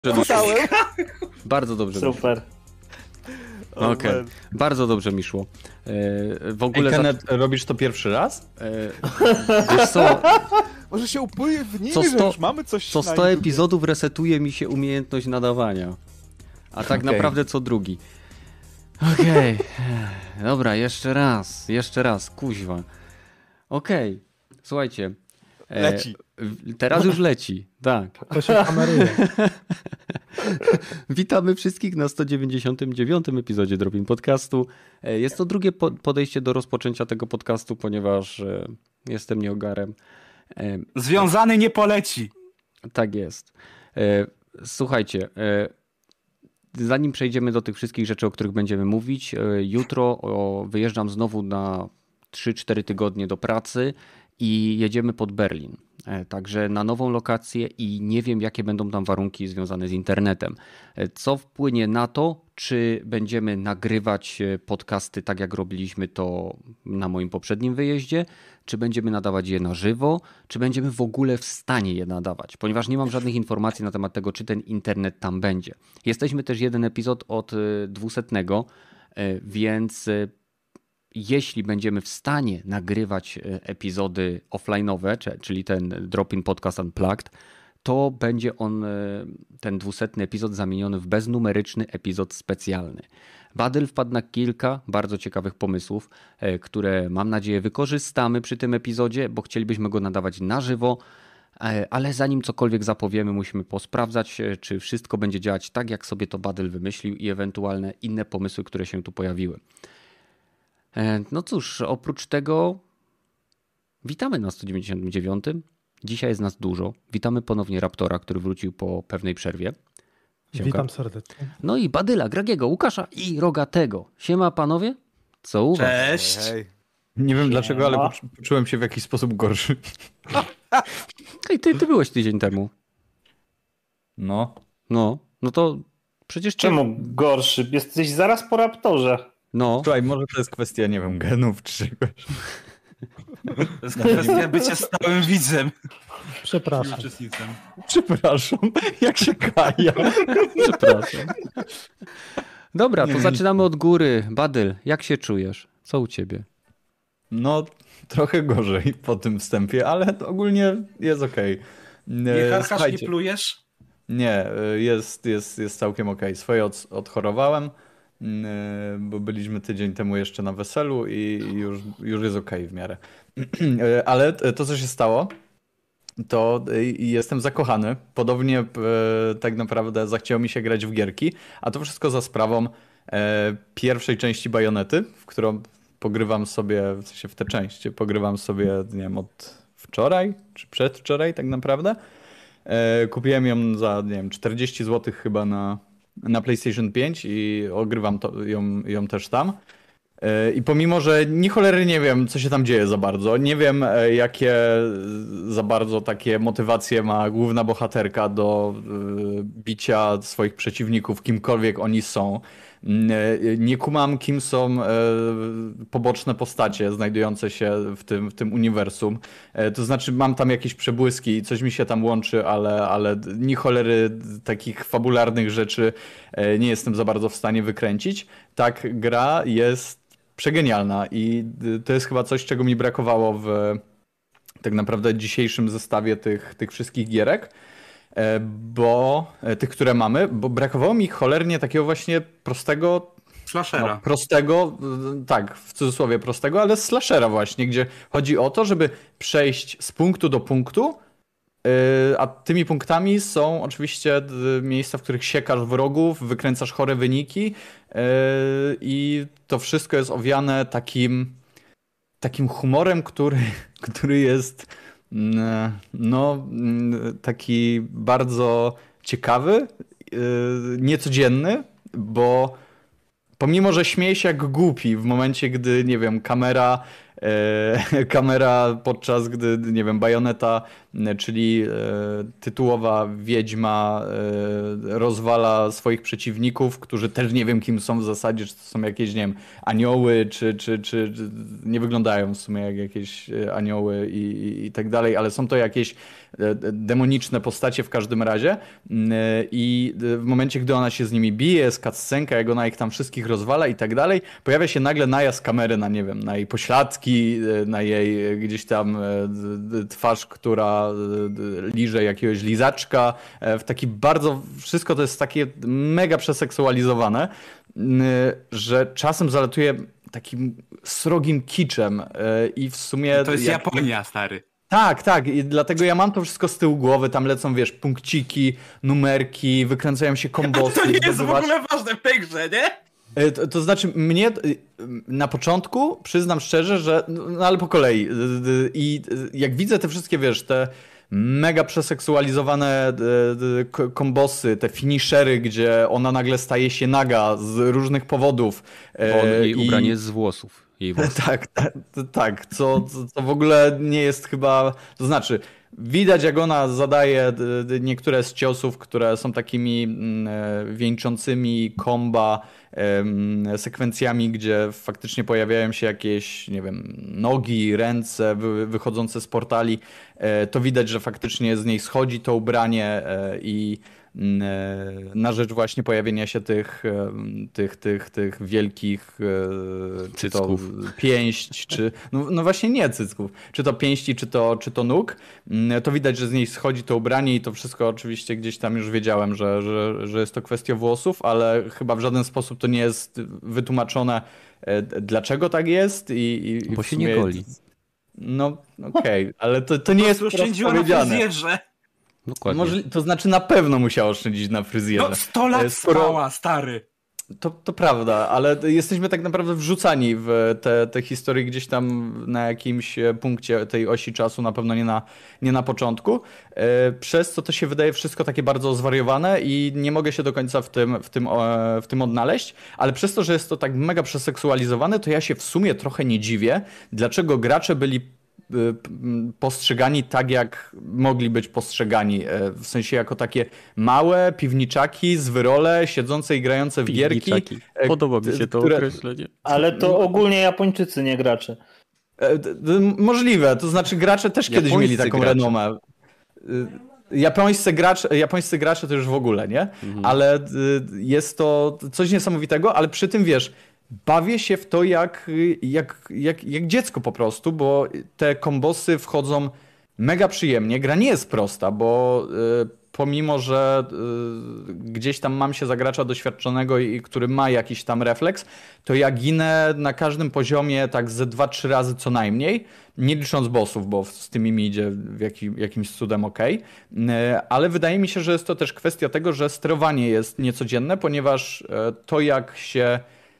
Pisałem. Bardzo dobrze. Super. Okej. Bardzo dobrze mi szło. W ogóle Kenneth, robisz to pierwszy raz? Wiesz co, Może się upewnimy, Co że sto- już mamy coś co na 100 YouTubie. epizodów resetuje mi się umiejętność nadawania. A tak Okej. naprawdę co drugi. Okej. Dobra, jeszcze raz, kuźwa. Okej. Słuchajcie. Leci. Teraz już leci, tak. To się kameruje. Witamy wszystkich na 199. epizodzie Dropin Podcastu. Jest to drugie podejście do rozpoczęcia tego podcastu, ponieważ jestem nieogarem. Związany nie poleci. Tak jest. Słuchajcie, zanim przejdziemy do tych wszystkich rzeczy, o których będziemy mówić, jutro wyjeżdżam znowu na 3-4 tygodnie do pracy i jedziemy pod Berlin. Także na nową lokację i nie wiem, jakie będą tam warunki związane z internetem. Co wpłynie na to, czy będziemy nagrywać podcasty tak, jak robiliśmy to na moim poprzednim wyjeździe, czy będziemy nadawać je na żywo, czy będziemy w ogóle w stanie je nadawać, ponieważ nie mam żadnych informacji na temat tego, czy ten internet tam będzie. Jesteśmy też jeden epizod od 200, więc jeśli będziemy w stanie nagrywać epizody offline'owe, czyli ten Drop-in Podcast Unplugged, to będzie on, ten 200 epizod, zamieniony w beznumeryczny epizod specjalny. Badel wpadł na kilka bardzo ciekawych pomysłów, które mam nadzieję wykorzystamy przy tym epizodzie, bo chcielibyśmy go nadawać na żywo, ale zanim cokolwiek zapowiemy, musimy posprawdzać, czy wszystko będzie działać tak, jak sobie to Badel wymyślił i ewentualne inne pomysły, które się tu pojawiły. No cóż, oprócz tego witamy na 199. Dzisiaj jest nas dużo. Witamy ponownie Raptora, który wrócił po pewnej przerwie. Siemka. Witam serdecznie. No i Badyla, Gragiego, Łukasza i Rogatego. Siema panowie, co u was? Cześć. Hej. Nie wiem dlaczego, ale poczułem się w jakiś sposób gorszy. Hej, ty byłeś tydzień temu. No. No to przecież... Czemu gorszy? Jesteś zaraz po Raptorze. No, Słuchaj, może to jest kwestia, nie wiem, genów czy czegoś. To jest kwestia bycia stałym widzem. Przepraszam. Uczestnicem. Przepraszam, jak się kaja. przepraszam. Dobra, to zaczynamy od góry. Badyl, jak się czujesz? Co u ciebie? No, trochę gorzej po tym wstępie, ale ogólnie jest okej. Nie karkasz, nie plujesz? Nie, jest całkiem okej. Swoje odchorowałem, bo byliśmy tydzień temu jeszcze na weselu i już jest okej w miarę. Ale to, co się stało, to jestem zakochany. Podobnie tak naprawdę zachciało mi się grać w gierki, a to wszystko za sprawą pierwszej części Bajonety, w którą pogrywam sobie, w sensie w tę część, pogrywam sobie, nie wiem, od wczoraj, czy przedwczoraj tak naprawdę. Kupiłem ją za, nie wiem, 40 zł chyba na PlayStation 5 i ogrywam ją też tam. I pomimo, że ni cholery nie wiem, co się tam dzieje za bardzo, nie wiem, jakie za bardzo takie motywacje ma główna bohaterka do bicia swoich przeciwników, kimkolwiek oni są. Nie kumam, kim są poboczne postacie znajdujące się w tym uniwersum. To znaczy mam tam jakieś przebłyski i coś mi się tam łączy, ale ni cholery takich fabularnych rzeczy nie jestem za bardzo w stanie wykręcić. Tak, gra jest przegenialna i to jest chyba coś, czego mi brakowało w tak naprawdę dzisiejszym zestawie tych wszystkich gierek. Bo tych, które mamy, bo brakowało mi cholernie takiego właśnie prostego, Slashera. tak, w cudzysłowie prostego, ale slashera właśnie, gdzie chodzi o to, żeby przejść z punktu do punktu, a tymi punktami są oczywiście miejsca, w których siekasz wrogów, wykręcasz chore wyniki i to wszystko jest owiane takim humorem, który jest no taki bardzo ciekawy, niecodzienny, bo pomimo, że śmieje się jak głupi w momencie, gdy, nie wiem, kamera podczas gdy, nie wiem, Bajoneta, czyli tytułowa wiedźma rozwala swoich przeciwników, którzy też nie wiem kim są w zasadzie, czy to są jakieś, nie wiem, anioły, czy nie wyglądają w sumie jak jakieś anioły i tak dalej, ale są to jakieś demoniczne postacie w każdym razie i w momencie, gdy ona się z nimi bije, jest cutscenka, jak ona ich tam wszystkich rozwala i tak dalej, pojawia się nagle najazd kamery na, nie wiem, na jej pośladki, na jej gdzieś tam twarz, która liże jakiegoś lizaczka, w taki bardzo, wszystko to jest takie mega przeseksualizowane, że czasem zalatuje takim srogim kiczem i w sumie... To jest Japonia, stary. Tak, i dlatego ja mam to wszystko z tyłu głowy, tam lecą, wiesz, punkciki, numerki, wykręcają się kombosy. To nie jest w ogóle ważne w tej grze, nie? To znaczy mnie na początku, przyznam szczerze, że, no ale po kolei i jak widzę te wszystkie, wiesz, te mega przeseksualizowane kombosy, te finishery, gdzie ona nagle staje się naga z różnych powodów. Bo jej ubranie jest z włosów. Jej włosy. Tak, co w ogóle nie jest chyba, to znaczy widać, jak ona zadaje niektóre z ciosów, które są takimi wieńczącymi komba sekwencjami, gdzie faktycznie pojawiają się jakieś, nie wiem, nogi, ręce wychodzące z portali. To widać, że faktycznie z niej schodzi to ubranie i na rzecz właśnie pojawienia się tych wielkich cycków. czy to pięść, czy no właśnie nie cycków, czy to pięści, czy to nóg, to widać, że z niej schodzi to ubranie i to wszystko oczywiście gdzieś tam już wiedziałem, że jest to kwestia włosów, ale chyba w żaden sposób to nie jest wytłumaczone, dlaczego tak jest i Bo w się sumie, nie goli. No okej, ale to nie jest oszczędziła na powiedziane. fryzjerze. Dokładnie. To znaczy na pewno musiała oszczędzić na fryzjerze. No 100 lat spała, stary. To prawda, ale jesteśmy tak naprawdę wrzucani w te historie gdzieś tam na jakimś punkcie tej osi czasu, na pewno nie na początku, przez co to się wydaje wszystko takie bardzo zwariowane i nie mogę się do końca w tym odnaleźć, ale przez to, że jest to tak mega przeseksualizowane, to ja się w sumie trochę nie dziwię, dlaczego gracze byli postrzegani tak, jak mogli być postrzegani. W sensie jako takie małe piwniczaki z wyrole, siedzące i grające w gierki. Podoba mi się to określenie. Ale to ogólnie Japończycy, nie gracze. Możliwe, to znaczy gracze też kiedyś mieli taką renomę. Japońscy gracze to już w ogóle, nie? Ale jest to coś niesamowitego, ale przy tym wiesz, bawię się w to jak dziecko po prostu, bo te kombosy wchodzą mega przyjemnie. Gra nie jest prosta, bo pomimo, że gdzieś tam mam się za gracza doświadczonego i który ma jakiś tam refleks, to ja ginę na każdym poziomie tak ze 2-3 razy co najmniej, nie licząc bossów, bo z tymi mi idzie jakimś cudem okej. Ale wydaje mi się, że jest to też kwestia tego, że sterowanie jest niecodzienne, ponieważ to jak się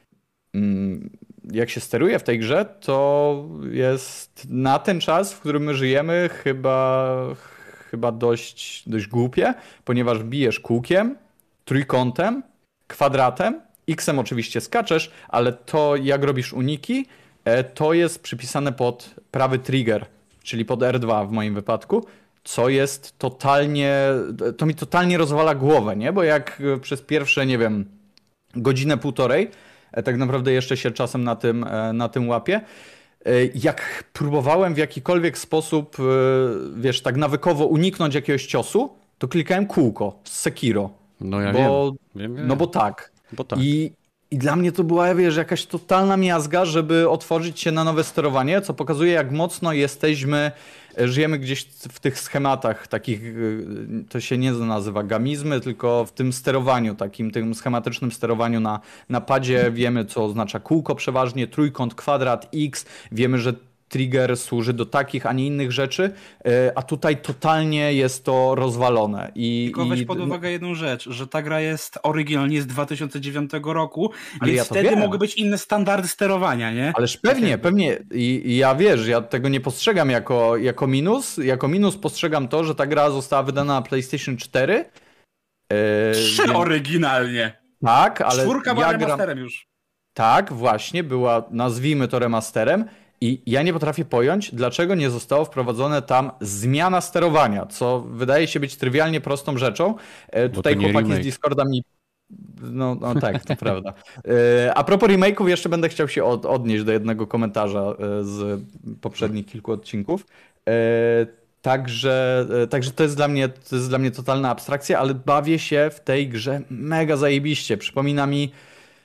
steruje w tej grze, to jest na ten czas, w którym my żyjemy, chyba dość głupie, ponieważ bijesz kółkiem, trójkątem, kwadratem, X-em oczywiście skaczesz, ale to jak robisz uniki, to jest przypisane pod prawy trigger, czyli pod R2 w moim wypadku, co jest to mi totalnie rozwala głowę, nie? Bo jak przez pierwsze, nie wiem, godzinę, półtorej, tak naprawdę jeszcze się czasem na tym łapię. Jak próbowałem w jakikolwiek sposób, wiesz, tak nawykowo uniknąć jakiegoś ciosu, to klikałem kółko z Sekiro. No ja wiem. No bo tak. Bo tak. I dla mnie to była, wiesz, jakaś totalna miazga, żeby otworzyć się na nowe sterowanie, co pokazuje, jak mocno żyjemy gdzieś w tych schematach takich, to się nie nazywa gamizmy, tylko w tym sterowaniu, tym schematycznym sterowaniu na padzie wiemy, co oznacza kółko przeważnie, trójkąt, kwadrat, X, wiemy, że trigger służy do takich, a nie innych rzeczy, a tutaj totalnie jest to rozwalone. Tylko weź pod uwagę jedną rzecz, że ta gra jest oryginalnie z 2009 roku, więc ja wtedy wiem. mogły być inne standardy sterowania, nie? Ależ pewnie. I ja wiesz, ja tego nie postrzegam jako minus. Jako minus postrzegam to, że ta gra została wydana na PlayStation 4. 3 oryginalnie. Tak, ale 4 była remasterem już. Tak, właśnie, była, nazwijmy to remasterem. I ja nie potrafię pojąć, dlaczego nie zostało wprowadzone tam zmiana sterowania, co wydaje się być trywialnie prostą rzeczą. Tutaj chłopaki remake z Discorda mi... No tak, to prawda. A propos remake'ów, jeszcze będę chciał się odnieść do jednego komentarza z poprzednich kilku odcinków. Także to jest dla mnie totalna abstrakcja, ale bawię się w tej grze mega zajebiście. Przypomina mi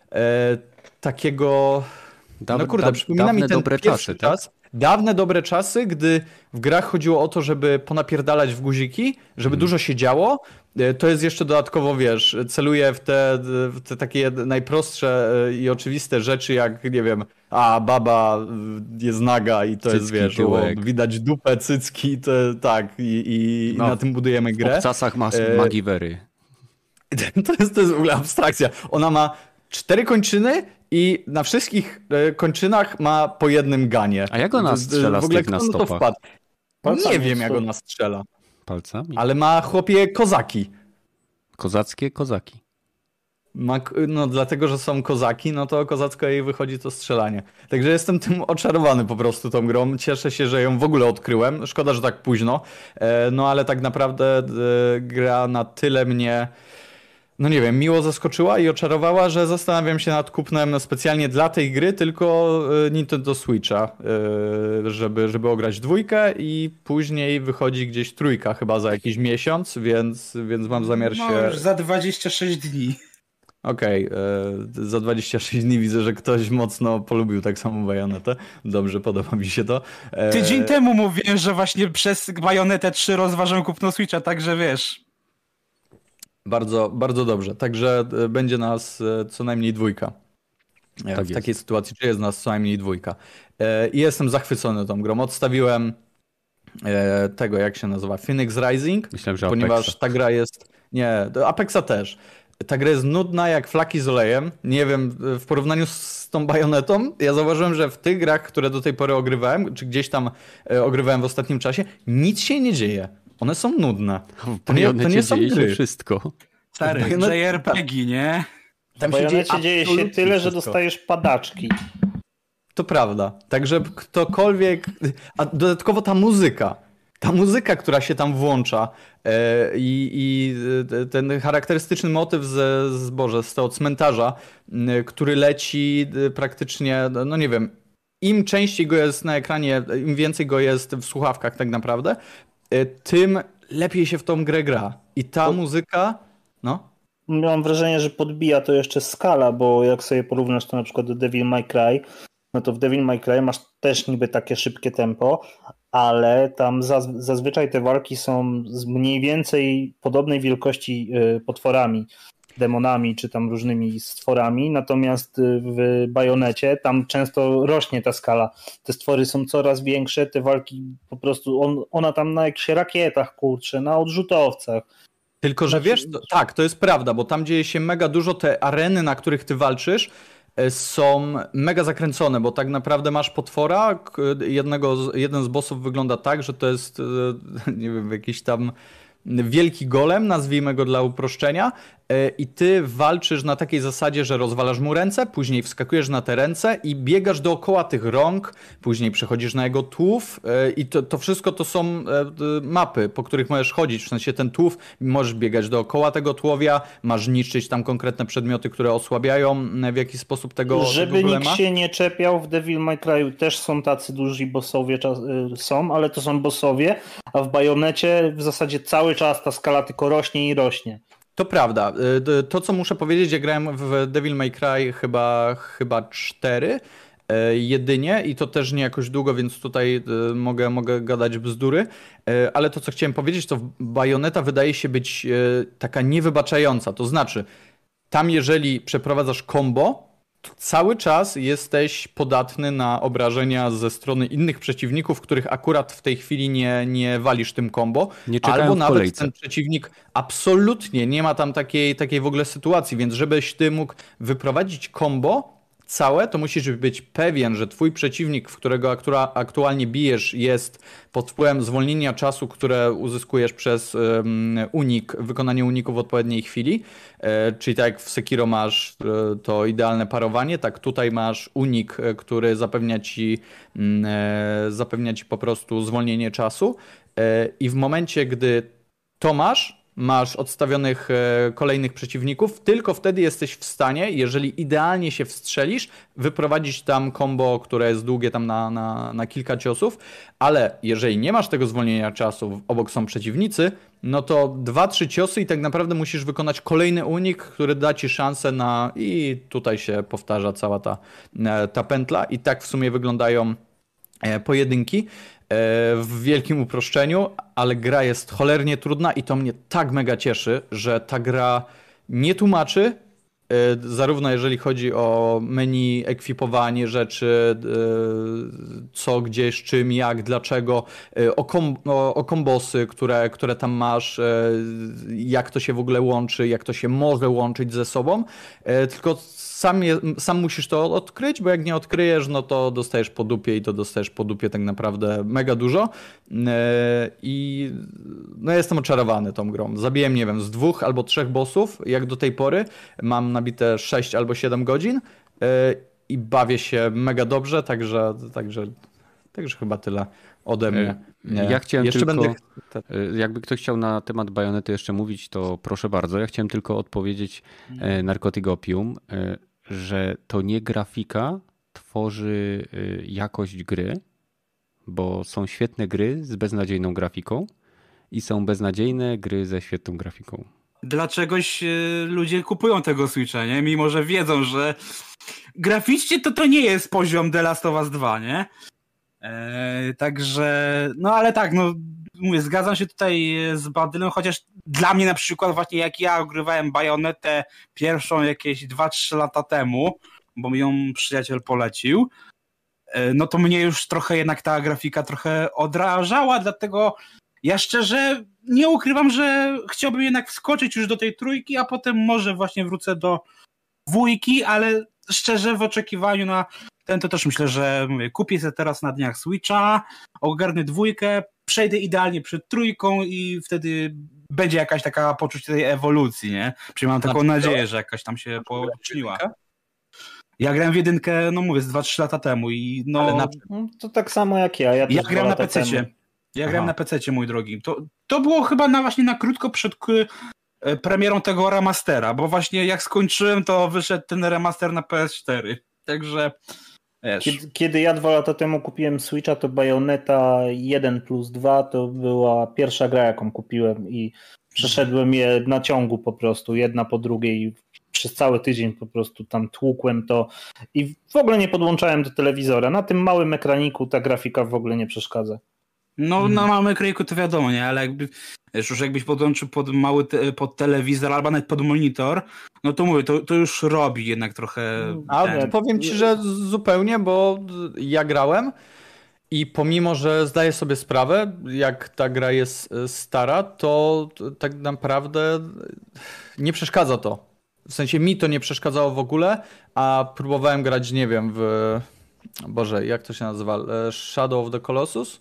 takiego... przypomina mi dawne ten dobre pierwszy czasy, tak? czas. Dawne dobre czasy, gdy w grach chodziło o to, żeby ponapierdalać w guziki, żeby dużo się działo. To jest jeszcze dodatkowo, wiesz, celuje w te takie najprostsze i oczywiste rzeczy, jak, nie wiem, baba jest naga i to Cycki, jest, wiesz, tyłek. widać dupę, cycki, to tak, i No, na tym budujemy W grę. obcasach Magiwery. To jest w ogóle abstrakcja. Ona ma 4 kończyny i na wszystkich kończynach ma po jednym ganie. A jak ona strzela w ogóle z tych na kto na to stopach? wpadł? Palcami Nie wiem, jak stop. ona strzela. Palcami? Ale ma, chłopie, kozaki. Kozackie kozaki. No dlatego, że są kozaki, no to kozacko jej wychodzi to strzelanie. Także jestem tym oczarowany po prostu tą grą. Cieszę się, że ją w ogóle odkryłem. Szkoda, że tak późno. No ale tak naprawdę gra na tyle mnie... No nie wiem, miło zaskoczyła i oczarowała, że zastanawiam się nad kupnem specjalnie dla tej gry, tylko Nintendo Switcha, żeby ograć 2 i później wychodzi gdzieś 3 chyba za jakiś miesiąc, więc mam zamiar No, już za 26 dni. Okej, za 26 dni widzę, że ktoś mocno polubił tak samo Bajonetę. Dobrze, podoba mi się to. Tydzień temu mówiłem, że właśnie przez Bajonetę 3 rozważam kupno Switcha, także wiesz... Bardzo, bardzo dobrze. Także będzie nas co najmniej 2. Tak W takiej sytuacji, czy jest nas co najmniej 2. I jestem zachwycony tą grą. Odstawiłem tego, jak się nazywa, Phoenix Rising, Myślałem, że ponieważ Apexa. ta gra jest... Nie, Apexa też. Ta gra jest nudna jak flaki z olejem. Nie wiem, w porównaniu z tą Bajonetą, ja zauważyłem, że w tych grach, które do tej pory ogrywałem, czy gdzieś tam ogrywałem w ostatnim czasie, nic się nie dzieje. One są nudne. To nie są dzieje się gry. wszystko. Stary, Bajonet- JRPG, nie? Tam W Bajonecie dzieje się absolutnie tyle, że wszystko. dostajesz padaczki. To prawda. Także ktokolwiek... A dodatkowo ta muzyka, która się tam włącza i ten charakterystyczny motyw z tego cmentarza, który leci praktycznie, no nie wiem, im częściej go jest na ekranie, im więcej go jest w słuchawkach tak naprawdę, tym lepiej się w tą grę gra. I ta muzyka, no... Mam wrażenie, że podbija to jeszcze skala, bo jak sobie porównasz to na przykład do Devil May Cry, no to w Devil May Cry masz też niby takie szybkie tempo, ale tam zazwyczaj te walki są z mniej więcej podobnej wielkości potworami, demonami czy tam różnymi stworami, natomiast w Bajonecie tam często rośnie ta skala. Te stwory są coraz większe, te walki po prostu, ona tam na jakichś rakietach, kurczę, na odrzutowcach. Tylko, że wiesz, tak, to jest prawda, bo tam dzieje się mega dużo, te areny, na których ty walczysz, są mega zakręcone, bo tak naprawdę masz potwora, jeden z bossów wygląda tak, że to jest, nie wiem, jakiś tam wielki golem, nazwijmy go dla uproszczenia, i ty walczysz na takiej zasadzie, że rozwalasz mu ręce, później wskakujesz na te ręce i biegasz dookoła tych rąk, później przechodzisz na jego tułów i to wszystko to są mapy, po których możesz chodzić, w sensie ten tułów, możesz biegać dookoła tego tułowia, masz niszczyć tam konkretne przedmioty, które osłabiają w jakiś sposób tego Żeby golema. nikt się nie czepiał, w Devil May Cry też są tacy duży bossowie, są, ale to są bossowie, a w Bajonecie w zasadzie cały czas ta skala tylko rośnie i rośnie. To prawda. To, co muszę powiedzieć, ja grałem w Devil May Cry chyba 4 jedynie i to też nie jakoś długo, więc tutaj mogę gadać bzdury, ale to, co chciałem powiedzieć, to Bajoneta wydaje się być taka niewybaczająca. To znaczy, tam jeżeli przeprowadzasz combo, to cały czas jesteś podatny na obrażenia ze strony innych przeciwników, których akurat w tej chwili nie walisz tym combo. Nie czekają Albo w nawet kolejce. ten przeciwnik absolutnie nie ma tam takiej w ogóle sytuacji, więc żebyś ty mógł wyprowadzić combo całe, to musisz być pewien, że twój przeciwnik, w którego aktualnie bijesz, jest pod wpływem zwolnienia czasu, które uzyskujesz przez wykonanie uniku w odpowiedniej chwili. Czyli tak jak w Sekiro masz to idealne parowanie, tak tutaj masz unik, który zapewnia ci po prostu zwolnienie czasu. I w momencie, gdy to masz, masz odstawionych kolejnych przeciwników, tylko wtedy jesteś w stanie, jeżeli idealnie się wstrzelisz, wyprowadzić tam combo, które jest długie tam na kilka ciosów, ale jeżeli nie masz tego zwolnienia czasu, obok są przeciwnicy, no to 2-3 ciosy i tak naprawdę musisz wykonać kolejny unik, który da ci szansę na... I tutaj się powtarza cała ta pętla i tak w sumie wyglądają pojedynki w wielkim uproszczeniu, ale gra jest cholernie trudna i to mnie tak mega cieszy, że ta gra nie tłumaczy, zarówno jeżeli chodzi o menu, ekwipowanie rzeczy, co, gdzie, z czym, jak, dlaczego, o kombosy, które tam masz, jak to się w ogóle łączy, jak to się może łączyć ze sobą, tylko sam musisz to odkryć, bo jak nie odkryjesz, no to dostajesz po dupie i to dostajesz po dupie tak naprawdę mega dużo. I no jestem oczarowany tą grą. Zabiłem, nie wiem, z 2 albo 3 bossów, jak do tej pory. Mam nabite 6 albo 7 godzin i bawię się mega dobrze, także chyba tyle ode mnie. Ja chciałem jeszcze tylko, jakby ktoś chciał na temat Bajonety jeszcze mówić, to proszę bardzo. Ja chciałem tylko odpowiedzieć Narcotic Opium, że to nie grafika tworzy jakość gry, bo są świetne gry z beznadziejną grafiką i są beznadziejne gry ze świetną grafiką. Dlaczegoś ludzie kupują tego Switcha, nie? Mimo że wiedzą, że graficznie to nie jest poziom The Last of Us 2, nie? Także, no ale tak, no mówię, zgadzam się tutaj z Badylem, chociaż dla mnie na przykład właśnie jak ja ogrywałem Bajonetę pierwszą jakieś 2-3 lata temu, bo mi ją przyjaciel polecił, no to mnie już trochę jednak ta grafika trochę odrażała, dlatego ja szczerze nie ukrywam, że chciałbym jednak wskoczyć już do tej 3, a potem może właśnie wrócę do 2, ale szczerze w oczekiwaniu na ten to też myślę, że mówię, kupię sobie teraz na dniach Switcha, ogarnę 2, przejdę idealnie przed 3 i wtedy będzie jakaś taka poczucie tej ewolucji, nie? Przecież mam taką nadzieję, że jakaś tam się poczyniła. Ja grałem w 1, no mówię, z 2-3 lata temu i no... To tak samo jak ja. Ja grałem na PC-cie. Ja grałem na PC-cie, mój drogi. To było chyba właśnie na krótko przed premierą tego remastera, bo właśnie jak skończyłem, to wyszedł ten remaster na PS4. Także... Kiedy ja 2 lata temu kupiłem Switcha, to Bayonetta 1+2 to była pierwsza gra, jaką kupiłem i przeszedłem je na ciągu po prostu, jedna po drugiej. Przez cały tydzień po prostu tam tłukłem to i w ogóle nie podłączałem do telewizora. Na tym małym ekraniku ta grafika w ogóle nie przeszkadza. No na małym ekraniku to wiadomo, nie? Ale jakbyś podłączył pod telewizor albo nawet pod monitor, no to mówię, to już robi jednak trochę... Powiem ci, że zupełnie, bo ja grałem i pomimo, że zdaję sobie sprawę, jak ta gra jest stara, to tak naprawdę nie przeszkadza to. W sensie mi to nie przeszkadzało w ogóle, a próbowałem grać, nie wiem, Boże, jak to się nazywa? Shadow of the Colossus?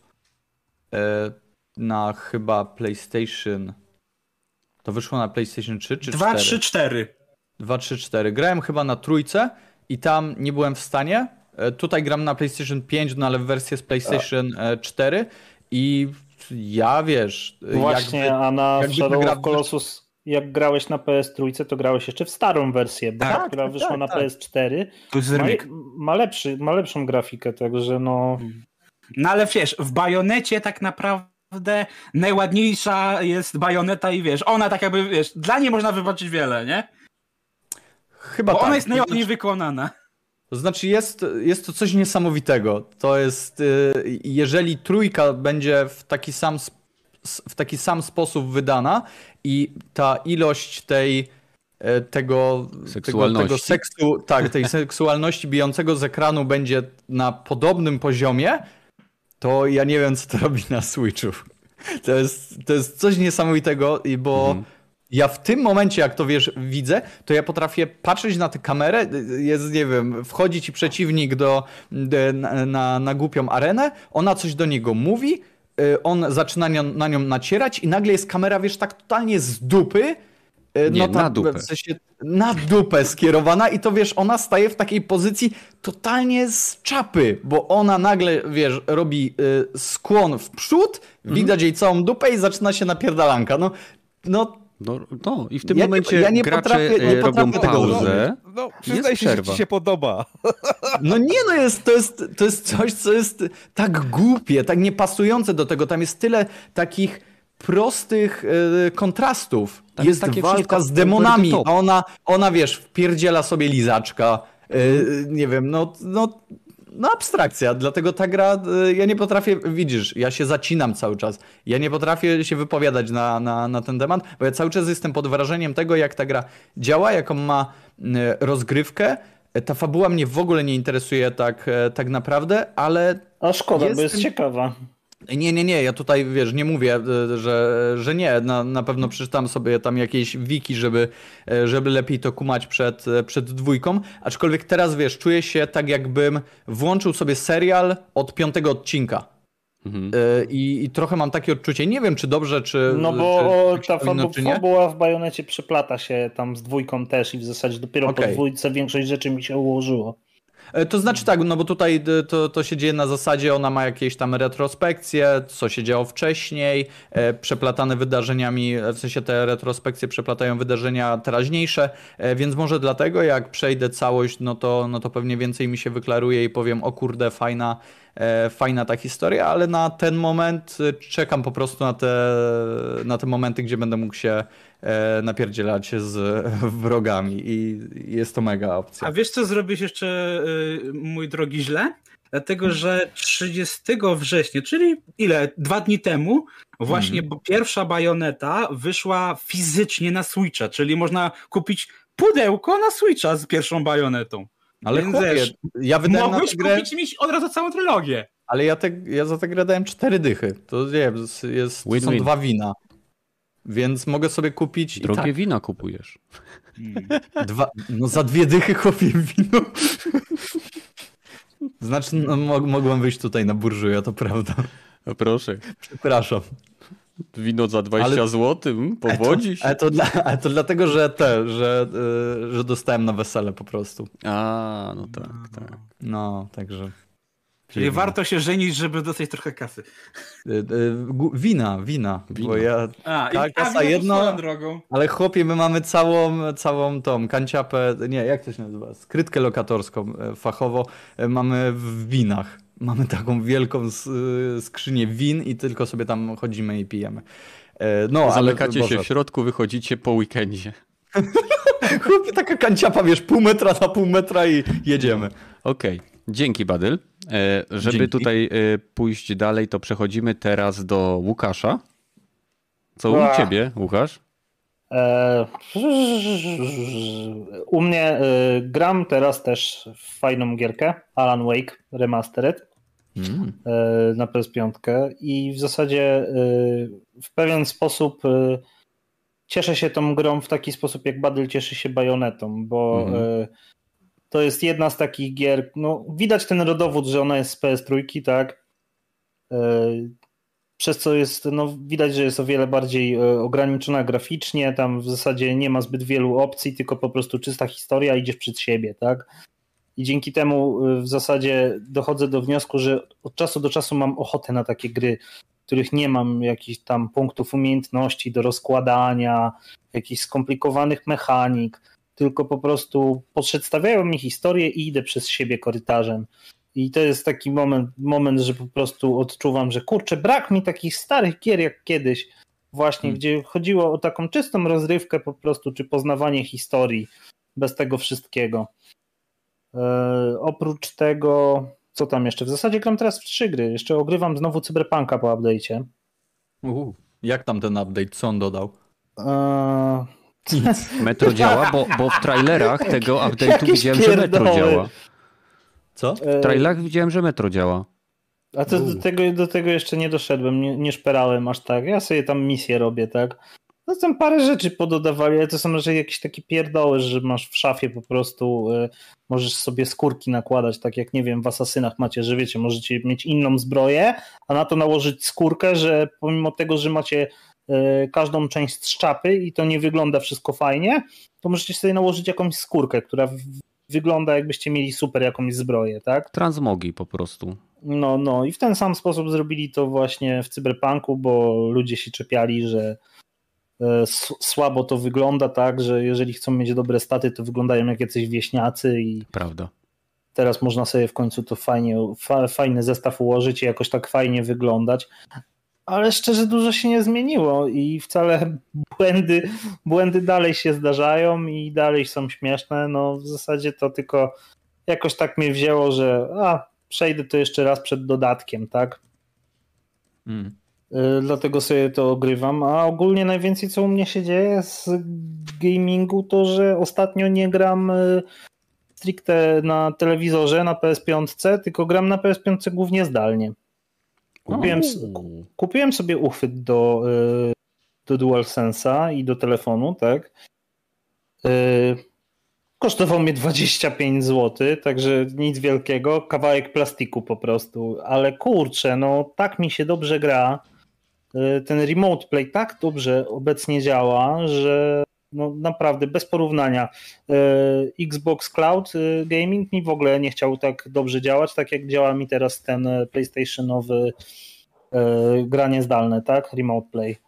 Na chyba PlayStation... To wyszło na PlayStation 3 czy 2, 3, 4. 2, 3, 4. Grałem chyba na 3 i tam nie byłem w stanie. Tutaj gram na PlayStation 5, no ale w wersję z PlayStation 4 i ja wiesz... Właśnie, a na Shadow of Colossus jak grałeś na PS3, to grałeś jeszcze w starą wersję, bo ta, która wyszła na PS4 ma lepszą grafikę, także no... No ale wiesz, w Bajonecie tak naprawdę najładniejsza jest Bajoneta i wiesz, ona tak jakby, wiesz, dla niej można wybaczyć wiele, nie? Chyba bo tak. Ona jest najładniej wykonana. To znaczy jest to coś niesamowitego. To jest, jeżeli 3 będzie w taki sam sposób wydana i ta ilość tego seksu, tak, tej seksualności bijącego z ekranu będzie na podobnym poziomie, to ja nie wiem, co to robi na Switchu. To jest coś niesamowitego, bo ja w tym momencie, jak to wiesz, widzę, to ja potrafię patrzeć na tę kamerę, jest, nie wiem, wchodzi ci przeciwnik na głupią arenę, ona coś do niego mówi, on zaczyna na nią nacierać i nagle jest kamera, wiesz, tak totalnie z dupy, na dupę. W sensie na dupę skierowana i to wiesz, ona staje w takiej pozycji totalnie z czapy, bo ona nagle, wiesz, robi skłon w przód, widać jej całą dupę i zaczyna się napierdalanka. No No i w tym Ja momencie ja nie gracze potrafię robią tego pauzę. No, przyznaj się, że przerwa. ci się podoba. No nie, no to jest coś, co jest tak głupie, tak niepasujące do tego. Tam jest tyle takich prostych kontrastów. Tam jest takie walka wszystko z demonami, over the a ona wiesz, wpierdziela sobie lizaczka. Nie wiem, no abstrakcja, dlatego ta gra, ja nie potrafię, widzisz, ja się zacinam cały czas. Ja nie potrafię się wypowiadać na ten temat, bo ja cały czas jestem pod wrażeniem tego, jak ta gra działa, jaką ma rozgrywkę. Ta fabuła mnie w ogóle nie interesuje tak naprawdę, ale A szkoda, bo jest Jestem- ciekawa. nie, ja tutaj, wiesz, nie mówię, że nie, na pewno przeczytam sobie tam jakieś wiki, żeby lepiej to kumać przed dwójką, aczkolwiek teraz, wiesz, czuję się tak, jakbym włączył sobie serial od 5. odcinka. I trochę mam takie odczucie, nie wiem czy dobrze, czy No bo czy ta powinno, czy nie. fabuła w Bajonecie przeplata się tam z dwójką też i w zasadzie dopiero po Okej. dwójce większość rzeczy mi się ułożyło. To znaczy tak, no bo tutaj to się dzieje na zasadzie, ona ma jakieś tam retrospekcje, co się działo wcześniej, przeplatane wydarzeniami, w sensie te retrospekcje przeplatają wydarzenia teraźniejsze, więc może dlatego jak przejdę całość, no to pewnie więcej mi się wyklaruje i powiem, o kurde, fajna ta historia, ale na ten moment czekam po prostu na te momenty, gdzie będę mógł się napierdzielać z wrogami i jest to mega opcja. A wiesz co zrobisz jeszcze, mój drogi, źle? Dlatego, że 30 września, czyli ile? 2 dni temu właśnie pierwsza Bajoneta wyszła fizycznie na Switcha, czyli można kupić pudełko na Switcha z pierwszą Bajonetą. Ale Więc chłopie, wiesz, ja wydałem na mogłeś tę grę, kupić mi od razu całą trylogię. ale ja za tę grę dałem 4 dychy. To nie wiem, to są Win-win. 2 wina. Więc mogę sobie kupić Drogie i tak, wina kupujesz. no za 2 dychy chłopie wino. Znaczy, no, mogłem wyjść tutaj na burżuja, to prawda. No proszę. Przepraszam. Wino za 20 Ale- zł? Powodzi się. Ale to dlatego, że dostałem na wesele po prostu. A, no tak. No, także... Czyli warto się żenić, żeby dostać trochę kasy. Wina. Bo ja... Tak, kasa jedno, swoją drogą. ale chłopie, my mamy całą tą kanciapę, nie, jak to się nazywa? Skrytkę lokatorską fachowo mamy w winach. Mamy taką wielką skrzynię win i tylko sobie tam chodzimy i pijemy. No, ale Zamykacie się Boże. w środku, wychodzicie po weekendzie. Chłopie, taka kanciapa, wiesz, pół metra na pół metra i jedziemy. Okej, dzięki Badyl. Żeby Dzięki. tutaj pójść dalej, to przechodzimy teraz do Łukasza. Co u Ła. ciebie, Łukasz? U mnie gram teraz też w fajną gierkę, Alan Wake Remastered na PS5 i w zasadzie w pewien sposób cieszę się tą grą w taki sposób, jak Badyl cieszy się Bajonetą, bo to jest jedna z takich gier, no widać ten rodowód, że ona jest z PS3, tak? Przez co jest, no widać, że jest o wiele bardziej ograniczona graficznie, tam w zasadzie nie ma zbyt wielu opcji, tylko po prostu czysta historia, idziesz przed siebie, tak? I dzięki temu w zasadzie dochodzę do wniosku, że od czasu do czasu mam ochotę na takie gry, w których nie mam jakichś tam punktów umiejętności do rozkładania, jakichś skomplikowanych mechanik, tylko po prostu przedstawiają mi historię i idę przez siebie korytarzem. I to jest taki moment, że po prostu odczuwam, że kurczę, brak mi takich starych gier jak kiedyś, właśnie, gdzie chodziło o taką czystą rozrywkę po prostu, czy poznawanie historii bez tego wszystkiego. Oprócz tego, co tam jeszcze? W zasadzie gram teraz w 3 gry. Jeszcze ogrywam znowu Cyberpunka po update'cie. Jak tam ten update, co on dodał? Metro działa, bo w trailerach tego update'u Jakieś widziałem, że metro pierdoły. działa. Co? W trailerach widziałem, że metro działa. A to do tego jeszcze nie doszedłem, nie szperałem aż tak. Ja sobie tam misję robię, tak? No tam parę rzeczy pododawali, ale to są raczej jakieś takie pierdoły, że masz w szafie po prostu, możesz sobie skórki nakładać, tak jak nie wiem, w Asasynach macie, że wiecie, możecie mieć inną zbroję, a na to nałożyć skórkę, że pomimo tego, że macie każdą część z czapy i to nie wygląda wszystko fajnie, to możecie sobie nałożyć jakąś skórkę, która wygląda jakbyście mieli super jakąś zbroję, tak? Transmogi po prostu. No i w ten sam sposób zrobili to właśnie w Cyberpunku, bo ludzie się czepiali, że słabo to wygląda, tak, że jeżeli chcą mieć dobre staty, to wyglądają jak jacyś wieśniacy i Prawda. teraz można sobie w końcu to fajny zestaw ułożyć i jakoś tak fajnie wyglądać. Ale szczerze dużo się nie zmieniło i wcale błędy dalej się zdarzają i dalej są śmieszne. No w zasadzie to tylko jakoś tak mnie wzięło, że przejdę to jeszcze raz przed dodatkiem, tak? Dlatego sobie to ogrywam, a ogólnie najwięcej co u mnie się dzieje z gamingu to, że ostatnio nie gram stricte na telewizorze, na PS5, tylko gram na PS5 głównie zdalnie. Kupiłem sobie uchwyt do DualSense'a i do telefonu, tak? Kosztował mnie 25 zł, także nic wielkiego, kawałek plastiku po prostu, ale kurczę, no tak mi się dobrze gra. Ten Remote Play tak dobrze obecnie działa, że no naprawdę bez porównania. Xbox Cloud Gaming mi w ogóle nie chciał tak dobrze działać, tak jak działa mi teraz ten PlayStationowy granie zdalne, tak? Remote Play.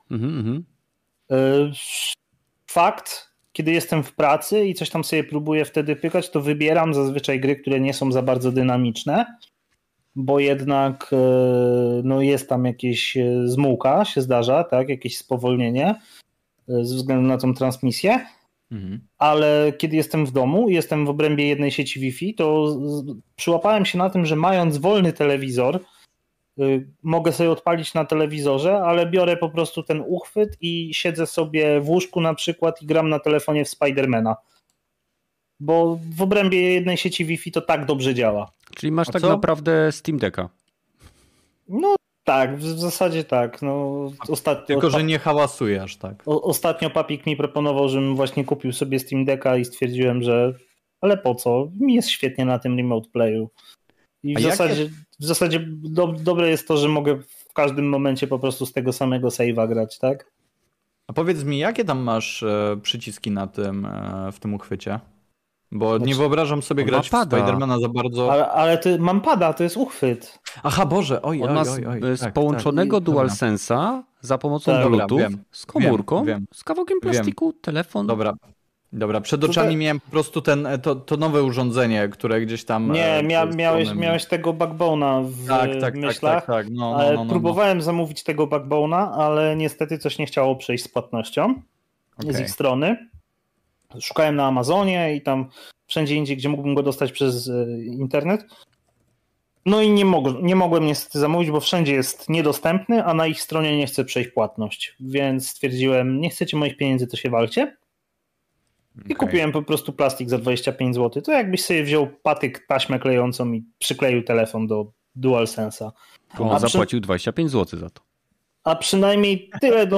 Fakt, kiedy jestem w pracy i coś tam sobie próbuję wtedy pykać, to wybieram zazwyczaj gry, które nie są za bardzo dynamiczne, bo jednak no jest tam jakieś zmułka, się zdarza, tak? Jakieś spowolnienie ze względu na tą transmisję, ale kiedy jestem w domu i jestem w obrębie jednej sieci Wi-Fi, to przyłapałem się na tym, że mając wolny telewizor, mogę sobie odpalić na telewizorze, ale biorę po prostu ten uchwyt i siedzę sobie w łóżku na przykład i gram na telefonie w Spidermana. Bo w obrębie jednej sieci Wi-Fi to tak dobrze działa. Czyli masz tak naprawdę Steam Decka. No tak, w zasadzie tak. No, Tylko, że nie hałasujesz, tak. Ostatnio papik mi proponował, żebym właśnie kupił sobie Steam Decka i stwierdziłem, że ale po co? Mi jest świetnie na tym Remote Playu. I w zasadzie dobre jest to, że mogę w każdym momencie po prostu z tego samego save'a grać, tak? A powiedz mi, jakie tam masz przyciski na w tym uchwycie? Bo nie wyobrażam sobie grać w Spidermana za bardzo. Ale mam pada, to jest uchwyt. Aha, Boże, oj. Z połączonego DualSense'a za pomocą Bluetooth, z komórką, z kawałkiem plastiku, telefon. Dobra, przed oczami miałem po prostu to nowe urządzenie, które gdzieś tam... Nie, miałeś tego Backbone'a w myślach. Tak. Próbowałem zamówić tego Backbone'a, ale niestety coś nie chciało przejść z płatnością z ich strony. Szukałem na Amazonie i tam wszędzie indziej, gdzie mógłbym go dostać przez internet. No i nie mogłem niestety zamówić, bo wszędzie jest niedostępny, a na ich stronie nie chce przejść płatność. Więc stwierdziłem, nie chcecie moich pieniędzy, to się walcie. I kupiłem po prostu plastik za 25 zł. To jakbyś sobie wziął patyk, taśmę klejącą i przykleił telefon do DualSense'a. On zapłacił 25 zł za to. A przynajmniej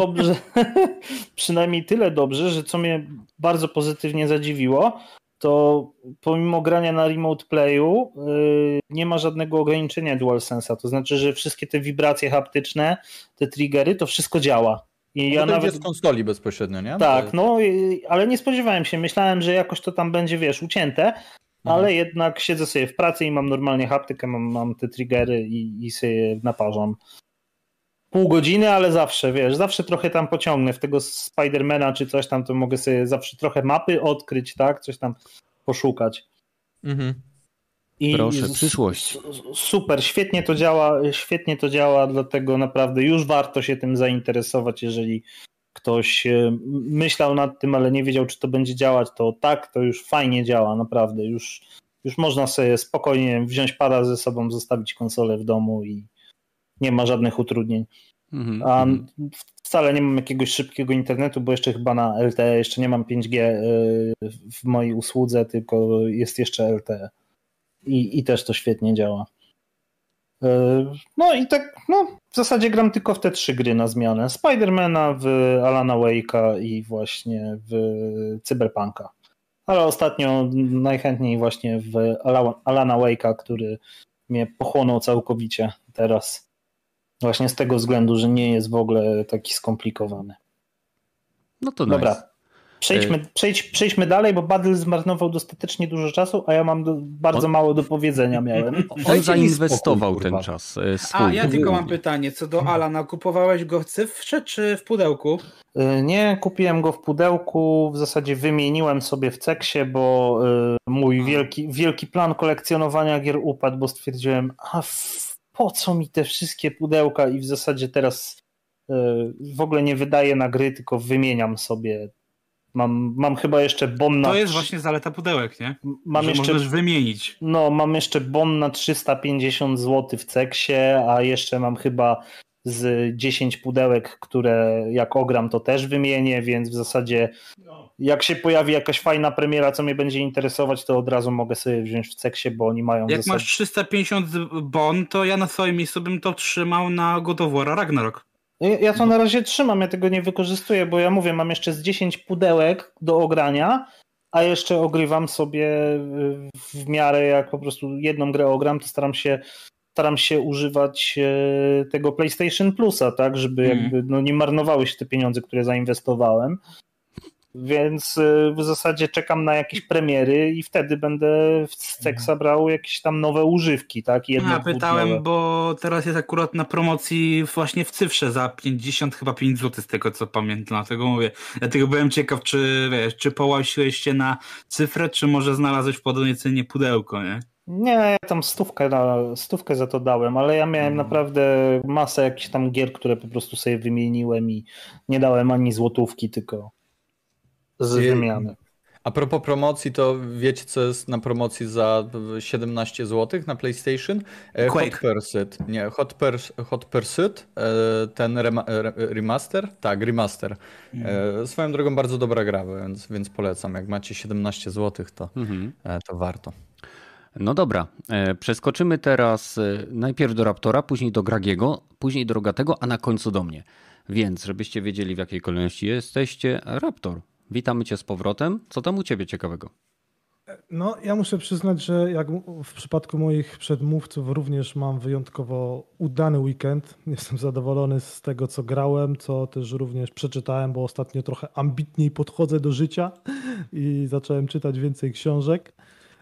tyle dobrze, że co mnie bardzo pozytywnie zadziwiło, to pomimo grania na Remote Playu nie ma żadnego ograniczenia DualSense'a. To znaczy, że wszystkie te wibracje haptyczne, te triggery, to wszystko działa. I ja nawet z konsoli bezpośrednio, nie? Tak, no ale nie spodziewałem się. Myślałem, że jakoś to tam będzie, ucięte, ale jednak siedzę sobie w pracy i mam normalnie haptykę, mam te triggery i sobie naparzam. Pół godziny, ale zawsze trochę tam pociągnę w tego Spidermana czy coś tam, to mogę sobie zawsze trochę mapy odkryć, tak? Coś tam poszukać. Proszę, przyszłość. Super, świetnie to działa, dlatego naprawdę już warto się tym zainteresować, jeżeli ktoś myślał nad tym, ale nie wiedział, czy to będzie działać, to tak, to już fajnie działa, naprawdę. Już można sobie spokojnie wziąć pada ze sobą, zostawić konsolę w domu i nie ma żadnych utrudnień. A wcale nie mam jakiegoś szybkiego internetu, bo jeszcze chyba na LTE, jeszcze nie mam 5G w mojej usłudze, tylko jest jeszcze LTE. I też to świetnie działa. No i tak, w zasadzie gram tylko w te 3 gry na zmianę. Spidermana, w Alana Wake'a i właśnie w Cyberpunka. Ale ostatnio najchętniej właśnie w Alana Wake'a, który mnie pochłonął całkowicie teraz. Właśnie z tego względu, że nie jest w ogóle taki skomplikowany. No to dobra. Nice. Przejdźmy dalej, bo Badl zmarnował dostatecznie dużo czasu, a ja mam bardzo mało do powiedzenia miałem. On zainwestował spokój, ten kurwa. czas A swój. ja tylko mam pytanie, co do Alana, kupowałeś go w cyfrze czy w pudełku? Nie, kupiłem go w pudełku, w zasadzie wymieniłem sobie w Ceksie, bo mój wielki plan kolekcjonowania gier upadł, bo stwierdziłem, po co mi te wszystkie pudełka i w zasadzie teraz w ogóle nie wydaję na gry, tylko wymieniam sobie. Mam chyba jeszcze bon na... To jest właśnie zaleta pudełek, nie? Mam że jeszcze, możesz wymienić. no, mam jeszcze bon na 350 zł w Ceksie, a jeszcze mam chyba z 10 pudełek, które jak ogram, to też wymienię, więc w zasadzie jak się pojawi jakaś fajna premiera, co mnie będzie interesować, to od razu mogę sobie wziąć w Ceksie, bo oni mają... Jak masz 350 bon, to ja na swoim miejscu bym to trzymał na God of War Ragnarok. Ja to na razie trzymam, ja tego nie wykorzystuję, bo ja mówię, mam jeszcze z 10 pudełek do ogrania, a jeszcze ogrywam sobie w miarę, jak po prostu jedną grę ogram, to staram się używać tego PlayStation Plusa, tak, żeby jakby nie marnowały się te pieniądze, które zainwestowałem. Więc w zasadzie czekam na jakieś premiery i wtedy będę z Ceksa brał jakieś tam nowe używki, tak? Ja pytałem, bo teraz jest akurat na promocji właśnie w cyfrze za 50, chyba 5 zł z tego co pamiętam, dlatego mówię. Dlatego byłem ciekaw, czy połasiłeś się na cyfrę, czy może znalazłeś w podobnej cenie pudełko, nie? Nie, ja tam stówkę za to dałem, ale ja miałem naprawdę masę jakichś tam gier, które po prostu sobie wymieniłem i nie dałem ani złotówki, tylko z wymiany. A propos promocji, to wiecie co jest na promocji za 17 zł na PlayStation? Quake. Hot Pursuit, ten remaster? Tak, remaster. Swoją drogą bardzo dobra gra, więc polecam. Jak macie 17 zł, to warto. No dobra, przeskoczymy teraz najpierw do Raptora, później do Gragiego, później do Rogatego, a na końcu do mnie. Więc żebyście wiedzieli, w jakiej kolejności jesteście, Raptor, witamy cię z powrotem. Co tam u ciebie ciekawego? No, ja muszę przyznać, że jak w przypadku moich przedmówców również mam wyjątkowo udany weekend. Jestem zadowolony z tego, co grałem, co też również przeczytałem, bo ostatnio trochę ambitniej podchodzę do życia i zacząłem czytać więcej książek.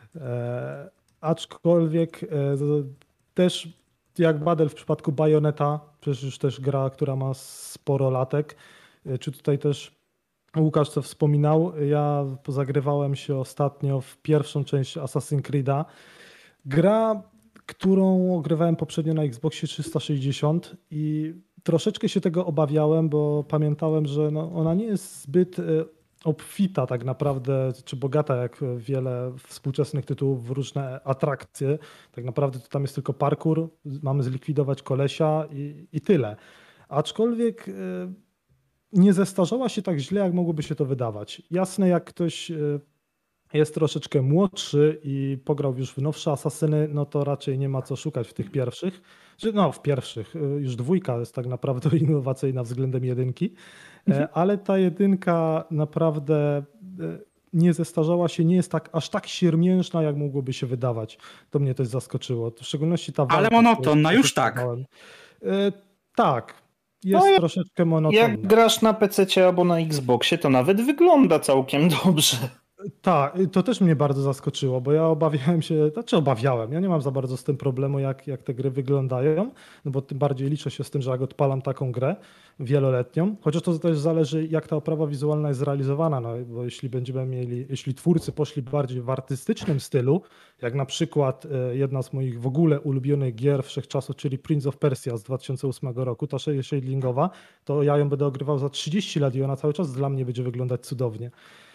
Aczkolwiek też jak Badel w przypadku Bayonetta, przecież już też gra, która ma sporo latek, czy tutaj też Łukasz co wspominał, ja zagrywałem się ostatnio w pierwszą część Assassin's Creed'a. Gra, którą ogrywałem poprzednio na Xboxie 360 i troszeczkę się tego obawiałem, bo pamiętałem, że ona nie jest zbyt obfita tak naprawdę, czy bogata jak wiele współczesnych tytułów w różne atrakcje. Tak naprawdę to tam jest tylko parkour, mamy zlikwidować kolesia i tyle. Aczkolwiek nie zestarzała się tak źle, jak mogłoby się to wydawać. Jasne, jak ktoś jest troszeczkę młodszy i pograł już w nowsze Asasyny, no to raczej nie ma co szukać w tych pierwszych. No w pierwszych, już dwójka jest tak naprawdę innowacyjna względem jedynki, ale ta jedynka naprawdę nie zestarzała się, nie jest aż tak siermiężna, jak mogłoby się wydawać. To mnie też zaskoczyło. W szczególności ta walka. Ale monotonna, już tak. Tak. Jest troszeczkę monotonna. Jak grasz na PC albo na Xboxie, to nawet wygląda całkiem dobrze. Tak, to też mnie bardzo zaskoczyło, bo ja obawiałem, ja nie mam za bardzo z tym problemu, jak te gry wyglądają, no bo tym bardziej liczę się z tym, że jak odpalam taką grę wieloletnią, chociaż to też zależy, jak ta oprawa wizualna jest zrealizowana, no bo jeśli twórcy poszli bardziej w artystycznym stylu, jak na przykład jedna z moich w ogóle ulubionych gier wszechczasów, czyli Prince of Persia z 2008 roku, ta shadingowa, to ja ją będę ogrywał za 30 lat i ona cały czas dla mnie będzie wyglądać cudownie.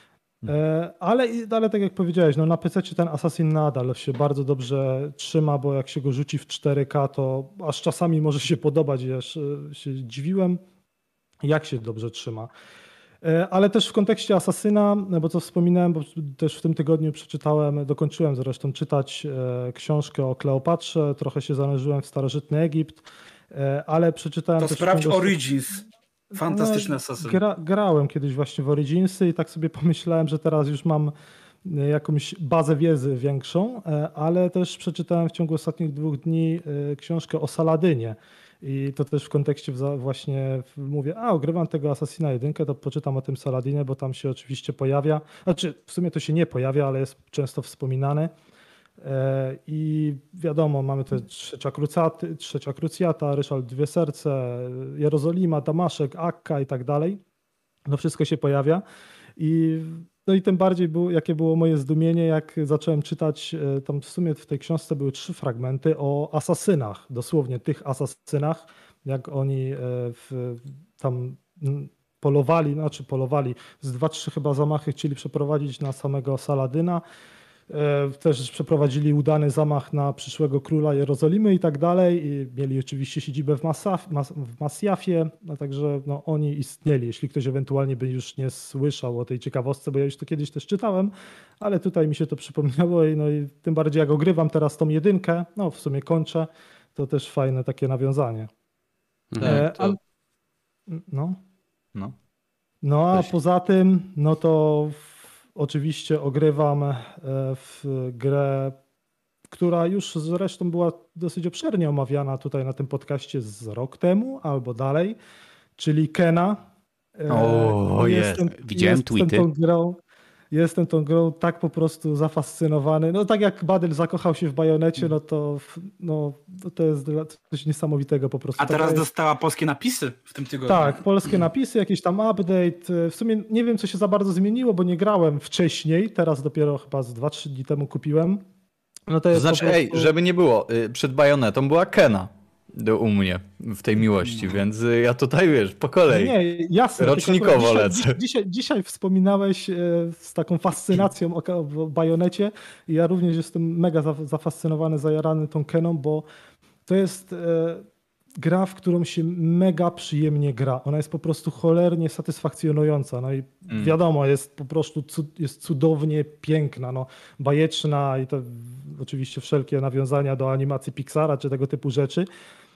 Ale tak jak powiedziałeś, no na PC ten Assassin nadal się bardzo dobrze trzyma, bo jak się go rzuci w 4K, to aż czasami może się podobać. Ja się dziwiłem, jak się dobrze trzyma. Ale też w kontekście Assassina, bo co wspominałem, bo też w tym tygodniu dokończyłem zresztą czytać książkę o Kleopatrze, trochę się zanurzyłem w starożytny Egipt, ale przeczytałem to też... sprawdź Origins. Fantastyczny Assassin. Grałem kiedyś właśnie w Originsy i tak sobie pomyślałem, że teraz już mam jakąś bazę wiedzy większą, ale też przeczytałem w ciągu ostatnich 2 dni książkę o Saladynie. I to też w kontekście właśnie mówię, ogrywam tego Assassina 1, to poczytam o tym Saladinie, bo tam się oczywiście pojawia. Znaczy, w sumie to się nie pojawia, ale jest często wspominany. I wiadomo, mamy te trzecia krucjata, Ryszard Dwie Serce, Jerozolima, Damaszek, Akka i tak dalej. No wszystko się pojawia. No i tym bardziej jakie było moje zdumienie, jak zacząłem czytać, tam w sumie w tej książce były 3 fragmenty o asasynach, dosłownie tych asasynach, jak oni tam polowali, z 2-3 chyba zamachy chcieli przeprowadzić na samego Saladyna. Też przeprowadzili udany zamach na przyszłego króla Jerozolimy i tak dalej. I mieli oczywiście siedzibę w Masjafie, także oni istnieli. Jeśli ktoś ewentualnie by już nie słyszał o tej ciekawostce, bo ja już to kiedyś też czytałem, ale tutaj mi się to przypomniało i tym bardziej jak ogrywam teraz tą 1, w sumie kończę, to też fajne takie nawiązanie. A poza tym, to oczywiście ogrywam w grę, która już zresztą była dosyć obszernie omawiana tutaj na tym podcaście z rok temu albo dalej, czyli Kena. Widziałem tweety. Jestem tą grą tak po prostu zafascynowany. No tak jak Badel zakochał się w Bajonecie, to jest coś niesamowitego po prostu. A teraz dostała polskie napisy w tym tygodniu. Tak, polskie napisy, jakiś tam update. W sumie nie wiem, co się za bardzo zmieniło, bo nie grałem wcześniej. Teraz dopiero chyba z 2-3 dni temu kupiłem. To jest żeby nie było, przed Bajonetą była Kena u mnie w tej miłości, więc ja tutaj, po kolei. Nie, jasne. Rocznikowo lecę. Dzisiaj wspominałeś z taką fascynacją o Bajonecie i ja również jestem mega zafascynowany, zajarany tą Keną, bo to jest gra, w którą się mega przyjemnie gra. Ona jest po prostu cholernie satysfakcjonująca. No i wiadomo, jest po prostu jest cudownie piękna, bajeczna i to oczywiście wszelkie nawiązania do animacji Pixara czy tego typu rzeczy.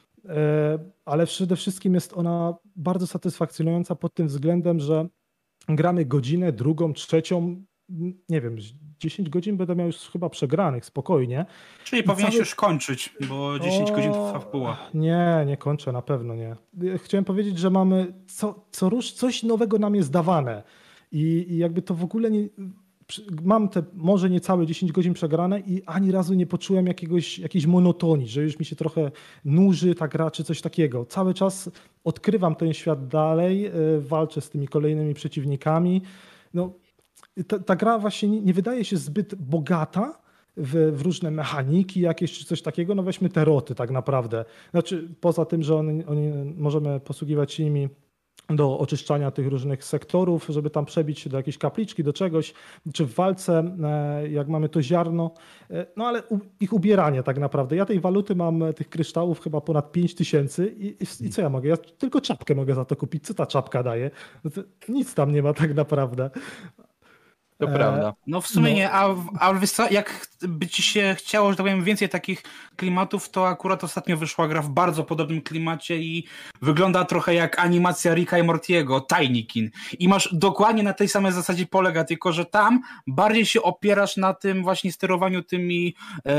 Ale przede wszystkim jest ona bardzo satysfakcjonująca pod tym względem, że gramy godzinę, drugą, trzecią, nie wiem, 10 godzin będę miał już chyba przegranych, spokojnie. Czyli powinieneś już kończyć, bo 10 godzin trwa w pół. Nie kończę, na pewno nie. Chciałem powiedzieć, że mamy co rusz coś nowego nam jest dawane i jakby to w ogóle nie... Mam te może niecałe 10 godzin przegrane i ani razu nie poczułem jakiejś monotonii, że już mi się trochę nuży ta gra czy coś takiego. Cały czas odkrywam ten świat dalej, walczę z tymi kolejnymi przeciwnikami. Ta gra właśnie nie wydaje się zbyt bogata w różne mechaniki jakieś czy coś takiego. Weźmy te roty tak naprawdę. Znaczy poza tym, że możemy posługiwać się nimi do oczyszczania tych różnych sektorów, żeby tam przebić się do jakiejś kapliczki, do czegoś, czy w walce, jak mamy to ziarno, ale ich ubieranie tak naprawdę. Ja tej waluty mam, tych kryształów chyba ponad 5000 i co ja mogę? Ja tylko czapkę mogę za to kupić. Co ta czapka daje? Nic tam nie ma tak naprawdę. To prawda. W sumie nie, a wiesz co, jak by ci się chciało, że tak powiem, więcej takich klimatów, to akurat ostatnio wyszła gra w bardzo podobnym klimacie i wygląda trochę jak animacja Ricka i Mortiego, Tinykin. I masz dokładnie na tej samej zasadzie polega, tylko że tam bardziej się opierasz na tym właśnie sterowaniu tymi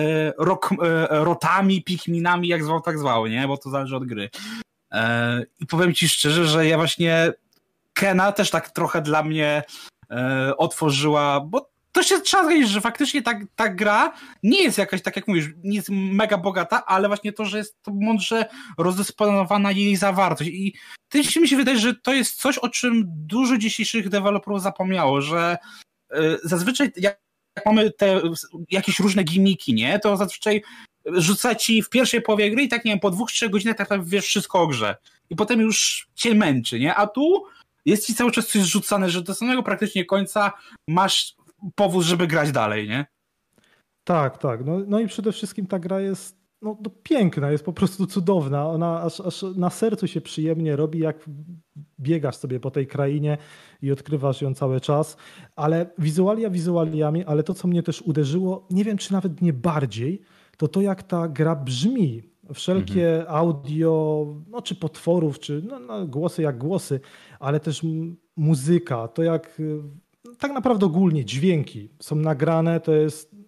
rotami, pikminami, jak zwał, tak zwał, nie? Bo to zależy od gry. I powiem ci szczerze, że ja właśnie Kena też tak trochę dla mnie otworzyła, bo to się trzeba zgodzić, że faktycznie ta gra nie jest jakaś, tak jak mówisz, nie jest mega bogata, ale właśnie to, że jest to mądrze rozdysponowana jej zawartość i też mi się wydaje, że to jest coś, o czym dużo dzisiejszych deweloperów zapomniało, że zazwyczaj jak mamy te jakieś różne gimmiki, nie, to zazwyczaj rzuca ci w pierwszej połowie gry i tak, nie wiem, po 2-3 godzinach tak naprawdę wiesz wszystko o grze i potem już cię męczy, nie, a tu jest ci cały czas coś rzucane, że do samego praktycznie końca masz powód, żeby grać dalej, nie? Tak. No i przede wszystkim ta gra jest piękna, jest po prostu cudowna. Ona aż na sercu się przyjemnie robi, jak biegasz sobie po tej krainie i odkrywasz ją cały czas. Ale wizualiami, ale to, co mnie też uderzyło, nie wiem, czy nawet nie bardziej, to jak ta gra brzmi. Wszelkie audio, czy potworów, czy głosy jak głosy, ale też muzyka, to jak tak naprawdę ogólnie dźwięki są nagrane, to jest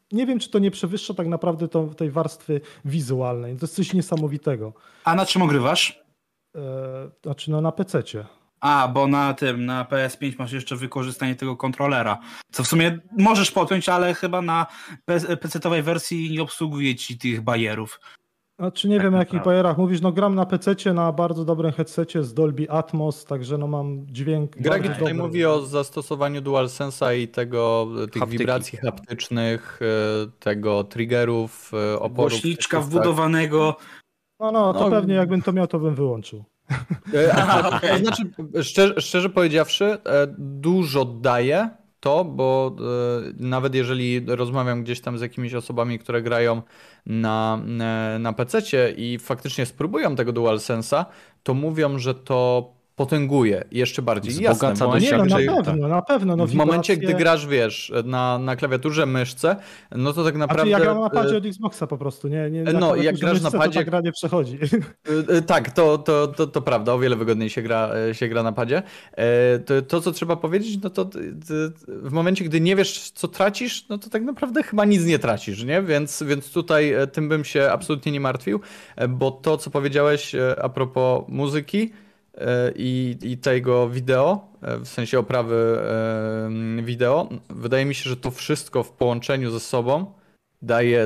nie wiem, czy to nie przewyższa tak naprawdę tej warstwy wizualnej. To jest coś niesamowitego. A na czym ogrywasz? Znaczy na PC-cie. A, bo na PS5 masz jeszcze wykorzystanie tego kontrolera. Co w sumie możesz podpiąć, ale chyba na PC-towej wersji nie obsługuje ci tych bajerów. Znaczy nie wiem o jakich bajerach mówisz, no gram na PC-cie na bardzo dobrym headsetie z Dolby Atmos, także no mam dźwięk Gregi bardzo tutaj dobry. mówi o zastosowaniu DualSense'a i tych Haptyki. wibracji haptycznych, tego triggerów, oporów. Głośniczka wbudowanego. No, to No. pewnie jakbym to miał, to bym wyłączył. To znaczy, szczerze powiedziawszy, dużo daje to, bo nawet jeżeli rozmawiam gdzieś tam z jakimiś osobami, które grają na PC-cie i faktycznie spróbują tego DualSense'a, to mówią, że to potęguje jeszcze bardziej. Wzbogaca Jasne, bo Nie, no doświadczenie. na pewno. No, w momencie, wibracje- gdy grasz, wiesz, na klawiaturze, myszce, no to tak A naprawdę... ja gram na padzie od Xboxa po prostu, nie na no, klawiaturze, jak grasz na myszce, padzie- to ta gra nie przechodzi. Tak, to prawda, o wiele wygodniej się gra na padzie. To, co trzeba powiedzieć, no to w momencie, gdy nie wiesz, co tracisz, no to tak naprawdę chyba nic nie tracisz, nie? Więc tutaj tym bym się absolutnie nie martwił, bo to, co powiedziałeś a propos muzyki i tego wideo, w sensie oprawy wideo, wydaje mi się, że to wszystko w połączeniu ze sobą daje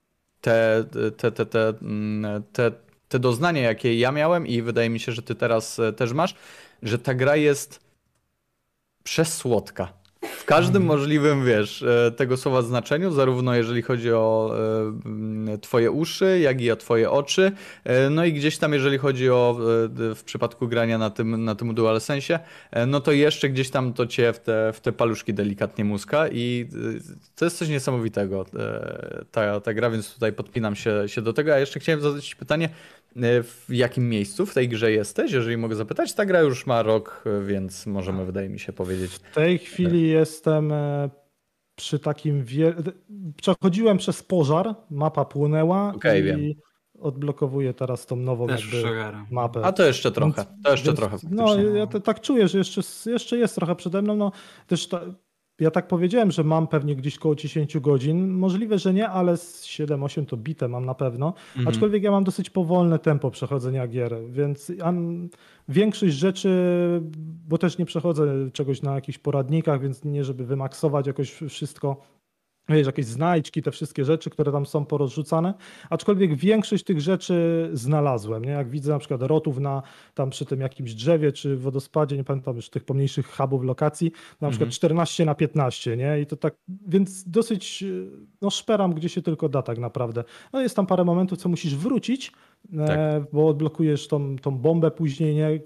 te doznania, jakie ja miałem i wydaje mi się, że ty teraz też masz, że ta gra jest przesłodka. W każdym możliwym, wiesz, tego słowa znaczeniu, zarówno jeżeli chodzi o twoje uszy, jak i o twoje oczy, no i gdzieś tam, jeżeli chodzi o, w przypadku grania na tym DualSensie, no to jeszcze gdzieś tam to cię w te paluszki delikatnie muska i to jest coś niesamowitego, ta gra, więc tutaj podpinam się do tego, a jeszcze chciałem zadać ci pytanie, w jakim miejscu w tej grze jesteś, jeżeli mogę zapytać? Ta gra już ma rok, więc możemy, wydaje mi się, powiedzieć. W tej chwili jestem przy takim... Przechodziłem przez pożar, mapa płynęła Okej, i wiem. odblokowuję teraz tą nową Też jakby przegaram. mapę. A to jeszcze trochę, Więc, faktycznie. no, ja tak czuję, że jeszcze jest trochę przede mną. No, też ja tak powiedziałem, że mam pewnie gdzieś koło 10 godzin. Możliwe, że nie, ale z 7-8 to bite mam na pewno. Aczkolwiek ja mam dosyć powolne tempo przechodzenia gier, więc większość rzeczy, bo też nie przechodzę czegoś na jakichś poradnikach, więc nie żeby wymaksować jakoś wszystko. Wiesz, jakieś znajdźki, te wszystkie rzeczy, które tam są porozrzucane, aczkolwiek większość tych rzeczy znalazłem, nie? Jak widzę na przykład rotów tam przy tym jakimś drzewie czy wodospadzie, nie pamiętam już tych pomniejszych hubów lokacji, na przykład 14/15, nie? I to tak, więc dosyć szperam, gdzie się tylko da tak naprawdę. No jest tam parę momentów, co musisz wrócić, bo odblokujesz tą bombę później, nie?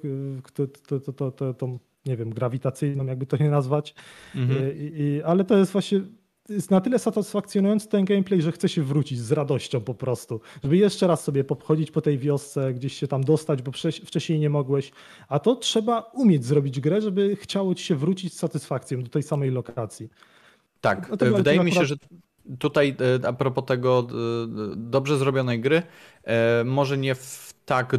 Tą, nie wiem, grawitacyjną, jakby to nie nazwać, ale to jest właśnie... Jest na tyle satysfakcjonujący ten gameplay, że chce się wrócić z radością po prostu. Żeby jeszcze raz sobie pochodzić po tej wiosce, gdzieś się tam dostać, bo wcześniej nie mogłeś. A to trzeba umieć zrobić grę, żeby chciało ci się wrócić z satysfakcją do tej samej lokacji. Tak, No to wydaje mi akurat... się, że tutaj a propos tego dobrze zrobionej gry, może nie w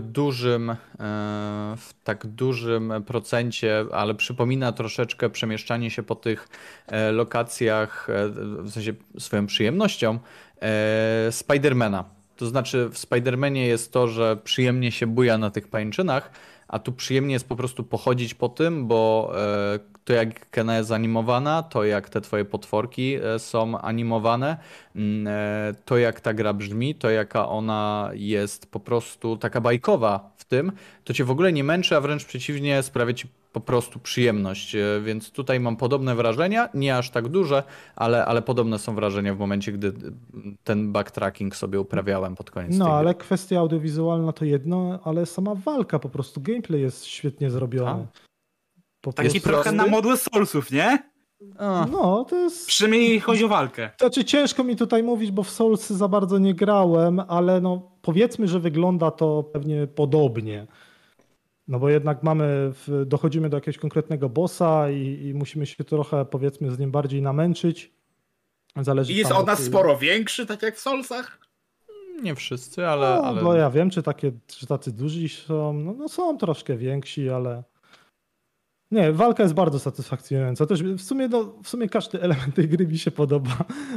tak dużym procencie, ale przypomina troszeczkę przemieszczanie się po tych lokacjach, w sensie swoją przyjemnością, Spidermana. To znaczy w Spidermanie jest to, że przyjemnie się buja na tych pajęczynach, a tu przyjemnie jest po prostu pochodzić po tym, bo to jak Kena jest animowana, to jak te twoje potworki są animowane, to jak ta gra brzmi, to jaka ona jest po prostu taka bajkowa w tym, to cię w ogóle nie męczy, a wręcz przeciwnie sprawia ci po prostu przyjemność. Więc tutaj mam podobne wrażenia, nie aż tak duże, ale podobne są wrażenia w momencie, gdy ten backtracking sobie uprawiałem pod koniec tej No, gry. ale kwestia audiowizualna to jedno, ale sama walka po prostu, gameplay jest świetnie zrobiony. Taki trochę na modłę Soulsów, nie? No, to jest... Przynajmniej chodzi o walkę. Znaczy ciężko mi tutaj mówić, bo w Soulsy za bardzo nie grałem, ale no powiedzmy, że wygląda to pewnie podobnie. No bo jednak dochodzimy do jakiegoś konkretnego bossa i musimy się trochę, powiedzmy, z nim bardziej namęczyć. Zależy I jest tam od nas sporo większy, tak jak w Soulsach? Nie wszyscy, ale... Bo ja wiem, czy tacy duzi są. No są troszkę więksi, ale... Nie, walka jest bardzo satysfakcjonująca. Też w sumie każdy element tej gry mi się podoba.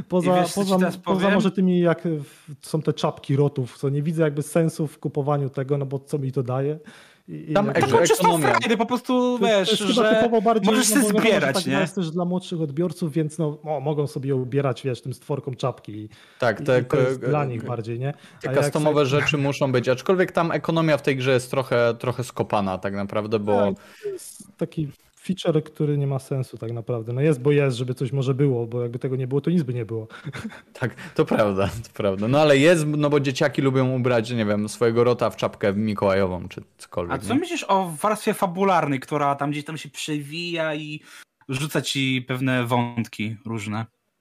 Poza może tymi, jak są te czapki rotów, co nie widzę jakby sensu w kupowaniu tego, no bo co mi to daje. Tam czystą frajdę, po prostu wiesz, to jest że typowo bardziej, możesz się zbierać, tak, nie? jest też dla młodszych odbiorców, więc mogą sobie ubierać, wiesz, tym stworkom czapki. Tak, i to jest dla nich bardziej, nie? Te customowe rzeczy muszą być, aczkolwiek tam ekonomia w tej grze jest trochę skopana tak naprawdę, bo... Tak, to jest taki feature, który nie ma sensu tak naprawdę. No jest, bo jest, żeby coś może było, bo jakby tego nie było, to nic by nie było. Tak, to prawda. No ale jest, no bo dzieciaki lubią ubrać, nie wiem, swojego rota w czapkę mikołajową, czy cokolwiek. A co myślisz o warstwie fabularnej, która tam gdzieś tam się przewija i rzuca ci pewne wątki różne?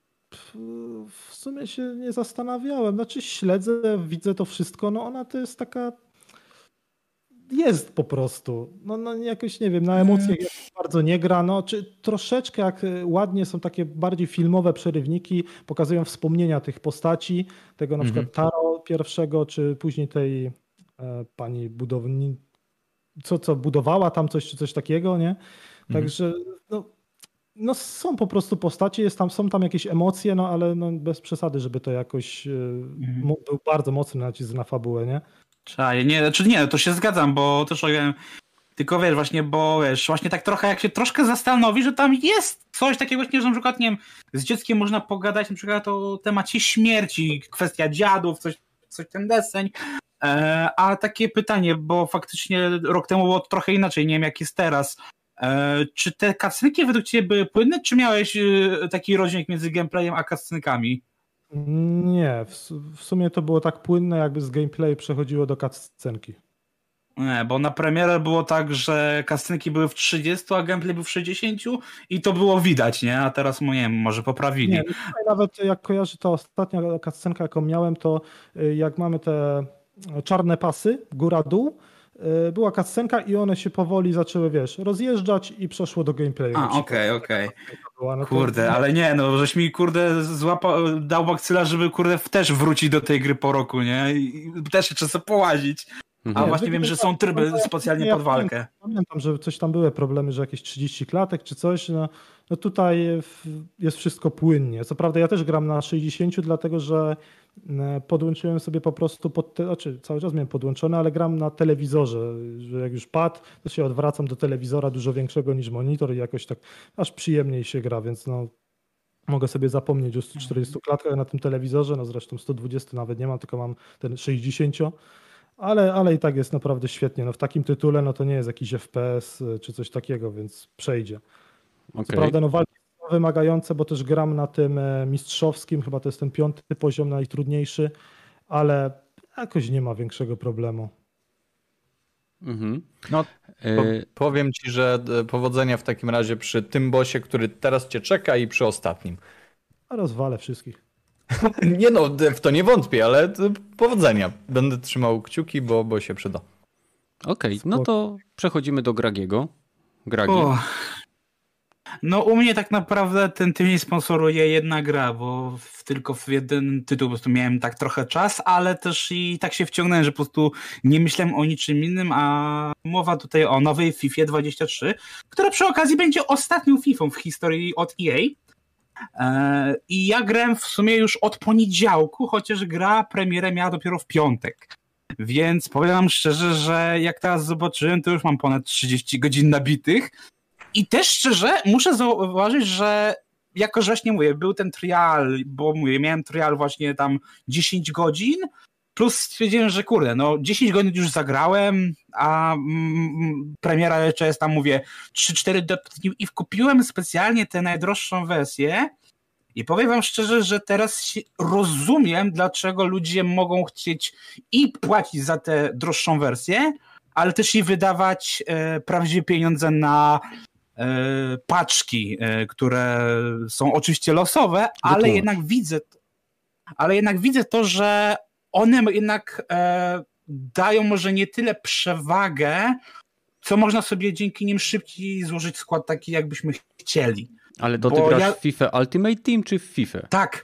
W sumie się nie zastanawiałem. Znaczy śledzę, widzę to wszystko, no ona to jest taka... Jest po prostu. No jakoś nie wiem, na emocjach bardzo nie gra. No, czy troszeczkę jak ładnie są takie bardziej filmowe przerywniki, pokazują wspomnienia tych postaci, tego na przykład Taro pierwszego, czy później tej pani budowni, co budowała tam coś, czy coś takiego, nie? Także no są po prostu postacie, są tam jakieś emocje, no ale no bez przesady, żeby to jakoś był bardzo mocny nacisk na fabułę, nie? Nie, to się zgadzam, bo też powiem, tylko wiesz, właśnie, bo wiesz, właśnie tak trochę, jak się troszkę zastanowi, że tam jest coś takiego właśnie, że na przykład, nie wiem, z dzieckiem można pogadać na przykład o temacie śmierci, kwestia dziadów, coś ten deseń, a takie pytanie, bo faktycznie rok temu było trochę inaczej, nie wiem jak jest teraz. Czy te cutscenki według ciebie były płynne, czy miałeś taki rozdźwięk między gameplayem a cutscenkami? Nie, w sumie to było tak płynne, jakby z gameplayu przechodziło do cutscenki. Nie, bo na premierę było tak, że cutscenki były w 30, a gameplay był w 60 i to było widać, nie? A teraz, nie wiem, może poprawili. Nie, nawet jak kojarzę, to ostatnia cutscenka, jaką miałem, to jak mamy te czarne pasy, góra-dół, była cutscenka i one się powoli zaczęły, wiesz, rozjeżdżać i przeszło do gameplayu. Okej. Kurde, ale nie, no żeś mi, kurde, dał bakcyla, żeby, kurde, też wrócić do tej gry po roku, nie? I też jeszcze sobie połazić. A właśnie wiem, że są tryby specjalnie pod walkę. Pamiętam, że coś tam były problemy, że jakieś 30 klatek czy coś. No tutaj jest wszystko płynnie. Co prawda ja też gram na 60, dlatego że podłączyłem sobie po prostu znaczy cały czas miałem podłączone, ale gram na telewizorze, że jak już padł, to się odwracam do telewizora dużo większego niż monitor i jakoś tak aż przyjemniej się gra, więc no mogę sobie zapomnieć o 140 klatkach na tym telewizorze, no zresztą 120 nawet nie mam, tylko mam ten 60. Ale i tak jest naprawdę świetnie. No w takim tytule no to nie jest jakiś FPS czy coś takiego, więc przejdzie. Okay. Co prawda no walki są wymagające, bo też gram na tym mistrzowskim, chyba to jest ten 5. poziom najtrudniejszy, ale jakoś nie ma większego problemu. No, powiem ci, że powodzenia w takim razie przy tym bossie, który teraz cię czeka i przy ostatnim. A rozwalę wszystkich. Nie no, w to nie wątpię, ale powodzenia. Będę trzymał kciuki, bo się przyda. Okej, no to przechodzimy do Gragiego. Gragi. No u mnie tak naprawdę ten tydzień sponsoruje jedna gra, bo tylko w jeden tytuł po prostu miałem tak trochę czas, ale też i tak się wciągnąłem, że po prostu nie myślałem o niczym innym, a mowa tutaj o nowej FIFA 23, która przy okazji będzie ostatnią FIFA w historii od EA. I ja grałem w sumie już od poniedziałku, chociaż gra premierę miała dopiero w piątek. Więc powiem wam szczerze, że jak teraz zobaczyłem, to już mam ponad 30 godzin nabitych. I też szczerze muszę zauważyć, że jako że właśnie mówię, był ten trial, bo mówię, miałem trial właśnie tam 10 godzin, plus stwierdziłem, że kurde, no 10 godzin już zagrałem, a premiera jeszcze jest tam, mówię, 3-4 dni i kupiłem specjalnie tę najdroższą wersję i powiem wam szczerze, że teraz rozumiem, dlaczego ludzie mogą chcieć i płacić za tę droższą wersję, ale też i wydawać prawdziwe pieniądze na paczki, które są oczywiście losowe, ale jednak widzę to, że one jednak dają może nie tyle przewagę, co można sobie dzięki nim szybciej złożyć skład taki, jakbyśmy chcieli. Ale to ty grasz w FIFA Ultimate Team czy w FIFA? Tak.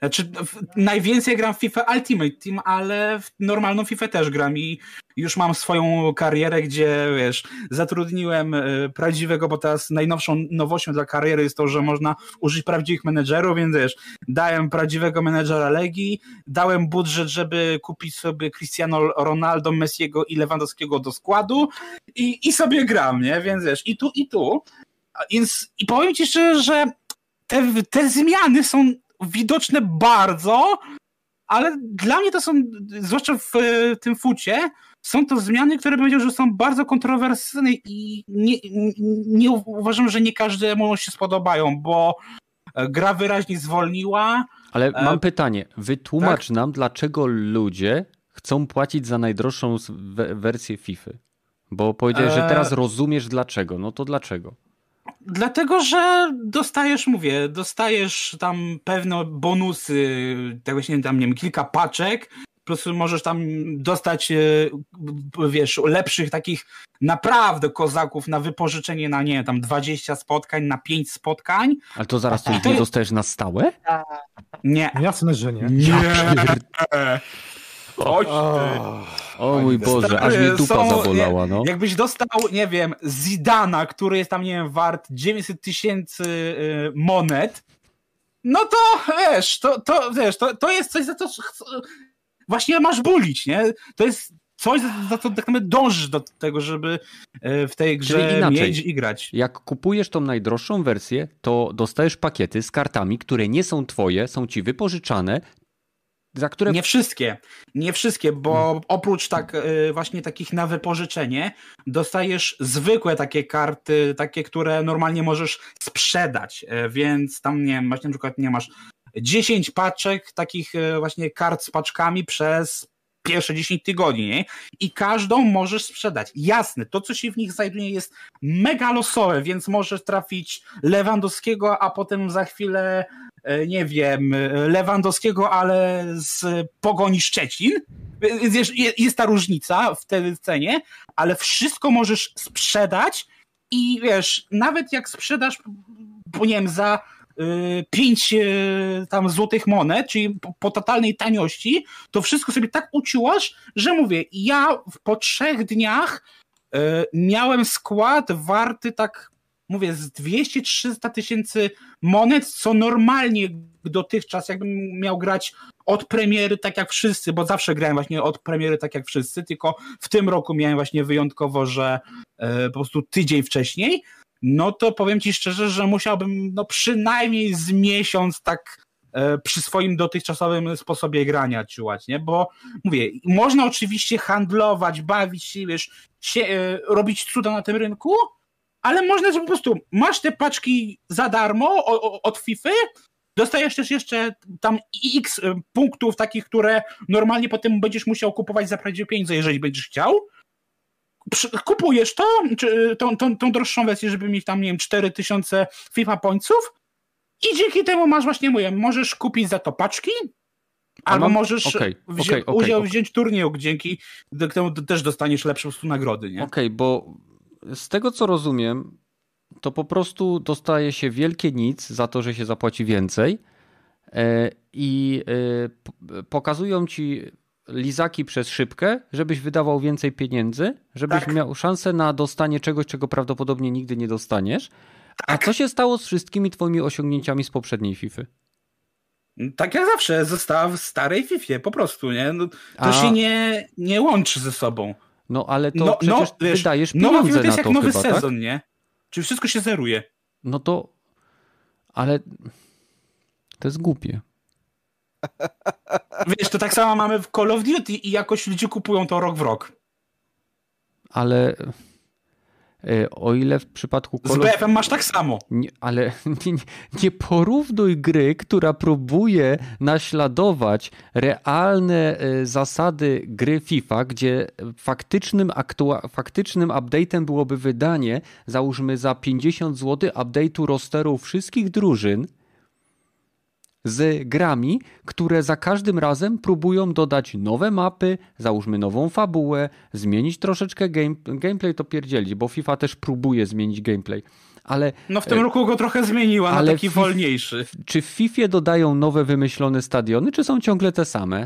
Znaczy, najwięcej gram w FIFA Ultimate Team, ale w normalną FIFA też gram i już mam swoją karierę, gdzie, wiesz, zatrudniłem prawdziwego, bo teraz najnowszą nowością dla kariery jest to, że można użyć prawdziwych menedżerów, więc wiesz, dałem prawdziwego menedżera Legii, dałem budżet, żeby kupić sobie Cristiano Ronaldo, Messiego i Lewandowskiego do składu i sobie gram, nie? Więc wiesz, i tu. I powiem ci szczerze, że te zmiany są widoczne bardzo, ale dla mnie to są, zwłaszcza w tym fucie, są to zmiany, które bym powiedział, że są bardzo kontrowersyjne i nie uważam, że nie każdemu się spodobają, bo gra wyraźnie zwolniła. Ale mam pytanie. Wytłumacz nam, dlaczego ludzie chcą płacić za najdroższą wersję FIFA. Bo powiedziałeś, że teraz rozumiesz dlaczego. No to dlaczego? Dlatego, że dostajesz tam pewne bonusy, tak właśnie tam, nie wiem, kilka paczek, plus możesz tam dostać, wiesz, lepszych takich naprawdę kozaków na wypożyczenie na, nie wiem, tam 20 spotkań, na 5 spotkań. Ale to zaraz to nie dostajesz na stałe? Nie. Jasne, że nie. Chodź ty. O mój Boże, aż mnie dupa zabolała, no. Jakbyś dostał, nie wiem, Zidana, który jest tam, nie wiem, wart 900 000 monet, no to wiesz, to jest coś, za co właśnie masz bulić, nie? To jest coś, za co tak naprawdę dążysz do tego, żeby w tej grze mieć i grać. Jak kupujesz tą najdroższą wersję, to dostajesz pakiety z kartami, które nie są twoje, są ci wypożyczane, za które... Nie wszystkie, bo oprócz właśnie takich na wypożyczenie dostajesz zwykłe takie karty, takie, które normalnie możesz sprzedać, więc tam, nie wiem, na przykład nie masz 10 paczek takich właśnie kart z paczkami przez pierwsze 10 tygodni, nie? I każdą możesz sprzedać. Jasne, to co się w nich znajduje jest mega losowe, więc możesz trafić Lewandowskiego, a potem za chwilę nie wiem, Lewandowskiego, ale z Pogoni Szczecin. Wiesz, jest ta różnica w tej cenie, ale wszystko możesz sprzedać i wiesz, nawet jak sprzedasz, nie wiem, za 5 tam złotych monet, czyli po totalnej taniości, to wszystko sobie tak uciłasz, że mówię, ja po 3 dniach miałem skład warty tak, mówię, z 200-300 tysięcy monet, co normalnie dotychczas, jakbym miał grać od premiery tak jak wszyscy, bo zawsze grałem właśnie od premiery tak jak wszyscy, tylko w tym roku miałem właśnie wyjątkowo, że po prostu tydzień wcześniej, no to powiem ci szczerze, że musiałbym przynajmniej z miesiąc tak przy swoim dotychczasowym sposobie grania czułać, nie? Bo mówię, można oczywiście handlować, bawić się, wiesz, robić cuda na tym rynku, ale można, że po prostu masz te paczki za darmo od FIFA, dostajesz też jeszcze tam x punktów takich, które normalnie potem będziesz musiał kupować za prawdziwe pieniądze, jeżeli będziesz chciał. Kupujesz to, czy tą droższą wersję, żeby mieć tam, nie wiem, 4000 FIFA pointsów i dzięki temu masz właśnie, możesz kupić za to paczki, albo możesz wziąć turnieju, dzięki temu też dostaniesz lepsze po prostu nagrody, nie? Okej, bo z tego co rozumiem, to po prostu dostaje się wielkie nic za to, że się zapłaci więcej i pokazują ci lizaki przez szybkę, żebyś wydawał więcej pieniędzy, żebyś miał szansę na dostanie czegoś, czego prawdopodobnie nigdy nie dostaniesz. A co się stało z wszystkimi twoimi osiągnięciami z poprzedniej FIFA? Tak jak zawsze, została w starej FIFA, po prostu, nie? No, to się nie łączy ze sobą. No ale to przecież wydajesz pieniądze nowa FIFA to jest na jak nowy chyba, sezon, tak? nie? Czyli wszystko się zeruje. No to... Ale... To jest głupie. Wiesz, to tak samo mamy w Call of Duty i jakoś ludzie kupują to rok w rok. Ale... O ile w przypadku z BF-em masz tak samo. Ale nie porównuj gry, która próbuje naśladować realne zasady gry FIFA, gdzie faktycznym update'em byłoby wydanie, załóżmy za 50 zł, update'u rosteru wszystkich drużyn z grami, które za każdym razem próbują dodać nowe mapy, załóżmy nową fabułę, zmienić troszeczkę gameplay, to pierdzieli, bo FIFA też próbuje zmienić gameplay, ale... No w tym roku go trochę zmieniła na taki wolniejszy. Czy w FIFA dodają nowe wymyślone stadiony, czy są ciągle te same?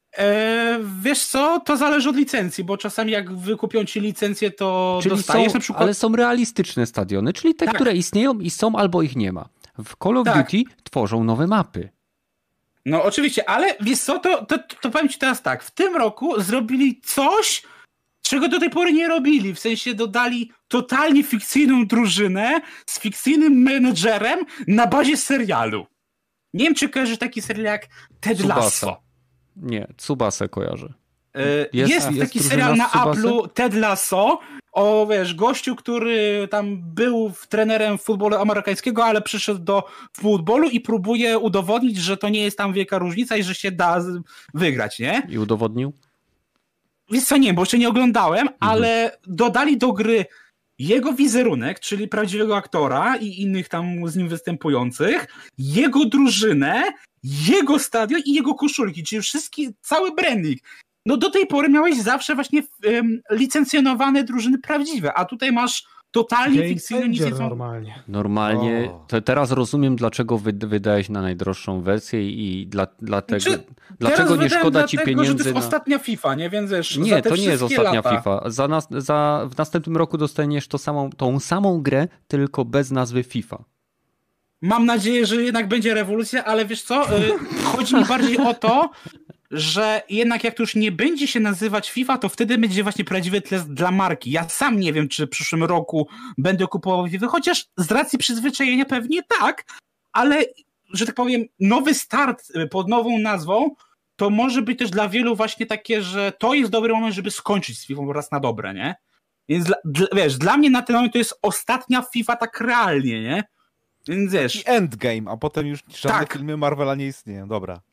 Wiesz co, to zależy od licencji, bo czasami jak wykupią ci licencję, to czyli dostajesz na przykład... Ale są realistyczne stadiony, czyli te, które istnieją i są albo ich nie ma. W Call of Duty tworzą nowe mapy. No oczywiście, ale wiesz co, to powiem ci teraz tak, w tym roku zrobili coś, czego do tej pory nie robili, w sensie dodali totalnie fikcyjną drużynę z fikcyjnym menedżerem na bazie serialu. Nie wiem, czy kojarzysz taki serial jak Ted Lasso. Nie, Tsubasę kojarzę. Jest taki serial na Apple'u, Ted Lasso, o gościu, który tam był trenerem futbolu amerykańskiego, ale przyszedł do futbolu i próbuje udowodnić, że to nie jest tam wielka różnica i że się da wygrać, nie? I udowodnił? Wiesz co, nie, bo jeszcze nie oglądałem, ale dodali do gry jego wizerunek, czyli prawdziwego aktora i innych tam z nim występujących, jego drużynę, jego stadion i jego koszulki, czyli cały branding. No do tej pory miałeś zawsze właśnie licencjonowane drużyny prawdziwe, a tutaj masz totalnie fikcyjne nic. Normalnie. To teraz rozumiem, dlaczego wydałeś na najdroższą wersję i dlatego dlaczego nie szkoda ci pieniędzy. Że to jest ostatnia FIFA, nie? Więc wiesz, nie, to nie jest ostatnia FIFA. W następnym roku dostaniesz tą samą grę, tylko bez nazwy FIFA. Mam nadzieję, że jednak będzie rewolucja, ale wiesz co? Chodzi mi bardziej o to, że jednak jak to już nie będzie się nazywać FIFA, to wtedy będzie właśnie prawdziwy test dla marki. Ja sam nie wiem, czy w przyszłym roku będę kupował FIFA, chociaż z racji przyzwyczajenia pewnie tak, ale, że tak powiem, nowy start pod nową nazwą, to może być też dla wielu właśnie takie, że to jest dobry moment, żeby skończyć z FIFA raz na dobre, nie? Więc wiesz, dla mnie na ten moment to jest ostatnia FIFA tak realnie, nie? Więc wiesz... I Endgame, a potem już żadne filmy Marvela nie istnieją, dobra.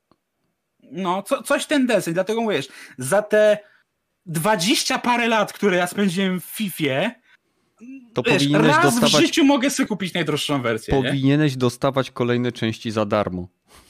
No, coś ten deseń, dlatego mówisz, za te 20 parę lat, które ja spędziłem w Fifie, to raz w życiu mogę sobie kupić najdroższą wersję. Powinieneś dostawać kolejne części za darmo.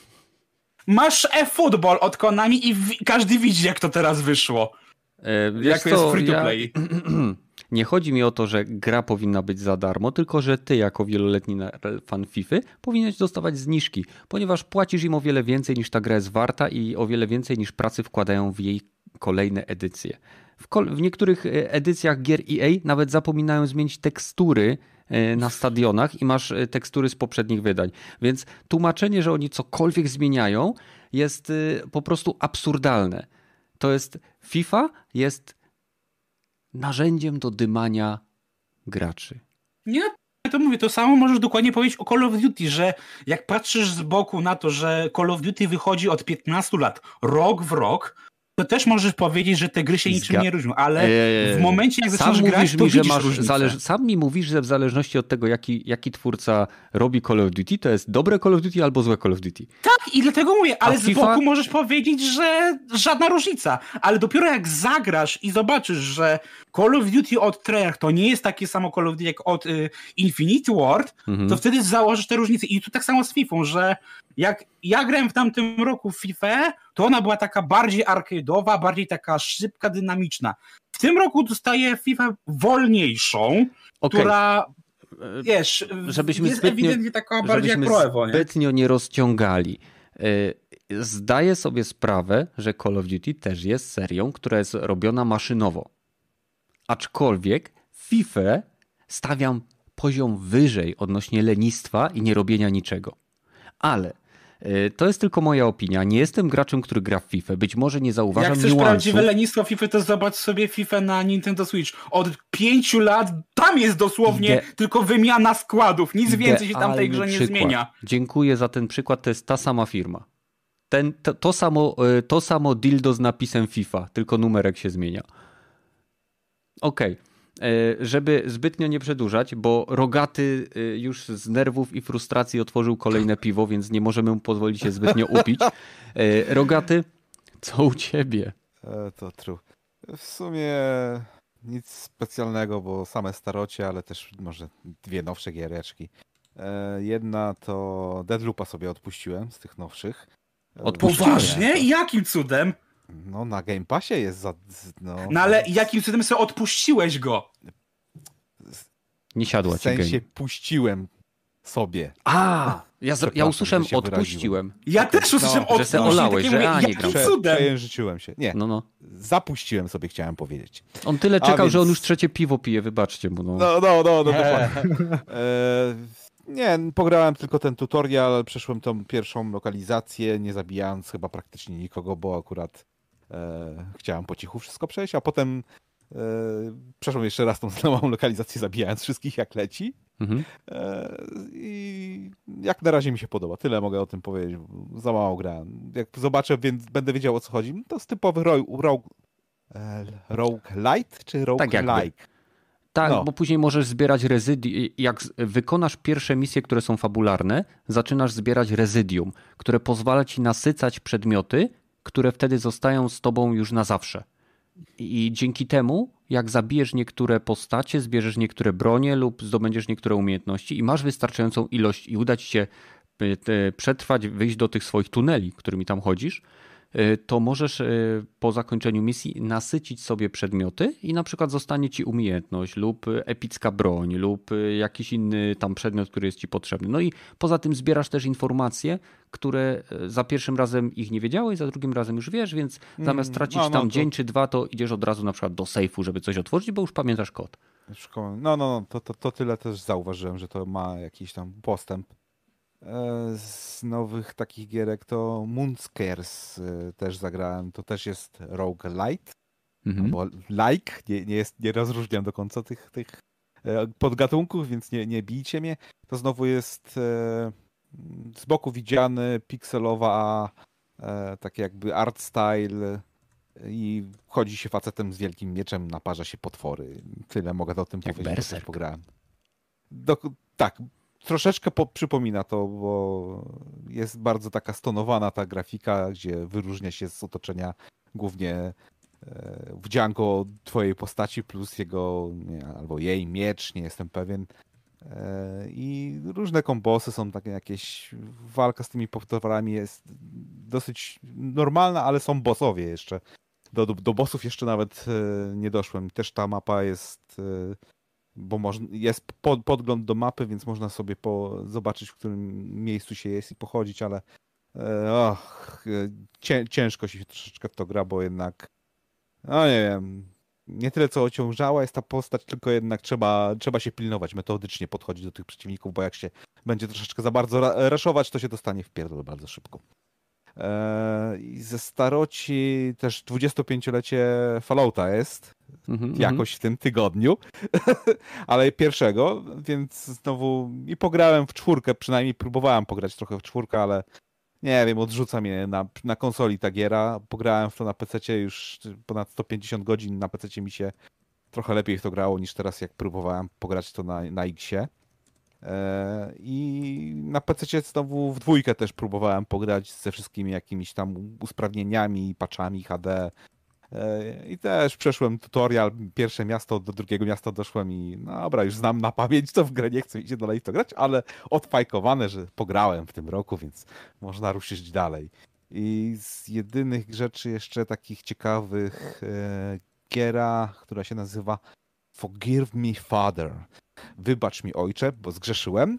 Masz eFootball od Konami i każdy widzi, jak to teraz wyszło. Jak to jest free to play. Nie chodzi mi o to, że gra powinna być za darmo, tylko że ty jako wieloletni fan FIFA powinieneś dostawać zniżki, ponieważ płacisz im o wiele więcej niż ta gra jest warta i o wiele więcej niż pracy wkładają w jej kolejne edycje. W niektórych edycjach gier EA nawet zapominają zmienić tekstury na stadionach i masz tekstury z poprzednich wydań. Więc tłumaczenie, że oni cokolwiek zmieniają jest po prostu absurdalne. To jest FIFA jest narzędziem do dymania graczy. Nie, to mówię, to samo możesz dokładnie powiedzieć o Call of Duty, że jak patrzysz z boku na to, że Call of Duty wychodzi od 15 lat, rok w rok, to też możesz powiedzieć, że te gry się niczym nie różnią, ale w momencie, jak zaczynasz grać, to widzisz różnicę. Sam mi mówisz, że w zależności od tego, jaki twórca robi Call of Duty, to jest dobre Call of Duty albo złe Call of Duty. Tak, i dlatego mówię, ale z boku możesz powiedzieć, że żadna różnica. Ale dopiero jak zagrasz i zobaczysz, że Call of Duty od Treyarch to nie jest takie samo Call of Duty jak od Infinity Ward, to wtedy założysz te różnice. I tu tak samo z FIFA, że jak ja grałem w tamtym roku w FIFA, to ona była taka bardziej arcade'owa, bardziej taka szybka, dynamiczna. W tym roku dostaję FIFA wolniejszą, która wiesz, jest ewidentnie taka bardziej jak Pro Evo, nie? Zbytnio nie rozciągali. Zdaję sobie sprawę, że Call of Duty też jest serią, która jest robiona maszynowo. Aczkolwiek FIFA stawiam poziom wyżej odnośnie lenistwa i nie robienia niczego. Ale to jest tylko moja opinia. Nie jestem graczem, który gra w FIFA. Być może nie zauważam niuansów. Jak chcesz prawdziwe lenistwo FIFA, to zobacz sobie FIFA na Nintendo Switch. Od 5 lat tam jest dosłownie tylko wymiana składów. Nic więcej się tam w tej grze nie zmienia. Dziękuję za ten przykład. To jest ta sama firma. To samo dildo z napisem FIFA, tylko numerek się zmienia. Okej. Żeby zbytnio nie przedłużać, bo Rogaty już z nerwów i frustracji otworzył kolejne piwo, więc nie możemy mu pozwolić się zbytnio upić. Rogaty, co u ciebie? To true. W sumie nic specjalnego, bo same starocie, ale też może dwie nowsze giereczki. Jedna to Deadloopa sobie odpuściłem z tych nowszych. Poważnie? Jakim cudem? No na Game Passie jest No ale jakim cudem sobie odpuściłeś go? Nie siadła W sensie ci puściłem sobie. Ja Przepraszam, usłyszałem że się odpuściłem. Ja też usłyszałem że se olałeś, że nie gram. cudem. Przejężyczyłem się. Nie, No. zapuściłem sobie, chciałem powiedzieć. On tyle czekał, więc- że on już trzecie piwo pije, wybaczcie mu. No, dokładnie. Nie, pograłem tylko ten tutorial, przeszłem tą pierwszą lokalizację, nie zabijając chyba praktycznie nikogo, bo akurat chciałem po cichu wszystko przejść, a potem przeszłem jeszcze raz tą samą lokalizację, zabijając wszystkich jak leci. Mhm. I jak na razie mi się podoba. Tyle mogę o tym powiedzieć. Za mało grałem. Jak zobaczę, więc będę wiedział, o co chodzi. To jest typowy roguelite czy roguelike? Tak, No. bo później możesz zbierać rezydium. Jak wykonasz pierwsze misje, które są fabularne, zaczynasz zbierać rezydium, które pozwala ci nasycać przedmioty, które wtedy zostają z tobą już na zawsze. I dzięki temu, jak zabijesz niektóre postacie, zbierzesz niektóre bronie lub zdobędziesz niektóre umiejętności i masz wystarczającą ilość i uda ci się przetrwać, wyjść do tych swoich tuneli, którymi tam chodzisz, to możesz po zakończeniu misji nasycić sobie przedmioty i na przykład zostanie ci umiejętność lub epicka broń lub jakiś inny tam przedmiot, który jest ci potrzebny. No i poza tym zbierasz też informacje, które za pierwszym razem ich nie wiedziałeś, za drugim razem już wiesz, więc zamiast tracić tam dzień czy dwa, to idziesz od razu na przykład do sejfu, żeby coś otworzyć, bo już pamiętasz kod. To tyle też zauważyłem, że to ma jakiś tam postęp. Z nowych takich gierek to Moonscares też zagrałem. To też jest roguelite, albo like. Nie rozróżniam do końca tych podgatunków, więc nie bijcie mnie. To znowu jest z boku widziany, pikselowa, tak jakby art style i chodzi się facetem z wielkim mieczem, naparza się potwory. Tyle mogę o tym Jak powiedzieć, bo też Berserk. pograłem. Tak. Troszeczkę przypomina to, bo jest bardzo taka stonowana ta grafika, gdzie wyróżnia się z otoczenia głównie wdzianko twojej postaci plus jego albo jej miecz, nie jestem pewien. I różne kombosy są takie jakieś, walka z tymi potworami jest dosyć normalna, ale są bossowie jeszcze. Do bossów jeszcze nawet nie doszłem. Też ta mapa jest... bo jest podgląd do mapy, więc można sobie zobaczyć, w którym miejscu się jest i pochodzić, ale ciężko się troszeczkę w to gra, bo jednak no nie wiem, nie tyle co ociążała jest ta postać, tylko jednak trzeba się pilnować, metodycznie podchodzić do tych przeciwników, bo jak się będzie troszeczkę za bardzo raszować, to się dostanie w pierdol bardzo szybko. I ze staroci też 25-lecie Fallouta jest jakoś w tym tygodniu, ale pierwszego, więc znowu i pograłem w 4, przynajmniej próbowałem pograć trochę w 4, ale nie wiem, odrzuca mnie na konsoli ta giera. Pograłem w to na PC-cie już ponad 150 godzin, na PC-cie mi się trochę lepiej w to grało niż teraz, jak próbowałem pograć to na X-ie. I na PC znowu w 2 też próbowałem pograć ze wszystkimi jakimiś tam usprawnieniami, patchami HD. I też przeszłem tutorial, pierwsze miasto, do drugiego miasta doszłem i no dobra, już znam na pamięć co w grę, nie chcę mi się dalej w to grać, ale odfajkowane, że pograłem w tym roku, więc można ruszyć dalej. I z jedynych rzeczy jeszcze takich ciekawych giera, która się nazywa Forgive Me Father. Wybacz mi ojcze, bo zgrzeszyłem.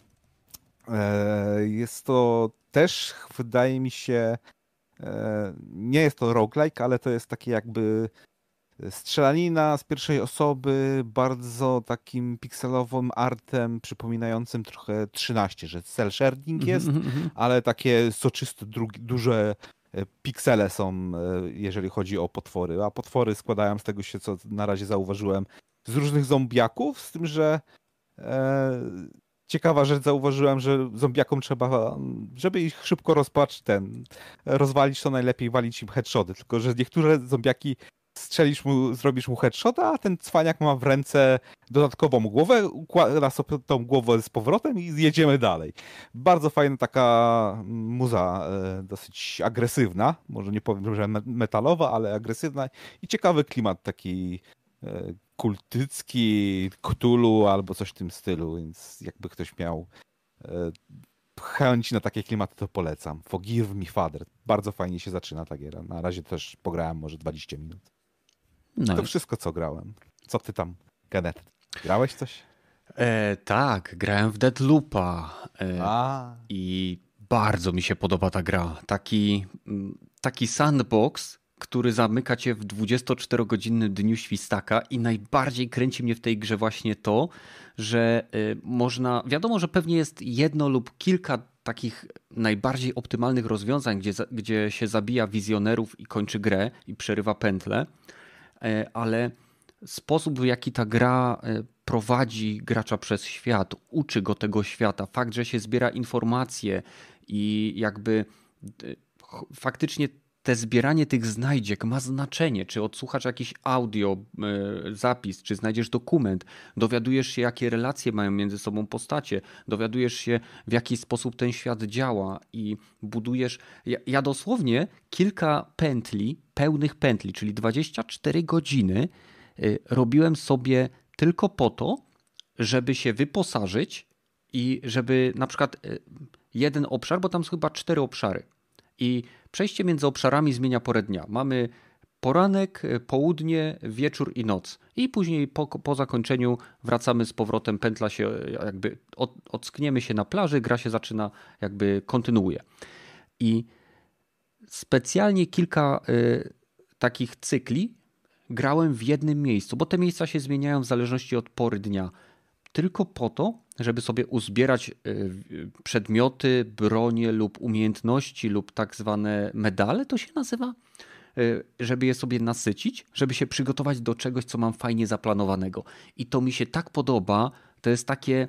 Jest to też, wydaje mi się, nie jest to roguelike, ale to jest takie jakby strzelanina z pierwszej osoby, bardzo takim pikselowym artem, przypominającym trochę 13, że cel shading jest, ale takie soczyste, duże piksele są, jeżeli chodzi o potwory. A potwory składają z tego się, co na razie zauważyłem, z różnych zombiaków, z tym, że ciekawa rzecz, zauważyłem, że zombiakom trzeba, żeby ich szybko rozwalić, to najlepiej walić im headshoty, tylko że niektóre zombiaki zrobisz mu headshota, a ten cwaniak ma w ręce dodatkową głowę, układa sobie tą głowę z powrotem i jedziemy dalej. Bardzo fajna taka muza, dosyć agresywna, może nie powiem, że metalowa, ale agresywna i ciekawy klimat taki kultycki, Cthulhu albo coś w tym stylu, więc jakby ktoś miał chęć na takie klimaty, to polecam. Forgive Me Father. Bardzo fajnie się zaczyna ta giera. Na razie też pograłem może 20 minut. No. To wszystko, co grałem. Co ty tam, Genet? Grałeś coś? Tak, grałem w Deadloopa A, i bardzo mi się podoba ta gra. Taki sandbox, który zamyka cię w 24-godzinnym dniu świstaka i najbardziej kręci mnie w tej grze właśnie to, że można, wiadomo, że pewnie jest jedno lub kilka takich najbardziej optymalnych rozwiązań, gdzie się zabija wizjonerów i kończy grę i przerywa pętlę, ale sposób, w jaki ta gra prowadzi gracza przez świat, uczy go tego świata, fakt, że się zbiera informacje i jakby faktycznie te zbieranie tych znajdziek ma znaczenie, czy odsłuchasz jakiś audio, zapis, czy znajdziesz dokument, dowiadujesz się, jakie relacje mają między sobą postacie, dowiadujesz się, w jaki sposób ten świat działa i budujesz. Ja dosłownie kilka pętli, pełnych pętli, czyli 24 godziny robiłem sobie tylko po to, żeby się wyposażyć i żeby na przykład jeden obszar, bo tam są chyba 4 obszary i przejście między obszarami zmienia porę dnia. Mamy poranek, południe, wieczór i noc. I później po zakończeniu wracamy z powrotem, pętla się jakby ockniemy się na plaży, gra się zaczyna, jakby kontynuuje. I specjalnie kilka takich cykli grałem w jednym miejscu, bo te miejsca się zmieniają w zależności od pory dnia. Tylko po to, żeby sobie uzbierać przedmioty, bronie lub umiejętności lub tak zwane medale, to się nazywa, żeby je sobie nasycić, żeby się przygotować do czegoś, co mam fajnie zaplanowanego. I to mi się tak podoba, to jest takie,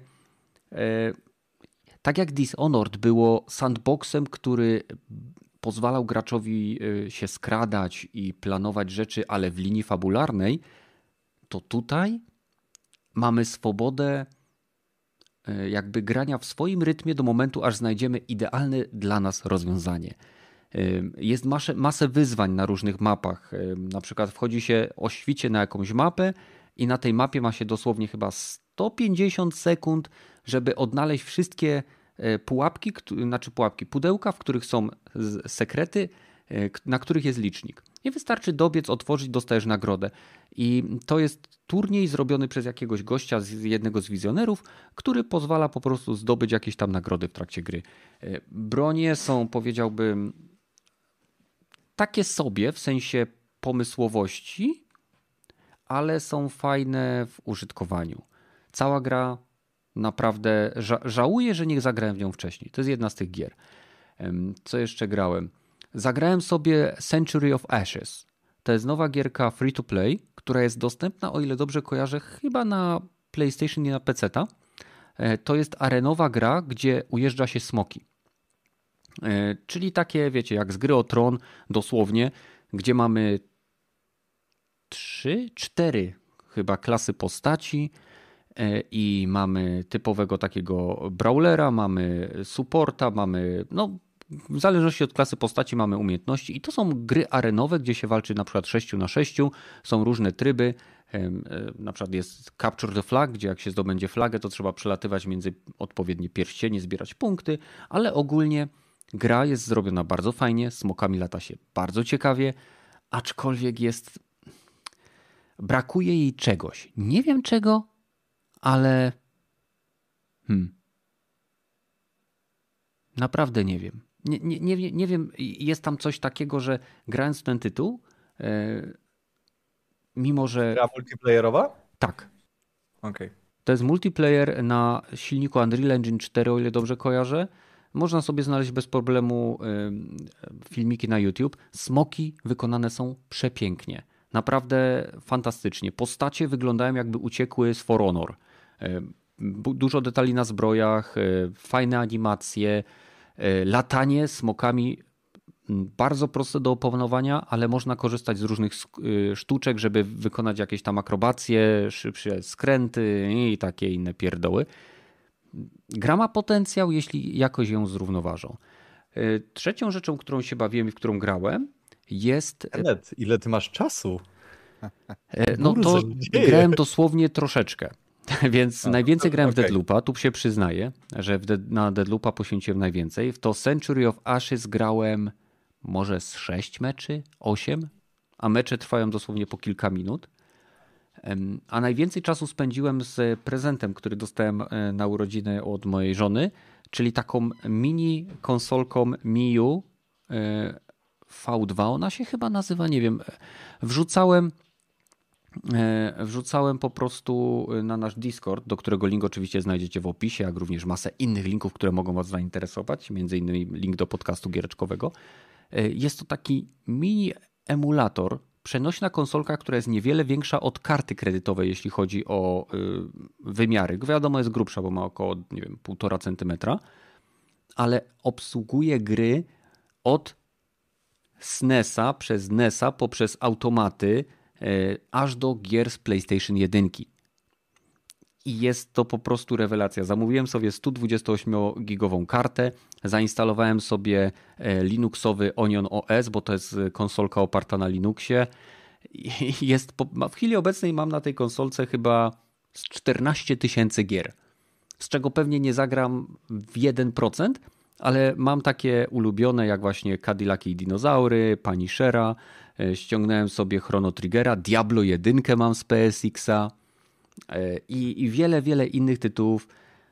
tak jak Dishonored było sandboxem, który pozwalał graczowi się skradać i planować rzeczy, ale w linii fabularnej, to tutaj mamy swobodę jakby grania w swoim rytmie do momentu, aż znajdziemy idealne dla nas rozwiązanie. Jest masę wyzwań na różnych mapach. Na przykład wchodzi się o świcie na jakąś mapę i na tej mapie ma się dosłownie chyba 150 sekund, żeby odnaleźć wszystkie pudełka, w których są sekrety, na których jest licznik. I wystarczy dobiec, otworzyć, dostajesz nagrodę. I to jest turniej zrobiony przez jakiegoś gościa z jednego z wizjonerów, który pozwala po prostu zdobyć jakieś tam nagrody w trakcie gry. Bronie są, powiedziałbym, takie sobie w sensie pomysłowości, ale są fajne w użytkowaniu. Cała gra naprawdę żałuję, że nie zagrałem w nią wcześniej. To jest jedna z tych gier. Co jeszcze grałem? Zagrałem sobie Century of Ashes. To jest nowa gierka free to play, która jest dostępna, o ile dobrze kojarzę, chyba na PlayStation i na PC-ta. To jest arenowa gra, gdzie ujeżdża się smoki. Czyli takie, wiecie, jak z Gry o Tron dosłownie, gdzie mamy 3-4 chyba klasy postaci i mamy typowego takiego brawlera, mamy supporta, mamy, no w zależności od klasy postaci mamy umiejętności i to są gry arenowe, gdzie się walczy na przykład 6 na 6, są różne tryby, na przykład jest Capture the Flag, gdzie jak się zdobędzie flagę, to trzeba przelatywać między odpowiednie pierścienie, zbierać punkty, ale ogólnie gra jest zrobiona bardzo fajnie, smokami lata się bardzo ciekawie, aczkolwiek brakuje jej czegoś. Nie wiem czego, ale naprawdę nie wiem. Nie wiem, jest tam coś takiego, że grając w ten tytuł, mimo że... Gra multiplayerowa? Tak. Okej. To jest multiplayer na silniku Unreal Engine 4, o ile dobrze kojarzę. Można sobie znaleźć bez problemu filmiki na YouTube. Smoki wykonane są przepięknie. Naprawdę fantastycznie. Postacie wyglądają jakby uciekły z For Honor. Dużo detali na zbrojach, fajne animacje, latanie smokami bardzo proste do opanowania, ale można korzystać z różnych sztuczek, żeby wykonać jakieś tam akrobacje, szybsze skręty i takie inne pierdoły. Gra ma potencjał, jeśli jakoś ją zrównoważą. Trzecią rzeczą, którą się bawiłem i w którą grałem jest... Kenneth, ile ty masz czasu? No to grałem dosłownie troszeczkę. Więc najwięcej grałem w Deadloopa, tu się przyznaję, że na Deadloopa poświęciłem najwięcej. W to Century of Ashes grałem może z 6 meczy, 8, a mecze trwają dosłownie po kilka minut. A najwięcej czasu spędziłem z prezentem, który dostałem na urodziny od mojej żony, czyli taką mini konsolką Miu V2, ona się chyba nazywa, nie wiem. Wrzucałem po prostu na nasz Discord, do którego link oczywiście znajdziecie w opisie, jak również masę innych linków, które mogą was zainteresować, między innymi link do podcastu giereczkowego. Jest to taki mini emulator, przenośna konsolka, która jest niewiele większa od karty kredytowej, jeśli chodzi o wymiary. Wiadomo, jest grubsza, bo ma około, nie wiem, 1,5 centymetra, ale obsługuje gry od SNES-a przez NES-a poprzez automaty aż do gier z PlayStation 1. I jest to po prostu rewelacja. Zamówiłem sobie 128-gigową kartę, zainstalowałem sobie Linuxowy Onion OS, bo to jest konsolka oparta na Linuxie. W chwili obecnej mam na tej konsolce chyba 14 000 gier, z czego pewnie nie zagram w 1%, ale mam takie ulubione jak właśnie Cadillaki i Dinozaury, Punishera, ściągnąłem sobie Chrono Triggera, Diablo 1 mam z PSX-a i wiele innych tytułów.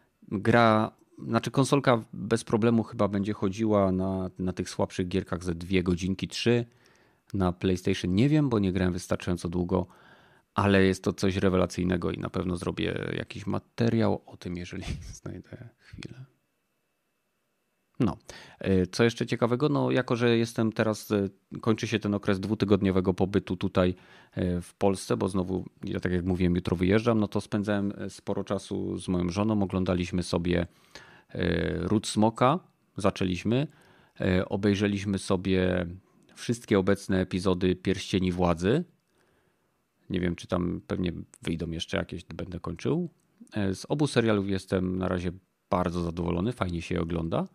Konsolka bez problemu chyba będzie chodziła na tych słabszych gierkach ze 2 godzinki, 3. Na PlayStation nie wiem, bo nie grałem wystarczająco długo, ale jest to coś rewelacyjnego i na pewno zrobię jakiś materiał o tym, jeżeli znajdę chwilę. No, co jeszcze ciekawego? No, jako że jestem teraz, kończy się ten okres 2-tygodniowego pobytu tutaj w Polsce, bo znowu, ja tak jak mówiłem, jutro wyjeżdżam, no to spędzałem sporo czasu z moją żoną, oglądaliśmy sobie Ród Smoka, zaczęliśmy, obejrzeliśmy sobie wszystkie obecne epizody Pierścieni Władzy. Nie wiem, czy tam pewnie wyjdą jeszcze jakieś, będę kończył. Z obu serialów jestem na razie bardzo zadowolony, fajnie się je ogląda.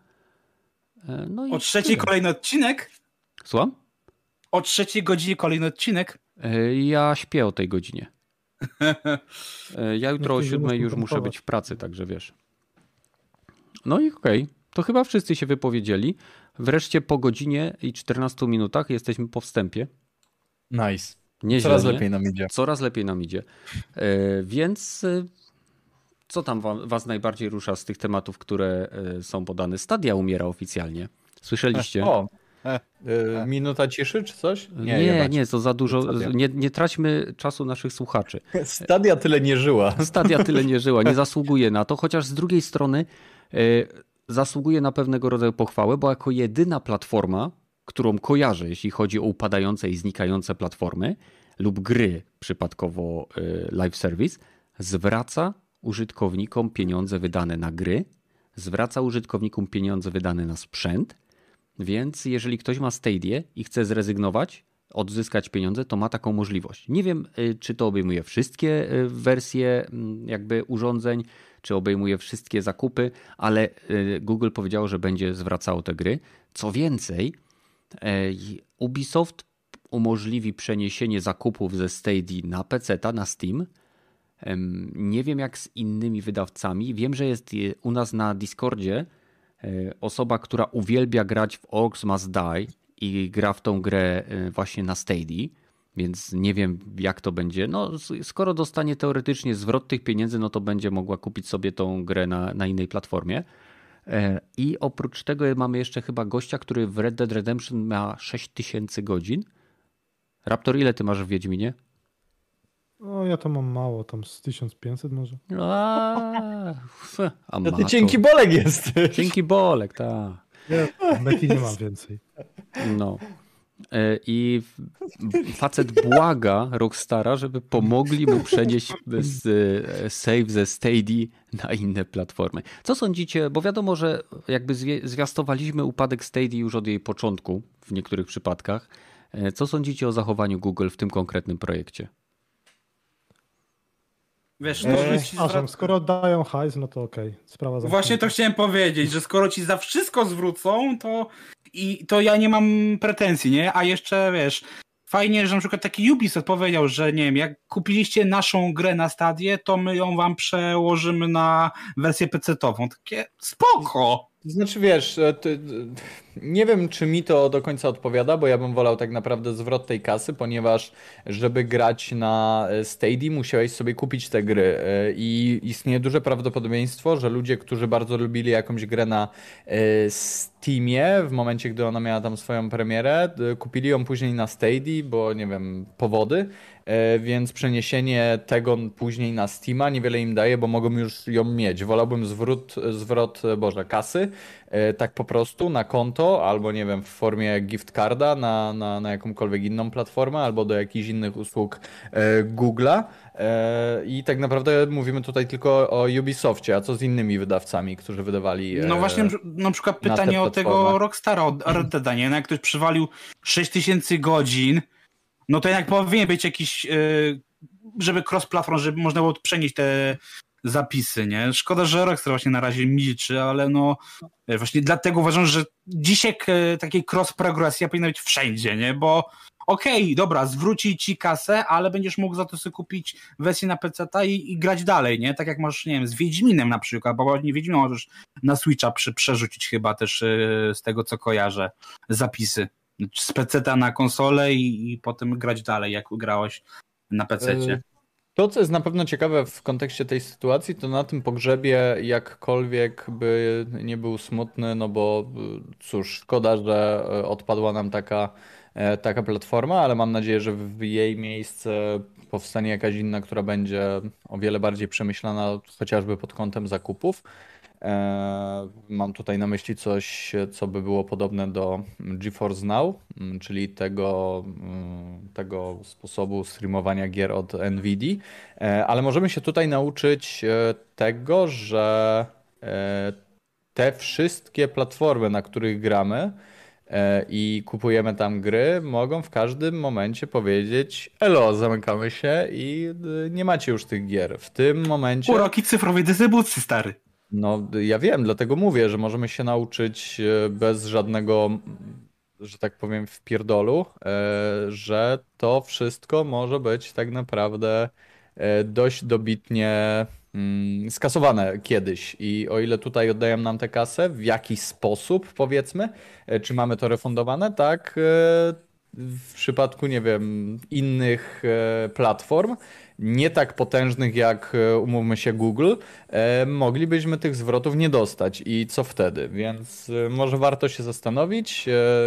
No i o 3:00 kolejny odcinek? Słucham? O 3:00 godzinie kolejny odcinek? Ja śpię o tej godzinie. Ja jutro o 7:00 już muszę być w pracy, także wiesz. No i okej. To chyba wszyscy się wypowiedzieli. Wreszcie po godzinie i 14 minutach jesteśmy po wstępie. Nice. Nieźle, Coraz nie? lepiej nam idzie. Coraz lepiej nam idzie. Więc co tam was najbardziej rusza z tych tematów, które są podane? Stadia umiera oficjalnie. Słyszeliście? Minuta ciszy czy coś? Nie, to za dużo. Nie traćmy czasu naszych słuchaczy. Stadia tyle nie żyła. Stadia tyle nie żyła, nie zasługuje na to, chociaż z drugiej strony zasługuje na pewnego rodzaju pochwałę, bo jako jedyna platforma, którą kojarzę, jeśli chodzi o upadające i znikające platformy lub gry, przypadkowo live service, zwraca użytkownikom pieniądze wydane na gry, zwraca użytkownikom pieniądze wydane na sprzęt, więc jeżeli ktoś ma Stadię i chce zrezygnować, odzyskać pieniądze, to ma taką możliwość. Nie wiem, czy to obejmuje wszystkie wersje jakby urządzeń, czy obejmuje wszystkie zakupy, ale Google powiedziało, że będzie zwracało te gry. Co więcej, Ubisoft umożliwi przeniesienie zakupów ze Stadii na PC-ta, na Steam. Nie wiem jak z innymi wydawcami. Wiem, że jest u nas na Discordzie osoba, która uwielbia grać w Orcs Must Die i gra w tą grę właśnie na Stadii, więc nie wiem jak to będzie. No, skoro dostanie teoretycznie zwrot tych pieniędzy, no to będzie mogła kupić sobie tą grę na innej platformie. I oprócz tego mamy jeszcze chyba gościa, który w Red Dead Redemption ma 6000 godzin. Raptor, ile ty masz w Wiedźminie? No ja to mam mało, tam z 1500 może. Ty cienki bolek jesteś. Cienki bolek, tak. W Meti nie mam więcej. No. I facet błaga Rockstara, żeby pomogli mu przenieść save ze Stadii na inne platformy. Co sądzicie? Bo wiadomo, że jakby zwiastowaliśmy upadek Stadii już od jej początku w niektórych przypadkach. Co sądzicie o zachowaniu Google w tym konkretnym projekcie? Wiesz, skoro oddają hajs, no to okej. Sprawa zamknięta. Właśnie to chciałem powiedzieć, że skoro ci za wszystko zwrócą, to ja nie mam pretensji, nie? A jeszcze, wiesz, fajnie, że na przykład taki Ubisoft powiedział, że nie wiem, jak kupiliście naszą grę na Stadię, to my ją wam przełożymy na wersję PC-tową. Takie spoko! Znaczy wiesz, nie wiem czy mi to do końca odpowiada, bo ja bym wolał tak naprawdę zwrot tej kasy, ponieważ żeby grać na Stadia musiałeś sobie kupić te gry i istnieje duże prawdopodobieństwo, że ludzie, którzy bardzo lubili jakąś grę na Steamie w momencie, gdy ona miała tam swoją premierę, kupili ją później na Stadia, bo nie wiem, powody. Więc przeniesienie tego później na Steama niewiele im daje, bo mogą już ją mieć. Wolałbym zwrot kasy, tak po prostu na konto, albo nie wiem, w formie gift carda na jakąkolwiek inną platformę, albo do jakichś innych usług Google'a. I tak naprawdę mówimy tutaj tylko o Ubisoftie, a co z innymi wydawcami, którzy wydawali No właśnie, na przykład na te pytanie o platformy. tego Rockstara, od Red Deada, nie? No jak ktoś przywalił 6000 godzin, no to jednak powinien być jakiś, żeby cross-platform, żeby można było przenieść te zapisy, nie? Szkoda, że Rockstar właśnie na razie milczy, ale no właśnie dlatego uważam, że dzisiaj takiej cross-progresja powinna być wszędzie, nie? Bo okej, dobra, zwróci ci kasę, ale będziesz mógł za to sobie kupić wersję na PC-ta i grać dalej, nie? Tak jak masz, nie wiem, z Wiedźminem na przykład, bo nie Wiedźmina możesz na Switcha przerzucić chyba też z tego, co kojarzę, zapisy z PC-ta na konsolę i potem grać dalej, jak grałeś na PC-cie. To, co jest na pewno ciekawe w kontekście tej sytuacji, to na tym pogrzebie jakkolwiek by nie był smutny, no bo cóż, szkoda, że odpadła nam taka platforma, ale mam nadzieję, że w jej miejsce powstanie jakaś inna, która będzie o wiele bardziej przemyślana, chociażby pod kątem zakupów. Mam tutaj na myśli coś, co by było podobne do GeForce Now, czyli tego sposobu streamowania gier od Nvidia, ale możemy się tutaj nauczyć tego, że te wszystkie platformy, na których gramy i kupujemy tam gry, mogą w każdym momencie powiedzieć: elo, zamykamy się i nie macie już tych gier. W tym momencie... Uroki cyfrowej dystrybucji, stary. No, ja wiem, dlatego mówię, że możemy się nauczyć bez żadnego, że tak powiem, wpierdolu, że to wszystko może być tak naprawdę dość dobitnie skasowane kiedyś. I o ile tutaj oddają nam tę kasę, w jakiś sposób, powiedzmy, czy mamy to refundowane, tak w przypadku, nie wiem, innych platform, nie tak potężnych jak, umówmy się, Google, moglibyśmy tych zwrotów nie dostać. I co wtedy? Więc może warto się zastanowić,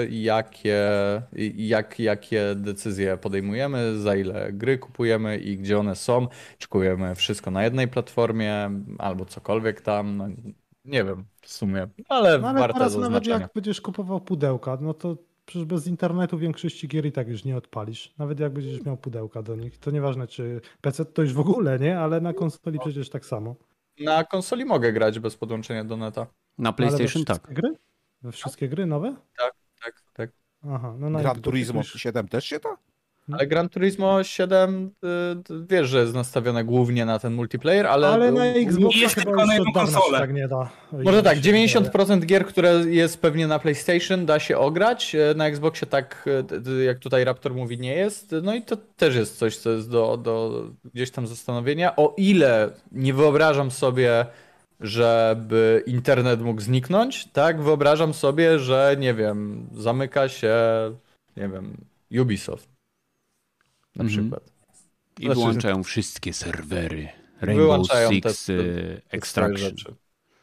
jakie decyzje podejmujemy, za ile gry kupujemy i gdzie one są. Czy kupujemy wszystko na jednej platformie, albo cokolwiek tam. No, nie wiem w sumie, ale No ale warte teraz nawet zaznaczenia. jak będziesz kupował pudełka, no to przecież bez internetu większości gier i tak już nie odpalisz. Nawet jak będziesz miał pudełka do nich. To nieważne, czy PC to już w ogóle, nie? Ale na konsoli przecież tak samo. Na konsoli mogę grać bez podłączenia do neta. Na Ale we PlayStation tak. wszystkie gry? We wszystkie gry nowe? Tak. Aha, no na Gran Xboxie Turismo już- 7 też się da? Ale Gran Turismo 7 wiesz, że jest nastawione głównie na ten multiplayer, ale na Xboxa jest chyba tylko już na od jedną dawna się konsolę. tak nie da. może tak, Mi się wydaje. 90% gier, które jest pewnie na PlayStation, da się ograć. Na Xboxie tak, jak tutaj Raptor mówi, nie jest. No i to też jest coś, co jest do gdzieś tam zastanowienia. O ile nie wyobrażam sobie, żeby internet mógł zniknąć, tak wyobrażam sobie, że nie wiem, zamyka się, nie wiem, Ubisoft na przykład. I Znaczy- wyłączają wszystkie serwery. Rainbow Wyłączają Six te Extraction. rzeczy.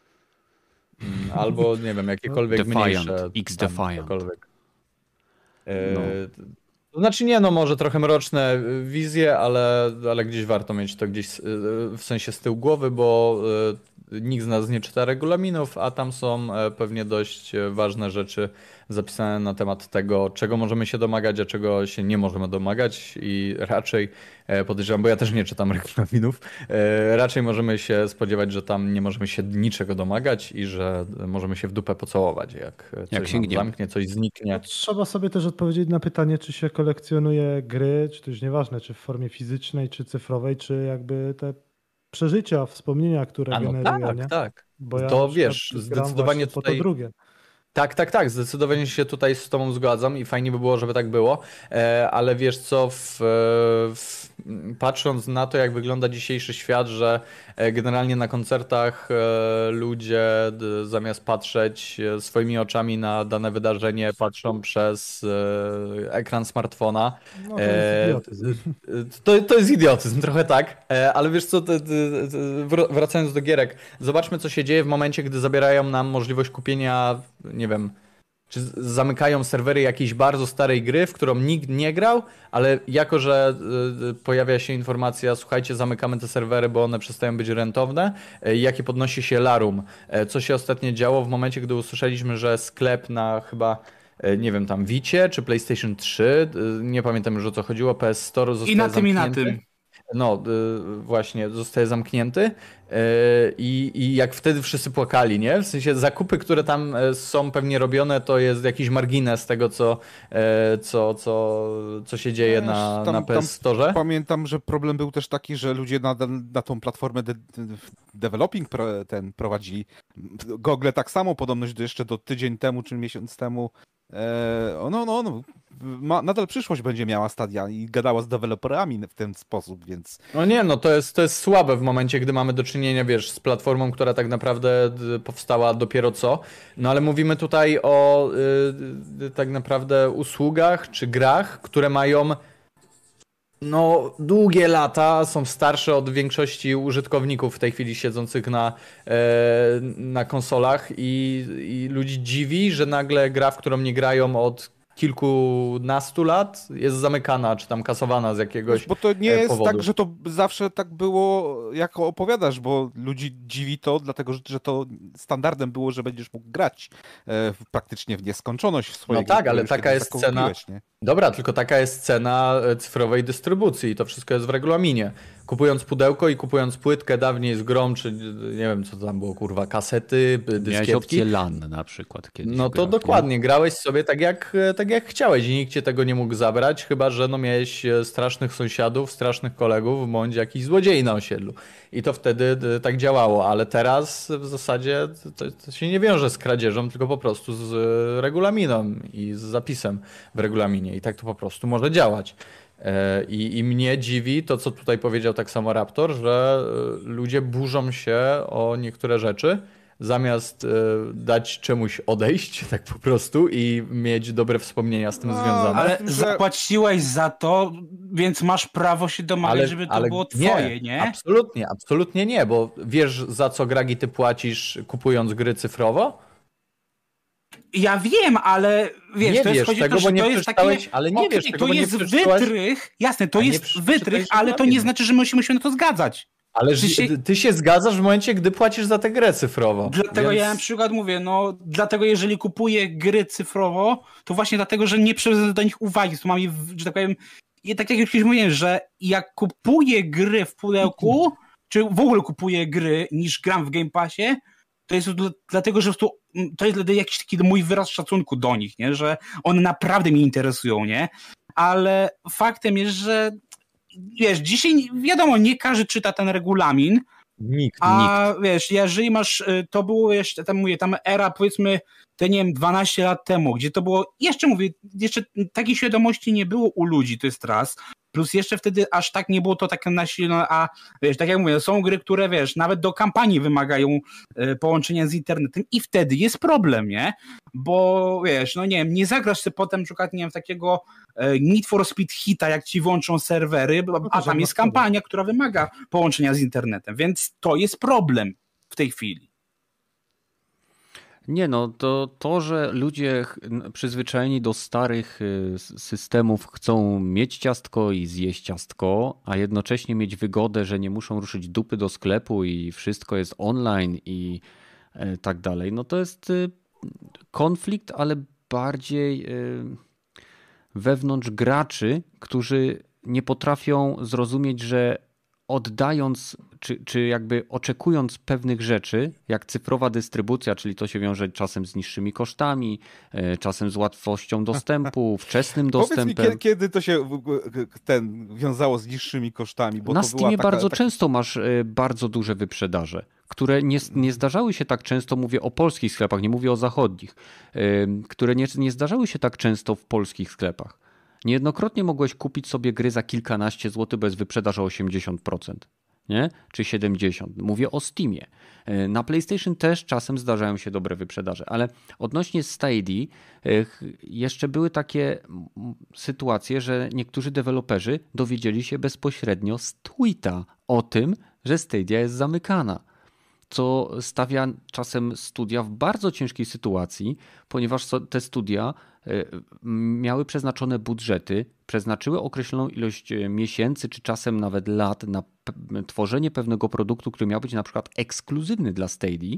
Albo nie wiem, jakiekolwiek Defiant, mniejsze. X tam Defiant. cokolwiek. No. To znaczy nie, no może trochę mroczne wizje, ale gdzieś warto mieć to gdzieś w sensie z tyłu głowy, bo nikt z nas nie czyta regulaminów, a tam są pewnie dość ważne rzeczy zapisane na temat tego, czego możemy się domagać, a czego się nie możemy domagać i raczej podejrzewam, bo ja też nie czytam regulaminów, raczej możemy się spodziewać, że tam nie możemy się niczego domagać i że możemy się w dupę pocałować, jak coś nam sięgniemy. zamknie, coś zniknie. Trzeba sobie też odpowiedzieć na pytanie, czy się kolekcjonuje gry, czy to już nieważne, czy w formie fizycznej, czy cyfrowej, czy jakby te przeżycia, wspomnienia, które A no generuje, nie? tak, tak. Bo ja To na przykład wiesz, gram zdecydowanie właśnie po to tutaj- drugie. Tak, zdecydowanie się tutaj z tobą zgadzam i fajnie by było, żeby tak było, ale wiesz co, patrząc na to, jak wygląda dzisiejszy świat, że Generalnie na koncertach ludzie zamiast patrzeć swoimi oczami na dane wydarzenie, patrzą przez ekran smartfona. No to jest idiotyzm. To jest idiotyzm, trochę tak, ale wiesz co, wracając do gierek, zobaczmy co się dzieje w momencie, gdy zabierają nam możliwość kupienia, nie wiem, czy zamykają serwery jakiejś bardzo starej gry, w którą nikt nie grał, ale jako, że pojawia się informacja, słuchajcie, zamykamy te serwery, bo one przestają być rentowne, jakie podnosi się larum. Co się ostatnio działo w momencie, gdy usłyszeliśmy, że sklep na chyba, nie wiem, tam Vicie czy PlayStation 3, nie pamiętam już o co chodziło, PS Store zostaje zamknięty. I na tym. No, właśnie, zostaje zamknięty i jak wtedy wszyscy płakali, nie? W sensie zakupy, które tam są pewnie robione, to jest jakiś margines tego, co się dzieje na PS Store. Pamiętam, że problem był też taki, że ludzie na tą platformę developing prowadzili. Google tak samo, podobność jeszcze do tydzień temu, czy miesiąc temu. Nadal przyszłość będzie miała Stadia i gadała z deweloperami w ten sposób, więc... No nie, no to jest słabe w momencie, gdy mamy do czynienia, wiesz, z platformą, która tak naprawdę powstała dopiero co. No ale mówimy tutaj o tak naprawdę usługach czy grach, które mają długie lata, są starsze od większości użytkowników w tej chwili siedzących na konsolach i ludzi dziwi, że nagle gra, w którą nie grają od kilkunastu lat, jest zamykana, czy tam kasowana z jakiegoś Bo to nie jest powodu. tak, że to zawsze tak było, jak opowiadasz, bo ludzi dziwi to, dlatego że to standardem było, że będziesz mógł grać praktycznie w nieskończoność w swojej No tak, gry, ale taka jest cena. Nie? Dobra, tylko taka jest cena cyfrowej dystrybucji i to wszystko jest w regulaminie. Kupując pudełko i kupując płytkę dawniej z grom, czy nie wiem co tam było, kurwa, kasety, dyskietki. Miałeś opcję LAN na przykład kiedyś. No to dokładnie, grałeś sobie tak jak chciałeś i nikt cię tego nie mógł zabrać, chyba że miałeś strasznych sąsiadów, strasznych kolegów, bądź jakiś złodziei na osiedlu. I to wtedy tak działało, ale teraz w zasadzie to się nie wiąże z kradzieżą, tylko po prostu z regulaminem i z zapisem w regulaminie i tak to po prostu może działać. I mnie dziwi to, co tutaj powiedział tak samo Raptor, że ludzie burzą się o niektóre rzeczy, zamiast dać czemuś odejść tak po prostu i mieć dobre wspomnienia z tym związane. Ale zapłaciłeś za to, więc masz prawo się domagać, żeby to było twoje, nie? Absolutnie nie, bo wiesz, za co, Gragi, ty płacisz, kupując gry cyfrowo? Ja wiem, ale wiesz, nie to jest wiesz tego, to, że bo nie to jest takie... ale nie wiesz tego, to bo nie jest przeczytałeś... wytrych, jasne, to jest wytrych, ale to regulaminu. nie znaczy, że my się musimy na to zgadzać. Ale ty się zgadzasz w momencie, gdy płacisz za tę grę cyfrowo. Dlatego ja na przykład mówię, dlatego jeżeli kupuję gry cyfrowo, to właśnie dlatego, że nie przywiązuję do nich uwagi, to mam je, że tak powiem, tak jak już mówiłem, że jak kupuję gry w pudełku, czy w ogóle kupuję gry, niż gram w Game Passie, to jest dlatego, że to jest jakiś taki mój wyraz szacunku do nich, nie? Że one naprawdę mnie interesują, nie? Ale faktem jest, że wiesz, dzisiaj wiadomo, nie każdy czyta ten regulamin, Nikt. Wiesz, jeżeli masz, to było jeszcze, tam era, powiedzmy, te nie wiem, 12 lat temu, gdzie to było, jeszcze takiej świadomości nie było u ludzi, to jest raz, plus jeszcze wtedy aż tak nie było to takie nasilone, a wiesz, tak jak mówię, są gry, które wiesz, nawet do kampanii wymagają połączenia z internetem i wtedy jest problem, nie? Bo wiesz, nie wiem, nie zagrasz sobie potem na przykład, nie wiem, takiego Need for Speed hita, jak ci włączą serwery, a tam jest kampania, która wymaga połączenia z internetem, więc to jest problem w tej chwili. Nie, to, że ludzie przyzwyczajeni do starych systemów chcą mieć ciastko i zjeść ciastko, a jednocześnie mieć wygodę, że nie muszą ruszyć dupy do sklepu i wszystko jest online i tak dalej, to jest konflikt, ale bardziej wewnątrz graczy, którzy nie potrafią zrozumieć, że oddając, czy jakby oczekując pewnych rzeczy, jak cyfrowa dystrybucja, czyli to się wiąże czasem z niższymi kosztami, czasem z łatwością dostępu, wczesnym dostępem. Powiedz mi, kiedy to się wiązało z niższymi kosztami? Bo na to Steamie była bardzo często masz bardzo duże wyprzedaże, które nie zdarzały się tak często, mówię o polskich sklepach, nie mówię o zachodnich, które nie zdarzały się tak często w polskich sklepach. Niejednokrotnie mogłeś kupić sobie gry za kilkanaście złotych bez wyprzedaży o 80%. nie? Czy 70. Mówię o Steamie. Na PlayStation też czasem zdarzają się dobre wyprzedaże, ale odnośnie Stadia jeszcze były takie sytuacje, że niektórzy deweloperzy dowiedzieli się bezpośrednio z tweeta o tym, że Stadia jest zamykana, co stawia czasem studia w bardzo ciężkiej sytuacji, ponieważ te studia miały przeznaczone budżety, przeznaczyły określoną ilość miesięcy, czy czasem nawet lat na tworzenie pewnego produktu, który miał być na przykład ekskluzywny dla Stadia,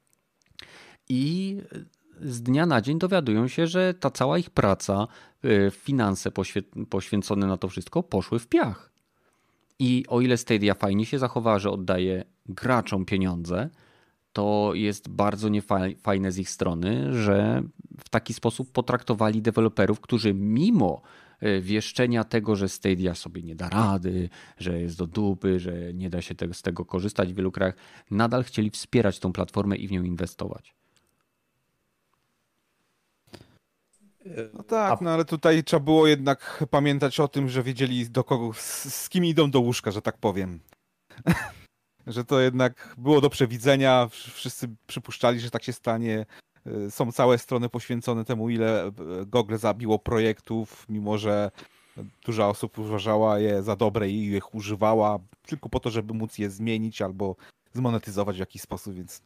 i z dnia na dzień dowiadują się, że ta cała ich praca, finanse poświęcone na to wszystko poszły w piach. I o ile Stadia fajnie się zachowała, że oddaje graczom pieniądze, to jest bardzo niefajne z ich strony, że w taki sposób potraktowali deweloperów, którzy mimo wieszczenia tego, że Stadia sobie nie da rady, że jest do dupy, że nie da się z tego korzystać w wielu krajach, nadal chcieli wspierać tą platformę i w nią inwestować. No tak, no ale tutaj trzeba było jednak pamiętać o tym, że wiedzieli do kogo, z kim idą do łóżka, że tak powiem. Że to jednak było do przewidzenia, wszyscy przypuszczali, że tak się stanie. Są całe strony poświęcone temu, ile Google zabiło projektów, mimo że duża osób uważała je za dobre i ich używała tylko po to, żeby móc je zmienić albo zmonetyzować w jakiś sposób, więc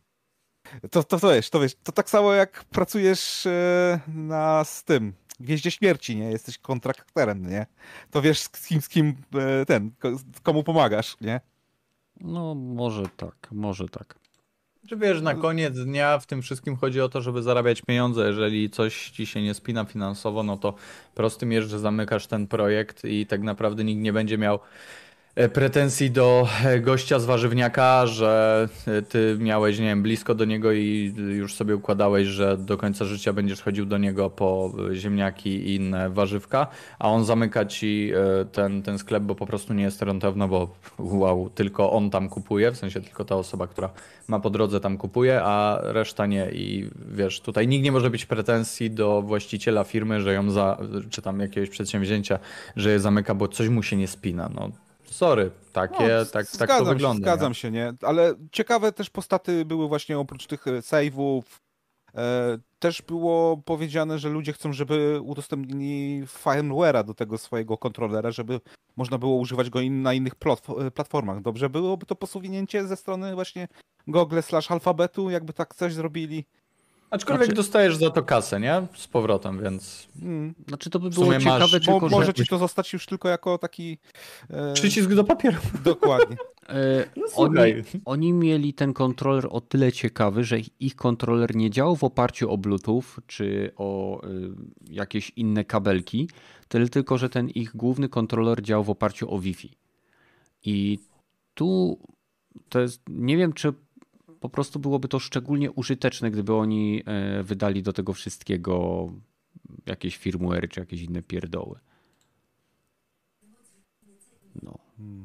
to wiesz, to tak samo jak pracujesz z tym Gwieździe Śmierci, nie? Jesteś kontrakterem, nie? To wiesz z kim komu pomagasz, nie? No może tak, może tak. Czy wiesz, na koniec dnia w tym wszystkim chodzi o to, żeby zarabiać pieniądze. Jeżeli coś ci się nie spina finansowo, no to prostym jest, że zamykasz ten projekt i tak naprawdę nikt nie będzie miał pretensji do gościa z warzywniaka, że ty miałeś, nie wiem, blisko do niego i już sobie układałeś, że do końca życia będziesz chodził do niego po ziemniaki i inne warzywka, a on zamyka ci ten sklep, bo po prostu nie jest rentowny, bo wow, tylko on tam kupuje, w sensie tylko ta osoba, która ma po drodze tam kupuje, a reszta nie. I wiesz, tutaj nikt nie może być pretensji do właściciela firmy, że ją czy tam jakiegoś przedsięwzięcia, że je zamyka, bo coś mu się nie spina. No, sorry, tak to wygląda. Zgadzam się, nie? Ale ciekawe też postaty były właśnie oprócz tych save'ów. Też było powiedziane, że ludzie chcą, żeby udostępnili firmware'a do tego swojego kontrolera, żeby można było używać go na innych platformach. Dobrze byłoby to posunięcie ze strony właśnie Google/Alphabetu, jakby tak coś zrobili. Aczkolwiek dostajesz za to kasę, nie? Z powrotem, więc... Znaczy to by było ciekawe, tylko może ci to zostać już tylko jako taki... Przycisk do papieru. Dokładnie. Oni mieli ten kontroler o tyle ciekawy, że ich kontroler nie działał w oparciu o Bluetooth czy o jakieś inne kabelki, tylko że ten ich główny kontroler działał w oparciu o Wi-Fi. I tu to jest... Nie wiem, czy po prostu byłoby to szczególnie użyteczne, gdyby oni wydali do tego wszystkiego jakieś firmware czy jakieś inne pierdoły. No.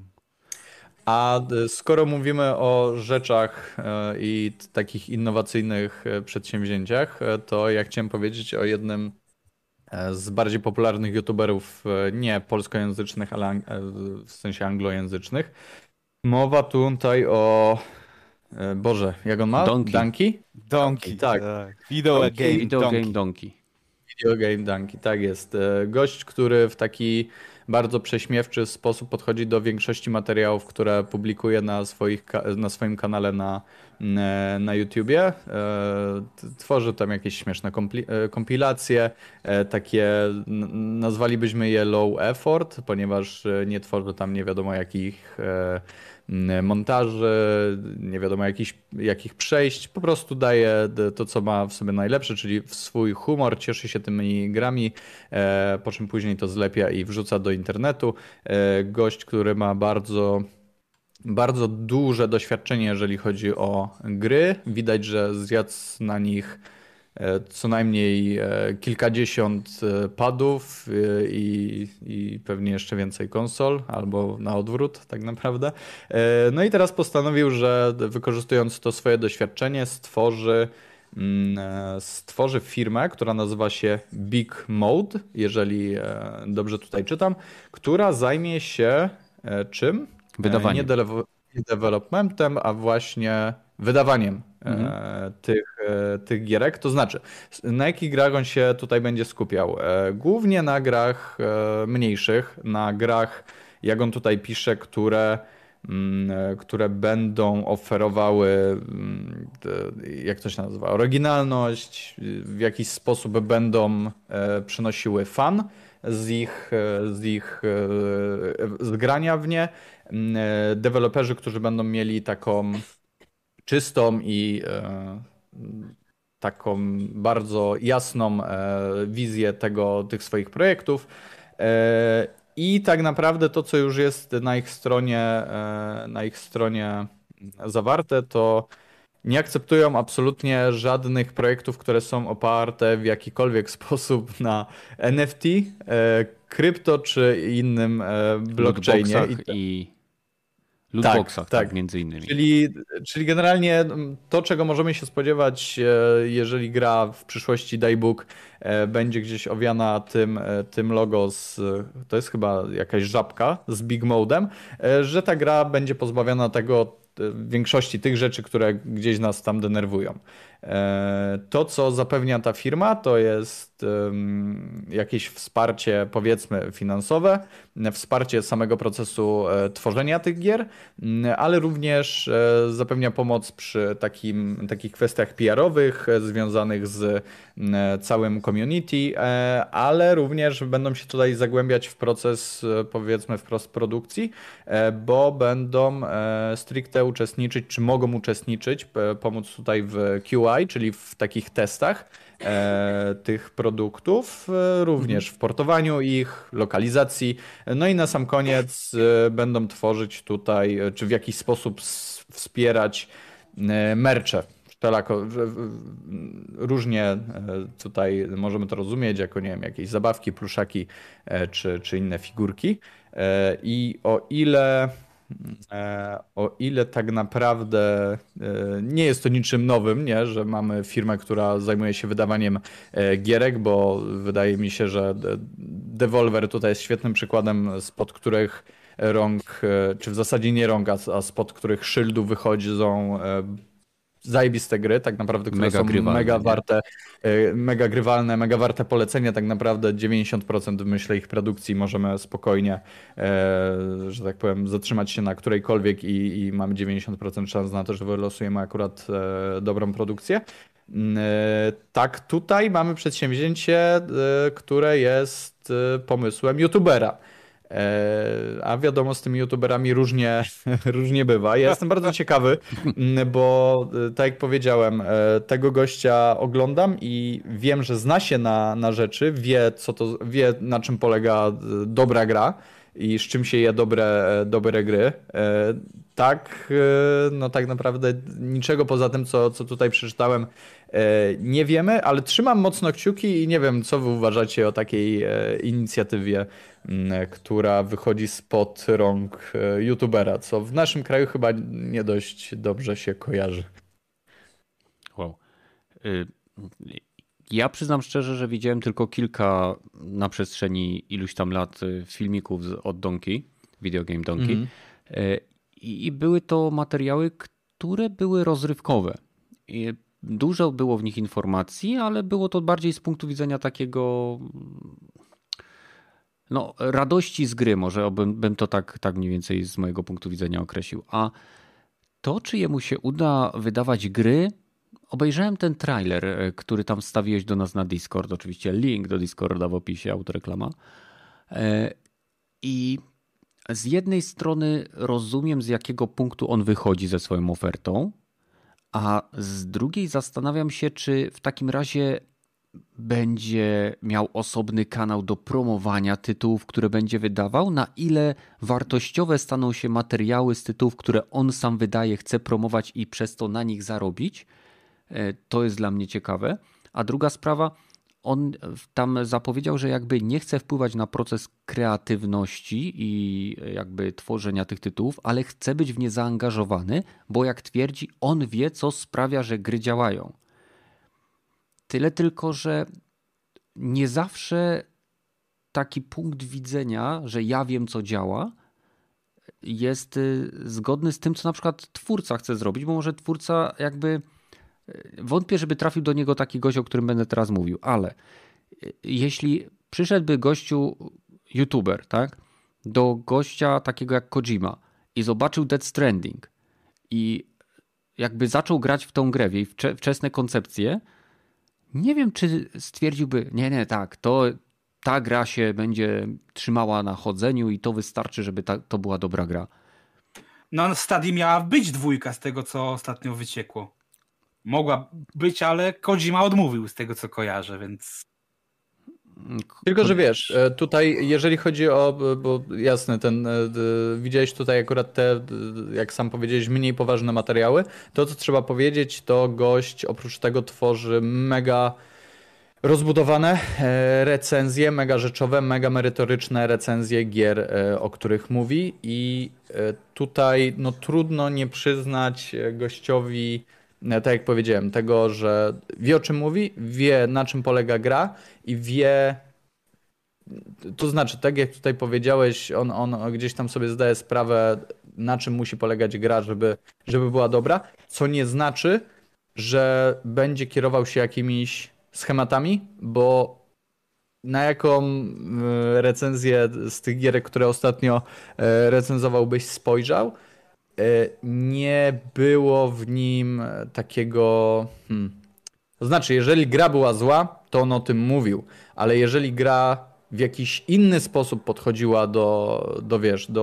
A skoro mówimy o rzeczach i takich innowacyjnych przedsięwzięciach, to ja chciałem powiedzieć o jednym z bardziej popularnych youtuberów, nie polskojęzycznych, ale w sensie anglojęzycznych. Mowa tutaj o... Boże, jak on ma? Donkey. Donkey, tak. Video Game Donkey. Video Game Donkey, tak jest. Gość, który w taki bardzo prześmiewczy sposób podchodzi do większości materiałów, które publikuje na swoim kanale na YouTubie. Tworzy tam jakieś śmieszne kompilacje, takie nazwalibyśmy je low effort, ponieważ nie tworzy tam nie wiadomo jakich montaży, nie wiadomo jakich przejść, po prostu daje to, co ma w sobie najlepsze, czyli swój humor, cieszy się tymi grami, po czym później to zlepia i wrzuca do internetu. Gość, który ma bardzo, bardzo duże doświadczenie, jeżeli chodzi o gry. Widać, że zjadł na nich co najmniej kilkadziesiąt padów i pewnie jeszcze więcej konsol, albo na odwrót tak naprawdę. No i teraz postanowił, że wykorzystując to swoje doświadczenie stworzy firmę, która nazywa się Big Mode, jeżeli dobrze tutaj czytam, która zajmie się czym? Wydawaniem. developmentem, a właśnie wydawaniem tych gierek. To znaczy, na jakich grach on się tutaj będzie skupiał? Głównie na grach mniejszych, na grach, jak on tutaj pisze, które będą oferowały, jak to się nazywa, oryginalność, w jakiś sposób będą przynosiły fan z grania w nie. Deweloperzy, którzy będą mieli taką czystą i taką bardzo jasną wizję tych swoich projektów. I tak naprawdę to, co już jest na ich stronie zawarte, to nie akceptują absolutnie żadnych projektów, które są oparte w jakikolwiek sposób na NFT, krypto czy innym blockchainie. Lootboxach, tak, między innymi. Czyli generalnie to, czego możemy się spodziewać, jeżeli gra w przyszłości, daj Bóg, będzie gdzieś owiana tym logo to jest chyba jakaś żabka z Big Modem, że ta gra będzie pozbawiona tego, większości tych rzeczy, które gdzieś nas tam denerwują. To, co zapewnia ta firma, to jest jakieś wsparcie, powiedzmy, finansowe, wsparcie samego procesu tworzenia tych gier, ale również zapewnia pomoc przy takich kwestiach PR-owych związanych z całym community, ale również będą się tutaj zagłębiać w proces, powiedzmy, wprost produkcji, bo będą stricte uczestniczyć, czy mogą uczestniczyć, pomóc tutaj w QI, czyli w takich testach tych produktów, również w portowaniu ich, lokalizacji. No i na sam koniec będą tworzyć tutaj, czy w jakiś sposób wspierać mercze. Różnie tutaj możemy to rozumieć jako, nie wiem, jakieś zabawki, pluszaki czy inne figurki. I o ile tak naprawdę nie jest to niczym nowym, nie? Że mamy firmę, która zajmuje się wydawaniem gierek, bo wydaje mi się, że Devolver tutaj jest świetnym przykładem, spod których rąk, czy w zasadzie nie rąk, a spod których szyldu wychodzą zajebiste gry, tak naprawdę, które są mega warte, mega grywalne, mega warte polecenia. Tak naprawdę 90% myślę ich produkcji możemy spokojnie, że tak powiem, zatrzymać się na którejkolwiek i mamy 90% szans na to, że wylosujemy akurat dobrą produkcję. Tak, tutaj mamy przedsięwzięcie, które jest pomysłem youtubera. A wiadomo, z tymi youtuberami różnie bywa. Ja jestem bardzo ciekawy, bo tak jak powiedziałem, tego gościa oglądam i wiem, że zna się na rzeczy, wie na czym polega dobra gra i z czym się je dobre gry. No tak naprawdę niczego poza tym, co tutaj przeczytałem, nie wiemy, ale trzymam mocno kciuki i nie wiem, co wy uważacie o takiej inicjatywie, która wychodzi spod rąk youtubera, co w naszym kraju chyba nie dość dobrze się kojarzy. Wow. Ja przyznam szczerze, że widziałem tylko kilka na przestrzeni iluś tam lat filmików od Donkey, Video Game Donkey. I były to materiały, które były rozrywkowe. Dużo było w nich informacji, ale było to bardziej z punktu widzenia takiego radości z gry, może bym to tak mniej więcej z mojego punktu widzenia określił. A to, czy jemu się uda wydawać gry, obejrzałem ten trailer, który tam wstawiłeś do nas na Discord, oczywiście link do Discorda w opisie, autoreklama. I z jednej strony rozumiem, z jakiego punktu on wychodzi ze swoją ofertą, a z drugiej zastanawiam się, czy w takim razie będzie miał osobny kanał do promowania tytułów, które będzie wydawał, na ile wartościowe staną się materiały z tytułów, które on sam wydaje, chce promować i przez to na nich zarobić. To jest dla mnie ciekawe. A druga sprawa, on tam zapowiedział, że jakby nie chce wpływać na proces kreatywności i jakby tworzenia tych tytułów, ale chce być w nie zaangażowany, bo jak twierdzi, on wie, co sprawia, że gry działają. Tyle tylko, że nie zawsze taki punkt widzenia, że ja wiem, co działa, jest zgodny z tym, co na przykład twórca chce zrobić, bo może twórca jakby wątpię, żeby trafił do niego taki gość, o którym będę teraz mówił, ale jeśli przyszedłby gościu youtuber, tak, do gościa takiego jak Kojima i zobaczył Death Stranding i jakby zaczął grać w tą grę, w jej wczesne koncepcje, nie wiem, czy stwierdziłby, nie, tak, ta gra się będzie trzymała na chodzeniu i to wystarczy, żeby to była dobra gra. No, Stadia miała być 2 z tego, co ostatnio wyciekło. Mogła być, ale Kojima odmówił z tego, co kojarzę, więc... Tylko, że wiesz, tutaj jeżeli chodzi o, bo jasne, widziałeś tutaj akurat te, jak sam powiedziałeś, mniej poważne materiały, to co trzeba powiedzieć, to gość oprócz tego tworzy mega rozbudowane recenzje, mega rzeczowe, mega merytoryczne recenzje gier, o których mówi i tutaj no trudno nie przyznać gościowi, tak jak powiedziałem, tego, że wie o czym mówi, wie na czym polega gra i wie, to znaczy tak jak tutaj powiedziałeś, on gdzieś tam sobie zdaje sprawę, na czym musi polegać gra, żeby była dobra, co nie znaczy, że będzie kierował się jakimiś schematami, bo na jaką recenzję z tych gier, które ostatnio recenzowałbyś, spojrzał, nie było w nim takiego... To znaczy, jeżeli gra była zła, to on o tym mówił, ale jeżeli gra w jakiś inny sposób podchodziła do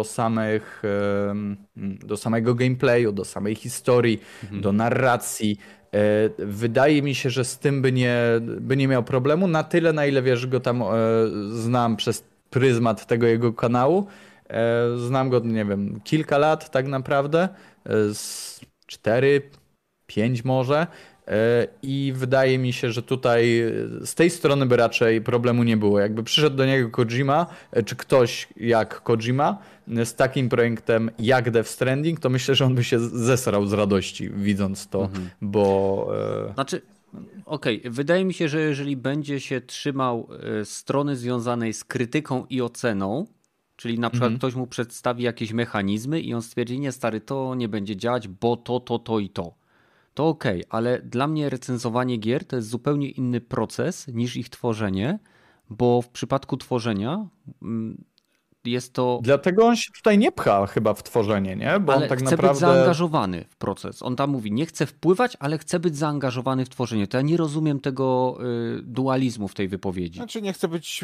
samego gameplayu, do samej historii, do narracji, wydaje mi się, że z tym by nie miał problemu, na tyle, na ile wiesz, go tam znam przez pryzmat tego jego kanału. Znam go, nie wiem, kilka lat tak naprawdę, z 4, 5 może. I wydaje mi się, że tutaj z tej strony by raczej problemu nie było. Jakby przyszedł do niego Kojima, czy ktoś jak Kojima z takim projektem jak Death Stranding, to myślę, że on by się zesrał z radości widząc to, bo... Znaczy, okej, wydaje mi się, że jeżeli będzie się trzymał strony związanej z krytyką i oceną, czyli na przykład ktoś mu przedstawi jakieś mechanizmy i on stwierdzi, nie stary, to nie będzie działać, bo to i to. To okej, ale dla mnie recenzowanie gier to jest zupełnie inny proces niż ich tworzenie, bo w przypadku tworzenia jest to... Dlatego on się tutaj nie pcha chyba w tworzenie, nie? Bo ale on tak chce naprawdę... być zaangażowany w proces. On tam mówi, nie chce wpływać, ale chce być zaangażowany w tworzenie. To ja nie rozumiem tego dualizmu w tej wypowiedzi. Znaczy nie chcę być...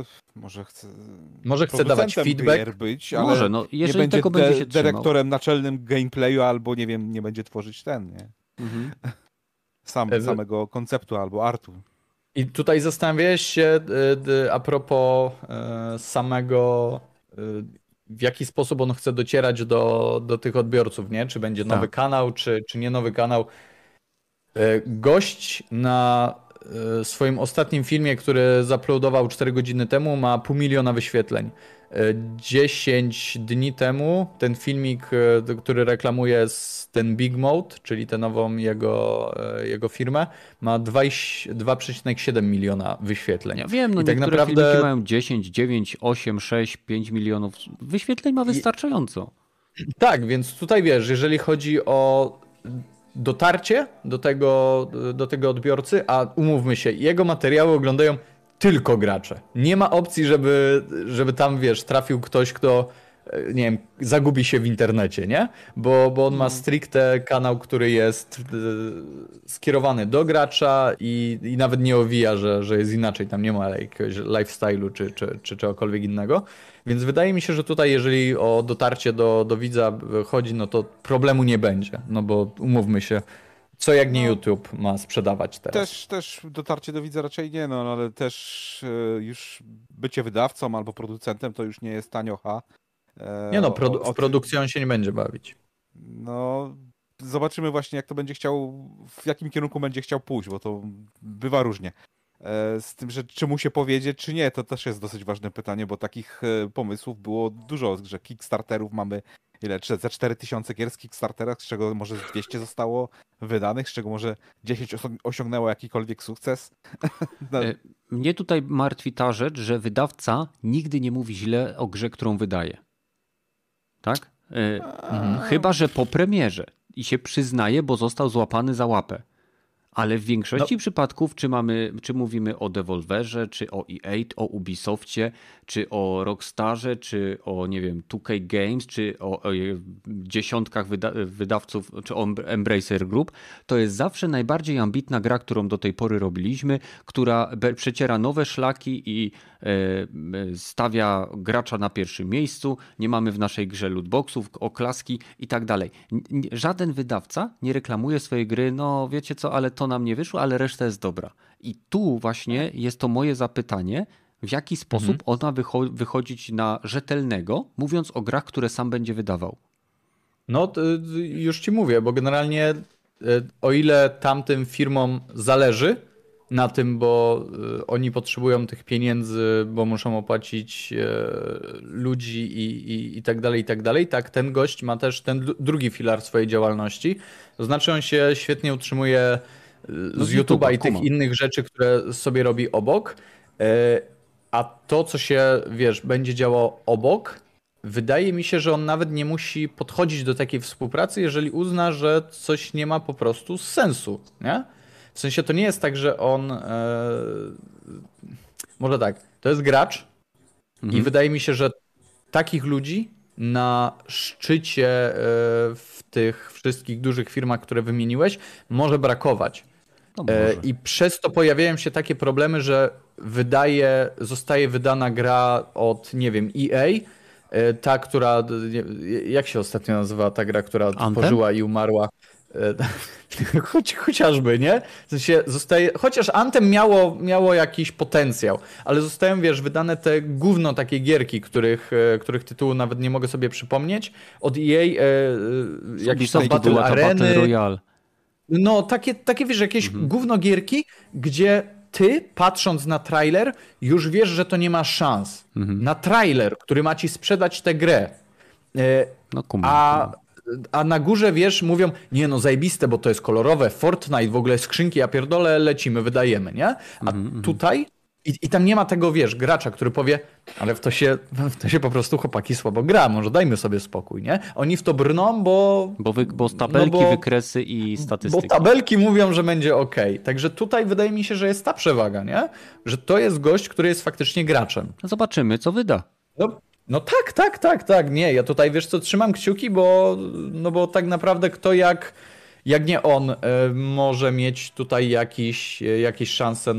Może chce dawać feedback. Być, ale może, no, jeżeli nie będzie tego będzie się trzymał. dyrektorem naczelnym gameplayu albo nie wiem, nie będzie tworzyć nie? Samego konceptu albo artu. I tutaj zastanawiałeś się a propos samego, w jaki sposób on chce docierać do tych odbiorców, nie? Czy będzie nowy kanał, czy nie nowy kanał. Gość na swoim ostatnim filmie, który zaploadował 4 godziny temu, ma 500 000 wyświetleń. 10 dni temu ten filmik, który reklamuje ten Big Mode, czyli tę nową jego firmę, ma 2,7 miliona wyświetleń. Ja wiem, no i niektóre tak naprawdę filmiki mają 10, 9, 8, 6, 5 milionów. Wyświetleń ma wystarczająco. Tak, więc tutaj wiesz, jeżeli chodzi o dotarcie do tego odbiorcy, a umówmy się, jego materiały oglądają tylko gracze. Nie ma opcji, żeby tam, wiesz, trafił ktoś, kto, nie wiem, zagubi się w internecie, nie? Bo on ma stricte kanał, który jest skierowany do gracza i nawet nie owija, że jest inaczej. Tam nie ma jakiegoś lifestyle'u czy czegokolwiek innego. Więc wydaje mi się, że tutaj, jeżeli o dotarcie do widza chodzi, no to problemu nie będzie. No bo umówmy się, co jak nie YouTube ma sprzedawać teraz? Też dotarcie do widza raczej nie, no ale też już bycie wydawcą albo producentem to już nie jest taniocha. Nie no, w produkcji on się nie będzie bawić. No, zobaczymy właśnie jak to będzie chciał, w jakim kierunku będzie chciał pójść, bo to bywa różnie. Z tym, że czy mu się powiedzieć, czy nie, to też jest dosyć ważne pytanie, bo takich pomysłów było dużo, że Kickstarterów mamy za 4000 gier z Kickstartera, z czego może 200 zostało wydanych, z czego może 10 osiągnęło jakikolwiek sukces. No. Mnie tutaj martwi ta rzecz, że wydawca nigdy nie mówi źle o grze, którą wydaje. tak? Chyba że po premierze i się przyznaje, bo został złapany za łapę. Ale w większości przypadków, czy mówimy o Devolverze, czy o EA, o Ubisoftie, czy o Rockstarze, czy o, nie wiem, 2K Games, czy o dziesiątkach wydawców, czy o Embracer Group, to jest zawsze najbardziej ambitna gra, którą do tej pory robiliśmy, która przeciera nowe szlaki i stawia gracza na pierwszym miejscu. Nie mamy w naszej grze lootboxów, oklaski i tak dalej. Żaden wydawca nie reklamuje swojej gry, no wiecie co, ale to nam nie wyszło, ale reszta jest dobra. I tu właśnie jest to moje zapytanie, w jaki sposób ona wychodzić na rzetelnego, mówiąc o grach, które sam będzie wydawał. No, już ci mówię, bo generalnie o ile tamtym firmom zależy na tym, bo oni potrzebują tych pieniędzy, bo muszą opłacić ludzi i tak dalej, tak ten gość ma też ten drugi filar swojej działalności. To znaczy on się świetnie utrzymuje z YouTube'a i tych innych rzeczy, które sobie robi obok, a to, co się, wiesz, będzie działo obok, wydaje mi się, że on nawet nie musi podchodzić do takiej współpracy, jeżeli uzna, że coś nie ma po prostu sensu, nie? W sensie to nie jest tak, że on... może tak, to jest gracz i wydaje mi się, że takich ludzi na szczycie w tych wszystkich dużych firmach, które wymieniłeś, może brakować. No może. I przez to pojawiają się takie problemy, że zostaje wydana gra od, nie wiem, EA, ta, która... Jak się ostatnio nazywała ta gra, która tworzyła i umarła? Chociażby, nie? W sensie chociaż Anthem miało jakiś potencjał, ale zostają, wiesz, wydane te gówno takie gierki, których tytułu nawet nie mogę sobie przypomnieć. Od EA jakieś tam Battle Areny. Royale. No, takie wiesz, jakieś gówno gierki, gdzie ty, patrząc na trailer, już wiesz, że to nie ma szans. Na trailer, który ma ci sprzedać tę grę. No, a na górze, wiesz, mówią, nie no, zajebiste, bo to jest kolorowe, Fortnite, w ogóle skrzynki, ja pierdolę, lecimy, wydajemy, nie? A tutaj i tam nie ma tego, wiesz, gracza, który powie, ale w to się po prostu chłopaki słabo gra, może dajmy sobie spokój, nie? Oni w to brną, bo tabelki, wykresy i statystyki. Bo tabelki mówią, że będzie okej. Także tutaj wydaje mi się, że jest ta przewaga, nie? Że to jest gość, który jest faktycznie graczem. Zobaczymy, co wyda. No tak. Nie, ja tutaj, wiesz co, trzymam kciuki, bo tak naprawdę kto jak nie on może mieć tutaj jakieś szanse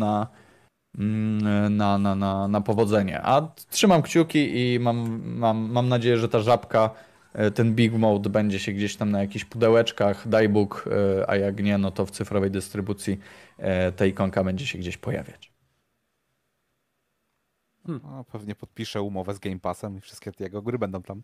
na powodzenie. A trzymam kciuki i mam nadzieję, że ta żabka, ten Big Mode będzie się gdzieś tam na jakichś pudełeczkach, daj Bóg, a jak nie, no to w cyfrowej dystrybucji ta ikonka będzie się gdzieś pojawiać. No, pewnie podpiszę umowę z Game Passem i wszystkie jego gry będą tam.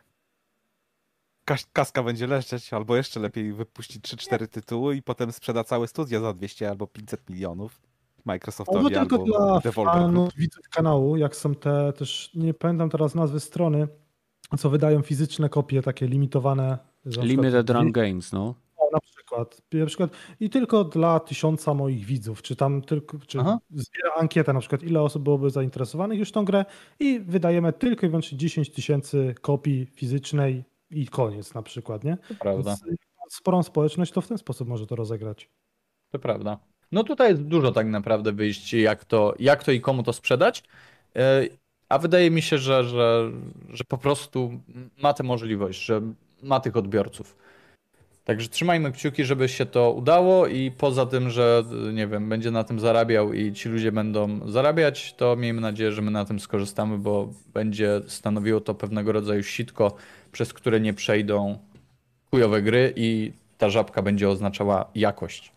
Kaska będzie leżeć, albo jeszcze lepiej wypuścić 3-4 tytuły i potem sprzeda całe studio za 200 albo 500 milionów Microsoftowi albo tylko albo dla Devolver. widzów kanału, jak są te też, nie pamiętam teraz nazwy strony, co wydają fizyczne kopie, takie limitowane. Limited Run Games, no. Na przykład. I tylko dla 1000 moich widzów, czy zbiera ankietę na przykład, ile osób byłoby zainteresowanych już tą grę i wydajemy tylko i wyłącznie 10 000 kopii fizycznej i koniec na przykład, nie? To prawda. Więc sporą społeczność to w ten sposób może to rozegrać. To prawda. No tutaj jest dużo tak naprawdę wyjść, jak to i komu to sprzedać, a wydaje mi się, że po prostu ma tę możliwość, że ma tych odbiorców. Także trzymajmy kciuki, żeby się to udało i poza tym, że nie wiem, będzie na tym zarabiał i ci ludzie będą zarabiać, to miejmy nadzieję, że my na tym skorzystamy, bo będzie stanowiło to pewnego rodzaju sitko, przez które nie przejdą chujowe gry i ta żabka będzie oznaczała jakość.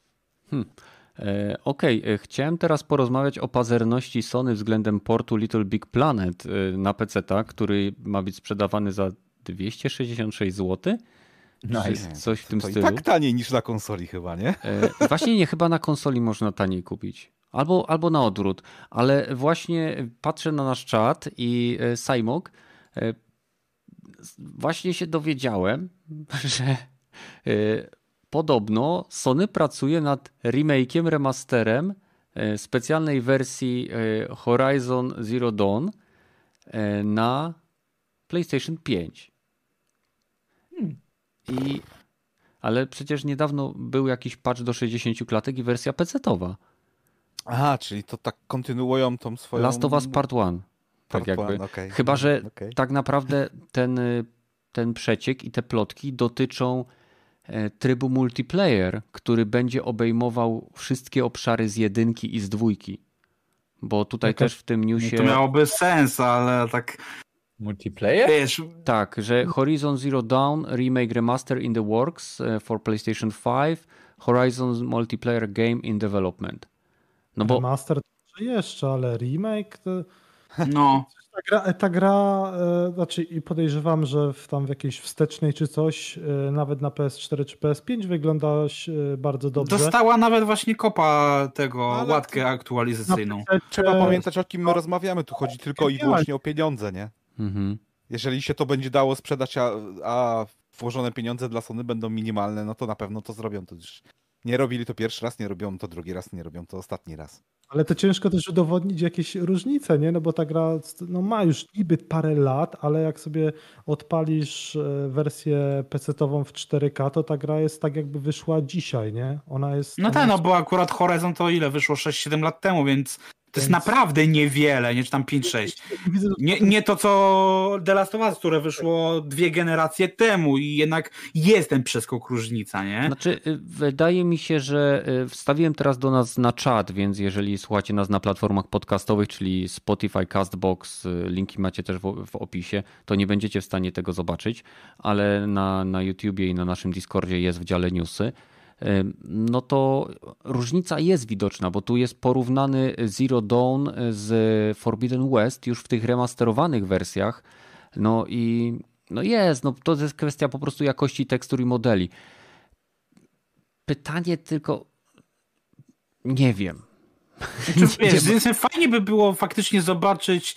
Okej, chciałem teraz porozmawiać o pazerności Sony względem portu Little Big Planet na PC-ta, który ma być sprzedawany za 266 zł. Nice. Coś w tym to stylu. I tak taniej niż na konsoli chyba, nie? Właśnie nie, chyba na konsoli można taniej kupić. Albo na odwrót. Ale właśnie patrzę na nasz czat i Sajmok, właśnie się dowiedziałem, że podobno Sony pracuje nad remake'iem, remasterem specjalnej wersji Horizon Zero Dawn na PlayStation 5. Ale przecież niedawno był jakiś patch do 60 klatek i wersja PC-towa. Aha, czyli to tak kontynuują tą swoją... Last of Us Part 1. Tak jakby. Okay. Chyba, że tak naprawdę ten przeciek i te plotki dotyczą trybu multiplayer, który będzie obejmował wszystkie obszary z 1 i z 2. Bo tutaj też w tym newsie... To miałoby sens, ale tak... Multiplayer? Wiesz, Tak, że Horizon Zero Dawn Remake Remaster in the works for PlayStation 5, Horizon Multiplayer Game in development. No bo... Remaster to jeszcze, ale remake to... no... Ta gra, znaczy i podejrzewam, że w jakiejś wstecznej czy coś, nawet na PS4 czy PS5 wygląda bardzo dobrze. Dostała nawet właśnie kopa tego, Ale łatkę aktualizacyjną. Trzeba pamiętać, o kim my rozmawiamy. Tu chodzi tylko i wyłącznie o pieniądze, nie? Mhm. Jeżeli się to będzie dało sprzedać, a włożone pieniądze dla Sony będą minimalne, no to na pewno to zrobią. To już nie robili to pierwszy raz, nie robią to drugi raz, nie robią to ostatni raz. Ale to ciężko też udowodnić jakieś różnice, nie? No bo ta gra ma już niby parę lat, ale jak sobie odpalisz wersję PC-tową w 4K, to ta gra jest tak jakby wyszła dzisiaj, nie? Ona jest... No tak, no bo akurat Horizon to ile wyszło 6-7 lat temu, więc to jest naprawdę niewiele, nie czy tam 5-6. Nie to co The Last of Us, które wyszło 2 generacje temu i jednak jest ten przeskok różnica, nie? Znaczy, wydaje mi się, że wstawiłem teraz do nas na czat, więc jeżeli słuchacie nas na platformach podcastowych, czyli Spotify, Castbox, linki macie też w opisie, to nie będziecie w stanie tego zobaczyć, ale na YouTubie i na naszym Discordzie jest w dziale newsy. No to różnica jest widoczna, bo tu jest porównany Zero Dawn z Forbidden West już w tych remasterowanych wersjach. No to jest kwestia po prostu jakości tekstur i modeli. Pytanie tylko, nie wiem. Fajnie by było faktycznie zobaczyć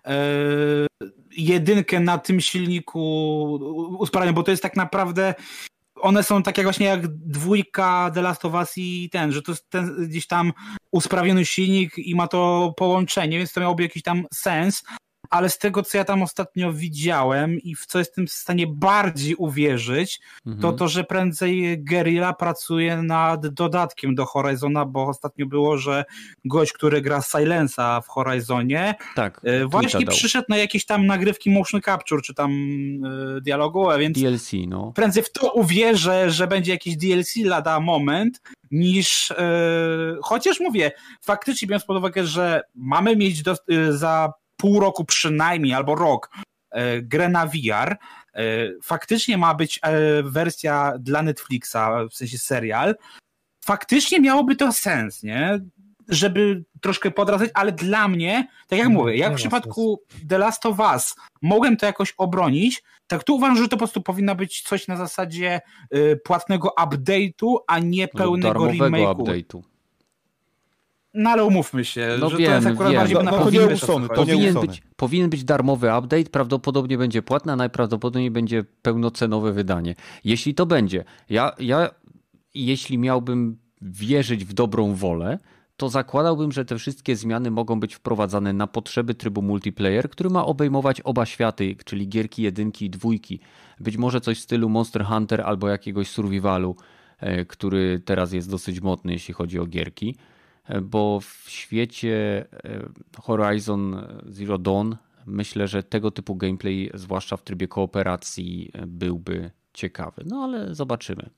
jedynkę na tym silniku usprawnionym, bo to jest tak naprawdę one są takie właśnie jak 2 The Last of Us i że to jest ten gdzieś tam usprawniony silnik i ma to połączenie, więc to miałoby jakiś tam sens, ale z tego, co ja tam ostatnio widziałem i w co jestem w stanie bardziej uwierzyć, to, że prędzej Guerrilla pracuje nad dodatkiem do Horizona, bo ostatnio było, że gość, który gra Silensa w Horizonie, tak, właśnie przyszedł na jakieś tam nagrywki motion capture, czy tam dialogowe, więc DLC, no. Prędzej w to uwierzę, że będzie jakiś DLC lada moment, niż chociaż mówię, faktycznie biorąc pod uwagę, że mamy mieć za pół roku przynajmniej, albo rok, grę na VR. Faktycznie ma być wersja dla Netflixa, w sensie serial. Faktycznie miałoby to sens, nie? Żeby troszkę podradzać, ale dla mnie, tak jak mówię, jak w przypadku The Last of Us mogłem to jakoś obronić, tak tu uważam, że to po prostu powinno być coś na zasadzie płatnego update'u, a nie pełnego remake'u. Update'u. No ale umówmy się, no że wiem, to jest akurat bardziej na powinien być darmowy update, prawdopodobnie będzie płatny, a najprawdopodobniej będzie pełnocenowe wydanie. Jeśli to będzie, jeśli miałbym wierzyć w dobrą wolę, to zakładałbym, że te wszystkie zmiany mogą być wprowadzane na potrzeby trybu multiplayer, który ma obejmować oba światy, czyli gierki 1 i 2. Być może coś w stylu Monster Hunter albo jakiegoś survivalu, który teraz jest dosyć mocny, jeśli chodzi o gierki. Bo w świecie Horizon Zero Dawn myślę, że tego typu gameplay, zwłaszcza w trybie kooperacji, byłby ciekawy. No ale zobaczymy.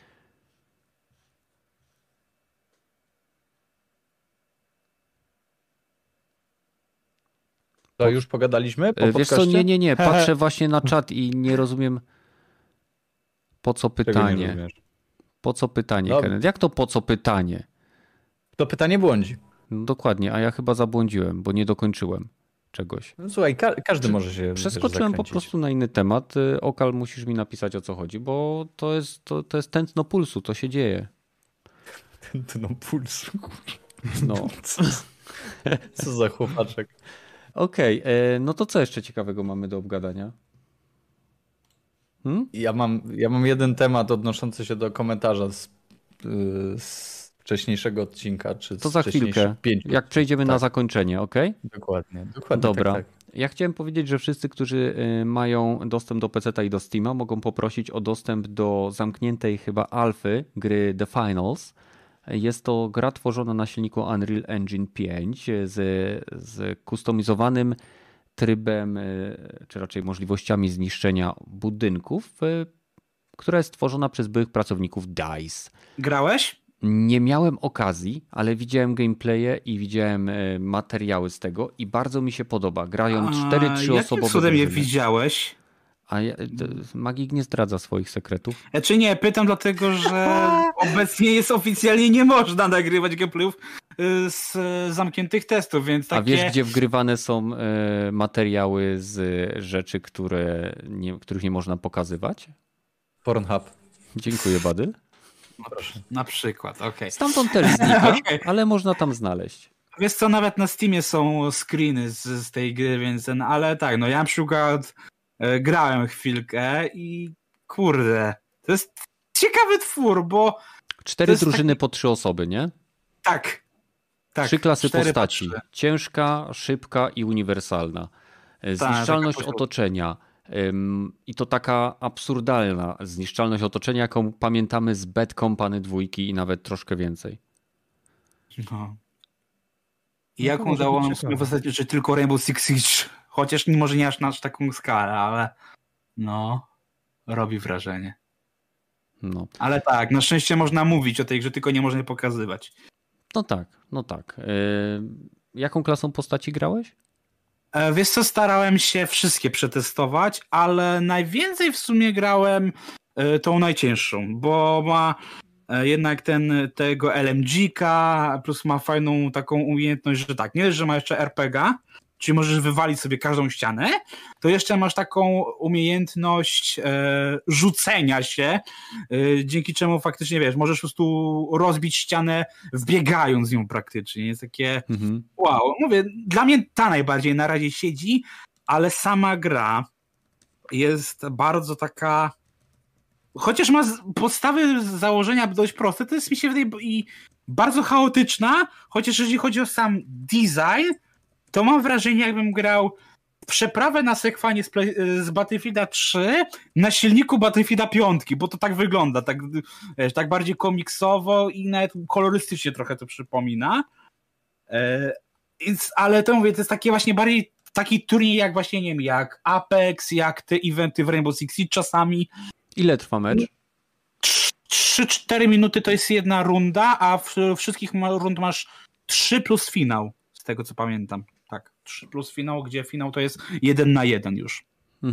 To już pogadaliśmy po Wiesz co, nie. Patrzę właśnie na czat i nie rozumiem, po co pytanie. Po co pytanie, Kenneth? Jak to po co pytanie? To pytanie błądzi. No dokładnie, a ja chyba zabłądziłem, bo nie dokończyłem czegoś. No, słuchaj, każdy może się przeskoczyłem po prostu na inny temat. Okal, musisz mi napisać, o co chodzi, bo to jest tętno pulsu, to się dzieje. Tętno pulsu. No. Co za chłopaczek. Okej, no to co jeszcze ciekawego mamy do obgadania? Ja mam jeden temat odnoszący się do komentarza z wcześniejszego odcinka, czy To z za wcześniejszych chwilkę, 5. jak przejdziemy na zakończenie, ok? Dokładnie. Dobra. Tak. Ja chciałem powiedzieć, że wszyscy, którzy mają dostęp do PC-ta i do Steama, mogą poprosić o dostęp do zamkniętej chyba alfy gry The Finals. Jest to gra tworzona na silniku Unreal Engine 5 z kustomizowanym trybem, czy raczej możliwościami zniszczenia budynków, która jest tworzona przez byłych pracowników DICE. Grałeś? Nie miałem okazji, ale widziałem gameplaye i widziałem materiały z tego i bardzo mi się podoba. Grają 4-3 osobowe Jakim cudem je drużyny. widziałeś? A Magik nie zdradza swoich sekretów. Czy nie, pytam dlatego, że obecnie jest oficjalnie nie można nagrywać gameplayów z zamkniętych testów, więc takie... A wiesz, gdzie wgrywane są materiały z rzeczy, których nie można pokazywać? Pornhub. Dziękuję, Badyl. Na przykład, okej. Stamtąd też znika, Okej. ale można tam znaleźć. Wiesz co, nawet na Steamie są screeny z tej gry, więc ale tak, no ja na przykład grałem chwilkę i kurde, to jest ciekawy twór, bo 4 to jest drużyny po 3 osoby, nie? tak. 3 klasy 4 postaci. po 3. Ciężka, szybka i uniwersalna. Zniszczalność taka otoczenia. I to taka absurdalna zniszczalność otoczenia, jaką pamiętamy z Bad Company 2 i nawet troszkę więcej. No. I No jak to może udało być nam sobie ciekawe. w zasadzie, że tylko Rainbow Six Siege, chociaż może nie aż na taką skalę, ale no, robi wrażenie. No. Ale tak, na szczęście można mówić o tej grze, tylko nie można jej pokazywać. No tak. Jaką klasą postaci grałeś? Wiesz co, starałem się wszystkie przetestować, ale najwięcej w sumie grałem tą najcięższą, bo ma jednak tego LMG-ka, plus ma fajną taką umiejętność, że tak, nie dość, że ma jeszcze RPG, czyli możesz wywalić sobie każdą ścianę, to jeszcze masz taką umiejętność rzucenia się, dzięki czemu faktycznie, wiesz, możesz po prostu rozbić ścianę wbiegając nią praktycznie. Jest takie wow, mówię, dla mnie ta najbardziej na razie siedzi, ale sama gra jest bardzo taka, chociaż ma podstawy założenia dość proste, to jest mi się wydaje i bardzo chaotyczna, chociaż jeżeli chodzi o sam design, to mam wrażenie, jakbym grał przeprawę na sekwanie z Battlefielda 3 na silniku Battlefielda 5, bo to tak wygląda, tak bardziej komiksowo i nawet kolorystycznie trochę to przypomina. Ale to mówię, to jest takie właśnie bardziej taki turniej jak właśnie, nie wiem, jak Apex, jak te eventy w Rainbow Six Siege czasami. Ile trwa mecz? 3-4 minuty to jest jedna runda, a w wszystkich rund masz 3 plus finał, z tego co pamiętam. Tak, 3 plus finał, gdzie finał to jest 1 na 1 już.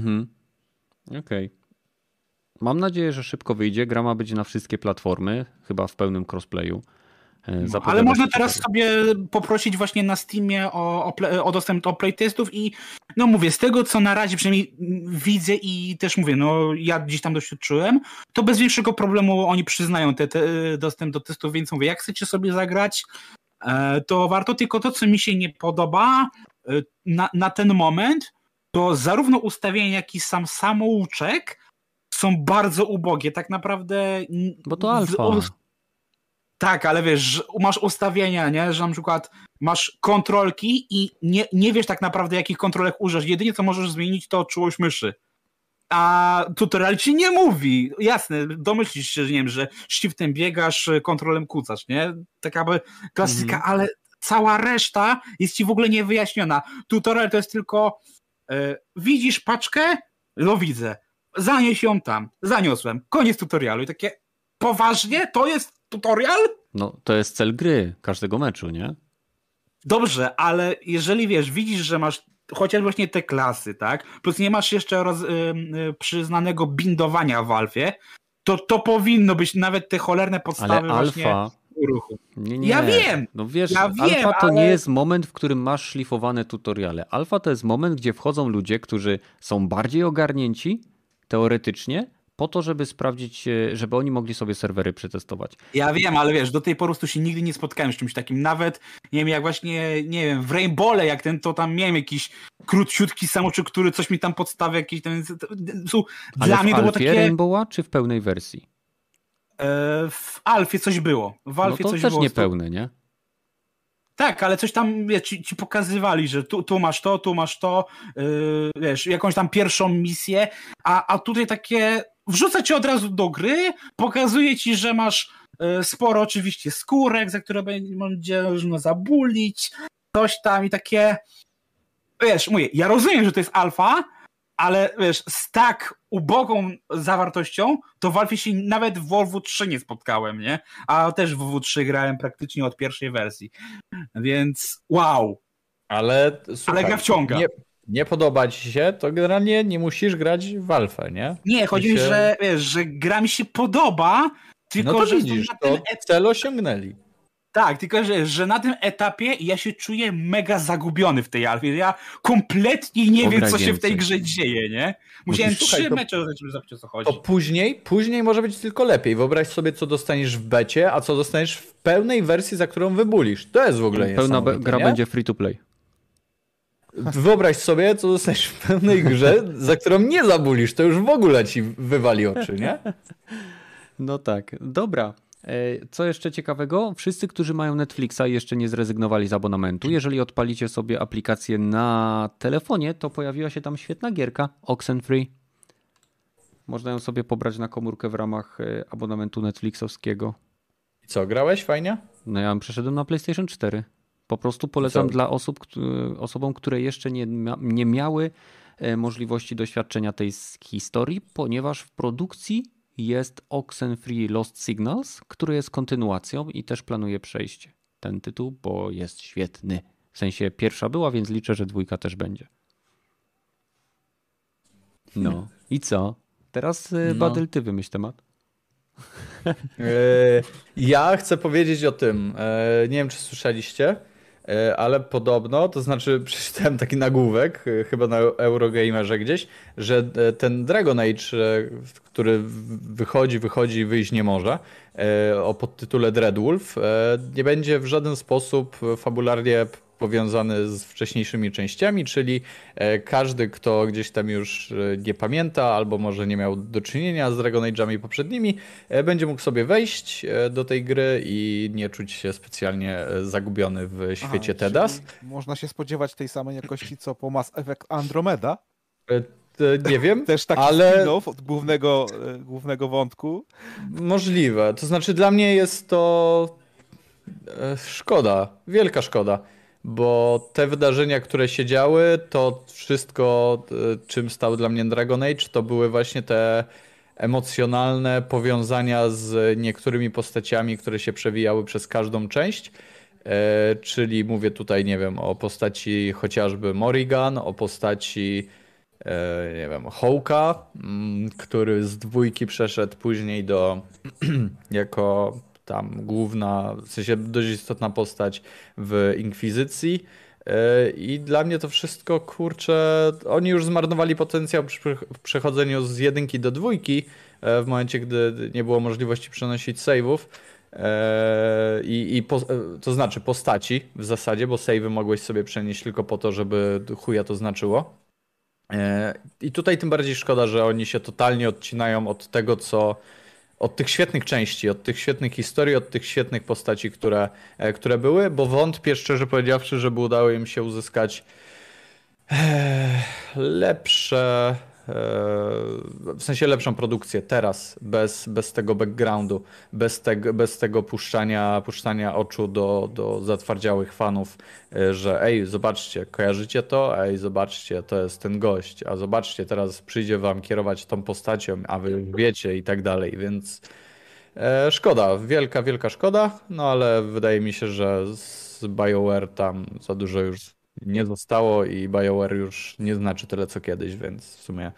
Okej. Mam nadzieję, że szybko wyjdzie. Gra ma być na wszystkie platformy, chyba w pełnym crossplayu. Ale można teraz sobie poprosić właśnie na Steamie o dostęp do playtestów i no mówię, z tego co na razie przynajmniej widzę i też mówię, no ja gdzieś tam doświadczyłem, to bez większego problemu oni przyznają dostęp do testów, więc mówię, jak chcecie sobie zagrać, to warto, tylko to co mi się nie podoba na ten moment, to zarówno ustawienia, jak i sam samouczek są bardzo ubogie, tak naprawdę. Bo to alfa. Tak, ale wiesz, że masz ustawienia, nie? Że na przykład masz kontrolki i nie wiesz tak naprawdę, jakich kontrolek użyć. Jedynie co możesz zmienić, to czułość myszy. A tutorial ci nie mówi. Jasne, domyślisz się, że nie wiem, że shiftem biegasz, kontrolem kucasz, nie? Taka by klasyka, ale cała reszta jest ci w ogóle niewyjaśniona. Tutorial to jest tylko widzisz paczkę? No widzę. Zanieś ją tam. Zaniosłem. Koniec tutorialu. I takie, poważnie? To jest tutorial? No, to jest cel gry, każdego meczu, nie? Dobrze, ale jeżeli wiesz, widzisz, że masz chociaż właśnie te klasy, tak? Plus nie masz jeszcze przyznanego bindowania w Valve'ie, to powinno być nawet te cholerne podstawy ale właśnie alfa... ruchu. Nie. Ja wiem. No wiesz, ja wiem, alfa to ale... nie jest moment, w którym masz szlifowane tutoriale. Alfa to jest moment, gdzie wchodzą ludzie, którzy są bardziej ogarnięci teoretycznie, po to, żeby sprawdzić, żeby oni mogli sobie serwery przetestować. Ja wiem, ale wiesz, do tej pory się nigdy nie spotkałem z czymś takim. Nawet, nie wiem, jak właśnie, nie wiem, w Rainbowle, jak to tam miałem jakiś króciutki samoczek, który coś mi tam podstawia, jakieś tam... Ale dla mnie to było Alfie takie... Rainbowa, czy w pełnej wersji? w Alfie coś było. W No Alfie to coś też było. niepełne, nie? Tak, ale coś tam ci pokazywali, że tu masz to, wiesz, jakąś tam pierwszą misję, a tutaj takie wrzuca cię od razu do gry, pokazuje ci, że masz sporo oczywiście skórek, za które będzie można zabulić, coś tam i takie, wiesz, mówię, ja rozumiem, że to jest alfa, ale wiesz, z tak ubogą zawartością, to w Alfie się nawet w WoW 3 nie spotkałem, nie? A też w WoW 3 grałem praktycznie od pierwszej wersji. Więc wow. Ale słuchaj, gra wciąga. Nie podoba ci się, to generalnie nie musisz grać w Alfę, nie? Nie, chodzi mi, że wiesz, że gra mi się podoba, tylko No to że widzisz, na to tym cel osiągnęli. tak, tylko że na tym etapie ja się czuję mega zagubiony w tej Alfie. Ja kompletnie nie wiem, Pograj co się w tej więcej. grze dzieje, nie? Musiałem Słuchaj, 3 to- mecze rozegrać, żeby zobaczyć, o co chodzi. To później może być tylko lepiej. Wyobraź sobie, co dostaniesz w becie, a co dostaniesz w pełnej wersji, za którą wybulisz. To jest w ogóle Pełna niesamowite, gra nie? będzie free to play. Wyobraź sobie, co dostaniesz w pełnej grze, za którą nie zabulisz. To już w ogóle ci wywali oczy, nie? No tak, dobra. Co jeszcze ciekawego? Wszyscy, którzy mają Netflixa i jeszcze nie zrezygnowali z abonamentu, jeżeli odpalicie sobie aplikację na telefonie, to pojawiła się tam świetna gierka Oxenfree. Można ją sobie pobrać na komórkę w ramach abonamentu Netflixowskiego. I co, grałeś fajnie? No ja przeszedłem na PlayStation 4. Po prostu polecam Co? dla osobom, które jeszcze nie miały możliwości doświadczenia tej historii, ponieważ w produkcji jest Oxenfree Lost Signals, który jest kontynuacją i też planuję przejść ten tytuł, bo jest świetny. W sensie pierwsza była, więc liczę, że dwójka też będzie. No i co? Teraz Badel, ty wymyśl temat. Ja chcę powiedzieć o tym. Nie wiem, czy słyszeliście, ale podobno, to znaczy przeczytałem taki nagłówek, chyba na Eurogamerze gdzieś, że ten Dragon Age, który wychodzi i wyjść nie może, o podtytule Dreadwolf, nie będzie w żaden sposób fabularnie powiązany z wcześniejszymi częściami, czyli każdy, kto gdzieś tam już nie pamięta albo może nie miał do czynienia z Dragon Age'ami poprzednimi, będzie mógł sobie wejść do tej gry i nie czuć się specjalnie zagubiony w świecie TEDAS. Czyli można się spodziewać tej samej jakości co po Mass Effect Andromeda. Nie wiem, Też taki ale spin-off od głównego wątku. możliwe. To znaczy dla mnie jest to szkoda, wielka szkoda, bo te wydarzenia, które się działy, to wszystko, czym stał dla mnie Dragon Age, to były właśnie te emocjonalne powiązania z niektórymi postaciami, które się przewijały przez każdą część. Czyli mówię tutaj, nie wiem, o postaci chociażby Morrigan, o postaci nie wiem, Hawka, który z dwójki przeszedł później do jako tam główna, w sensie dość istotna postać w Inkwizycji. I dla mnie to wszystko, kurczę, oni już zmarnowali potencjał przy przechodzeniu z jedynki do dwójki, w momencie, gdy nie było możliwości przenosić save'ów. To znaczy postaci w zasadzie, bo save'y mogłeś sobie przenieść tylko po to, żeby chuja to znaczyło. I tutaj tym bardziej szkoda, że oni się totalnie odcinają od tego, od tych świetnych części, od tych świetnych historii, od tych świetnych postaci, które były, bo wątpię, szczerze powiedziawszy, żeby udało im się uzyskać lepsze, w sensie lepszą produkcję teraz, bez tego backgroundu, bez tego puszczania oczu do zatwardziałych fanów, że ej, zobaczcie, kojarzycie to? Ej, zobaczcie, to jest ten gość, a zobaczcie, teraz przyjdzie wam kierować tą postacią, a wy już wiecie i tak dalej, więc szkoda, wielka, wielka szkoda, no ale wydaje mi się, że z BioWare tam za dużo już nie zostało i BioWare już nie znaczy tyle co kiedyś, więc w sumie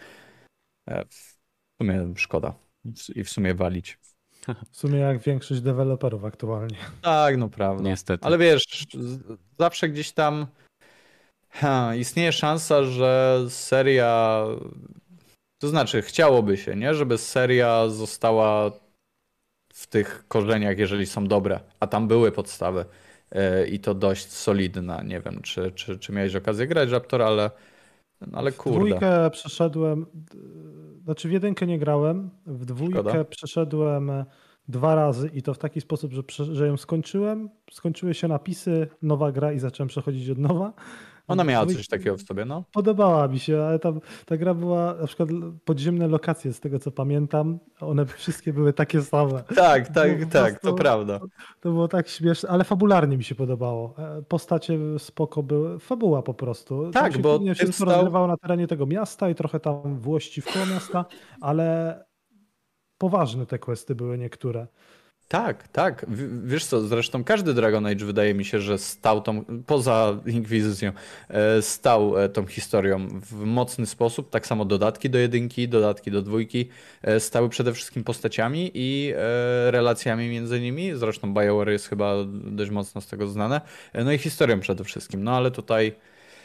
szkoda i w sumie walić. W sumie jak większość deweloperów aktualnie. Tak, no prawda. Niestety. Ale wiesz, zawsze gdzieś tam istnieje szansa, że seria, to znaczy chciałoby się, nie, żeby seria została w tych korzeniach, jeżeli są dobre, a tam były podstawy i to dość solidna. Nie wiem, czy miałeś okazję grać Raptor, ale kurde. W dwójkę przeszedłem, znaczy w jedynkę nie grałem, w dwójkę Szkoda. przeszedłem 2 razy i to w taki sposób, że ją skończyłem, skończyły się napisy, nowa gra i zacząłem przechodzić od nowa. Ona miała coś takiego w sobie, no. Podobała mi się, ale ta gra była, na przykład podziemne lokacje, z tego co pamiętam, one wszystkie były takie same. Tak, to prawda. To było tak śmieszne, ale fabularnie mi się podobało. Postacie spoko były, fabuła po prostu. Tak, bo się wszystko rozgrywało na terenie tego miasta i trochę tam Włości wkoło miasta, ale poważne te questy były niektóre. Tak. Wiesz co, zresztą każdy Dragon Age wydaje mi się, że stał poza Inkwizycją, stał tą historią w mocny sposób. Tak samo dodatki do 1, dodatki do 2 stały przede wszystkim postaciami i relacjami między nimi. Zresztą BioWare jest chyba dość mocno z tego znane. No i historią przede wszystkim. No ale tutaj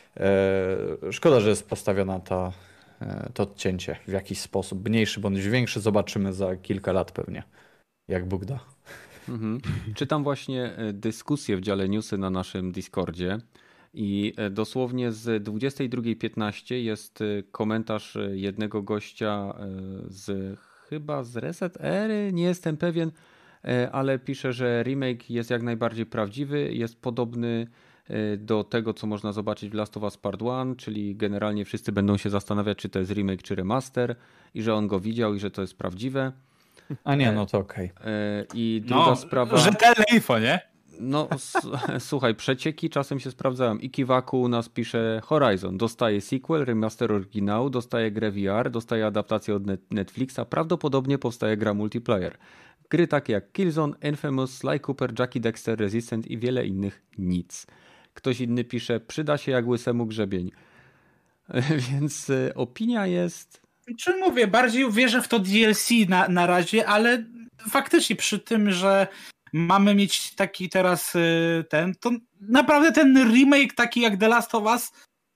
szkoda, że jest postawiona to odcięcie w jakiś sposób. Mniejszy bądź większy zobaczymy za kilka lat pewnie. Jak Bóg da. Czytam właśnie dyskusję w dziale newsy na naszym Discordzie i dosłownie z 22:15 jest komentarz jednego gościa chyba z Reset Ery, nie jestem pewien, ale pisze, że remake jest jak najbardziej prawdziwy, jest podobny do tego, co można zobaczyć w Last of Us Part 1, czyli generalnie wszyscy będą się zastanawiać, czy to jest remake, czy remaster i że on go widział i że to jest prawdziwe. A nie, no to okej. I druga sprawa... Rzetelne info, nie? No słuchaj, przecieki czasem się sprawdzają. Ikiwaku u nas pisze Horizon. Dostaje sequel, remaster oryginału, dostaje grę VR, dostaje adaptację od Netflixa. Prawdopodobnie powstaje gra multiplayer. Gry takie jak Killzone, Infamous, Sly Cooper, Jackie Dexter, Resistant i wiele innych nic. Ktoś inny pisze, przyda się jak łysemu grzebień. Więc opinia jest... Czy mówię, bardziej wierzę w to DLC na razie, ale faktycznie przy tym, że mamy mieć taki teraz to naprawdę ten remake taki jak The Last of Us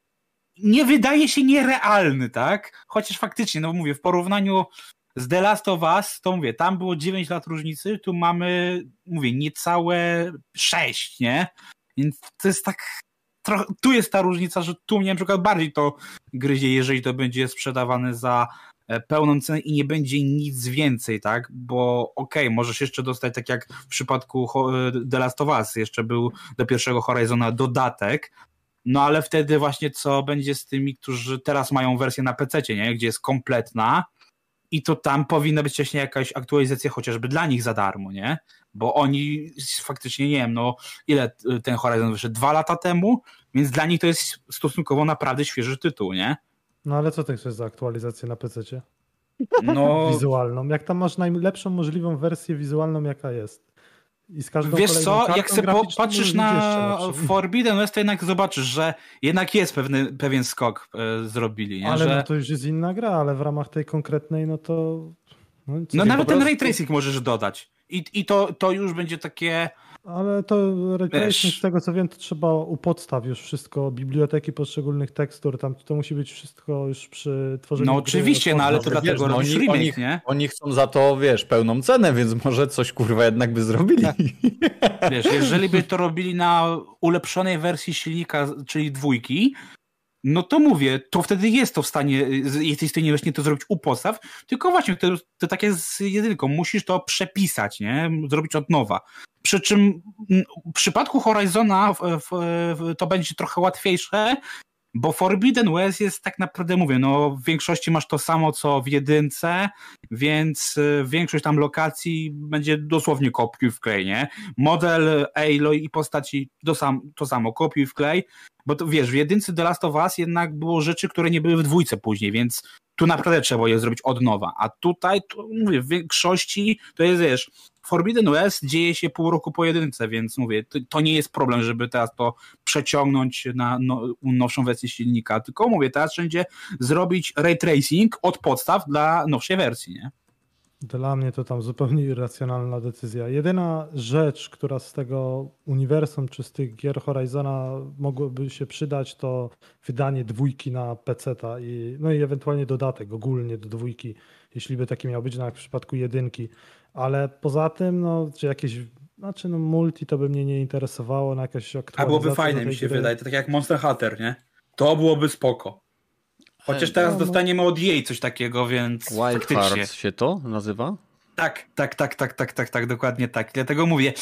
nie wydaje się nierealny, tak? Chociaż faktycznie, no mówię, w porównaniu z The Last of Us, to mówię, tam było 9 lat różnicy, tu mamy, mówię, niecałe 6, nie? Więc to jest tak... Tu jest ta różnica, że tu mnie na przykład bardziej to gryzie, jeżeli to będzie sprzedawane za pełną cenę i nie będzie nic więcej, tak? Bo okej, możesz jeszcze dostać, tak jak w przypadku The Last of Us, jeszcze był do pierwszego Horizona dodatek, no ale wtedy właśnie co będzie z tymi, którzy teraz mają wersję na PC-cie, nie? Gdzie jest kompletna i to tam powinna być wcześniej jakaś aktualizacja chociażby dla nich za darmo, nie? Bo oni faktycznie, nie wiem, no ile ten Horizon wyszedł? 2 lata temu, więc dla nich to jest stosunkowo naprawdę świeży tytuł, nie? No ale co to jest za aktualizację na PC-cie? No, Wizualną. Jak tam masz najlepszą możliwą wersję wizualną, jaka jest? I z każdą wiesz co, jak kartą sobie graficzną patrzysz może być na jeszcze lepszy. Forbidden West, to jednak zobaczysz, że jednak jest pewien skok zrobili, nie? Ale że... no to już jest inna gra, ale w ramach tej konkretnej, no to... No nawet ten ray tracing możesz dodać. I to już będzie takie... Ale to ray tracing, z tego co wiem, to trzeba u podstaw już wszystko, biblioteki poszczególnych tekstur, tam to musi być wszystko już przy tworzeniu No gry oczywiście, no ale to dlatego robisz remake, nie? Oni chcą za to, wiesz, pełną cenę, więc może coś kurwa jednak by zrobili. Wiesz, jeżeli by to robili na ulepszonej wersji silnika, czyli 2, no to mówię, to wtedy jest to w stanie, jesteś w stanie właśnie to zrobić u podstaw, tylko właśnie to tak jak z 1, musisz to przepisać, nie? Zrobić od nowa. Przy czym w przypadku Horizona to będzie trochę łatwiejsze, bo Forbidden West jest tak naprawdę, mówię, no w większości masz to samo co w 1, więc większość tam lokacji będzie dosłownie kopiuj wklej, nie? Model, Aloy i postaci to samo, kopiuj wklej, bo to wiesz, w 1 The Last of Us jednak było rzeczy, które nie były w 2 później, więc tu naprawdę trzeba je zrobić od nowa, a tutaj, to, mówię, w większości to jest, wiesz, Forbidden West dzieje się pół roku po 1, więc mówię, to nie jest problem, żeby teraz to przeciągnąć na nowszą wersję silnika, tylko mówię, teraz będzie zrobić ray tracing od podstaw dla nowszej wersji, nie? Dla mnie to tam zupełnie irracjonalna decyzja. Jedyna rzecz, która z tego uniwersum czy z tych gier Horizona mogłoby się przydać, to wydanie 2 na PC-ta no i ewentualnie dodatek ogólnie do 2, jeśli by taki miał być, no jak w przypadku 1. Ale poza tym, no czy jakieś, znaczy no multi to by mnie nie interesowało, na jakaś aktualizacja. A byłoby fajne, mi się wydaje, to tak jak Monster Hunter, nie? To byłoby spoko. Chociaż teraz dostaniemy od EA coś takiego, więc Wild faktycznie. Hearts się to nazywa? Tak, dokładnie tak. Dlatego mówię,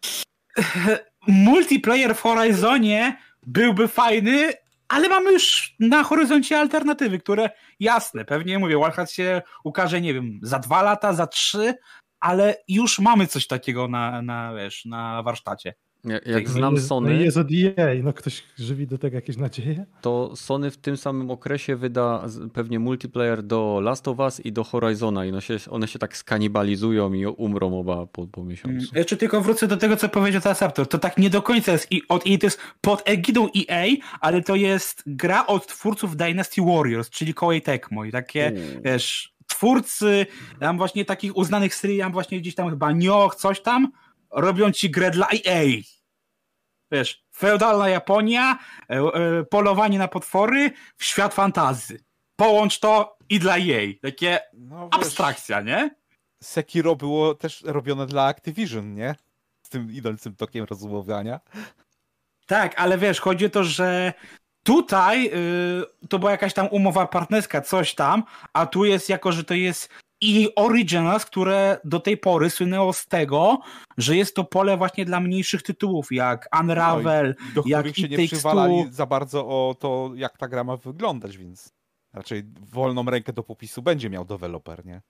multiplayer w Horizonie byłby fajny, ale mamy już na horyzoncie alternatywy, które jasne, pewnie mówię, Warcraft się ukaże, nie wiem, za 2 lata, za 3, ale już mamy coś takiego na warsztacie. Jak znam Sony... No i jest od EA, no ktoś żywi do tego jakieś nadzieje? To Sony w tym samym okresie wyda pewnie multiplayer do Last of Us i do Horizona i one się tak skanibalizują i umrą oba po miesiącu. Jeszcze tylko wrócę do tego, co powiedział teraz Artur. To tak nie do końca jest od EA, to jest pod egidą EA, ale to jest gra od twórców Dynasty Warriors, czyli Koei Tecmo i takie, wiesz, twórcy tam właśnie takich uznanych serii, tam właśnie gdzieś tam chyba Nioh, coś tam, robią ci grę dla EA. Wiesz, feudalna Japonia, polowanie na potwory, w świat fantazy. Połącz to i dla jej. Takie abstrakcja, nie? Sekiro było też robione dla Activision, nie? Z tym idącym tokiem rozumowania. Tak, ale wiesz, chodzi o to, że tutaj to była jakaś tam umowa partnerska, coś tam, a tu jest jako, że to jest EA Originals, które do tej pory słynęło z tego, że jest to pole właśnie dla mniejszych tytułów, jak Unravel, do jak których się It nie Takes przywalali Two. za bardzo o to, jak ta gra ma wyglądać, więc raczej wolną rękę do popisu będzie miał deweloper, nie?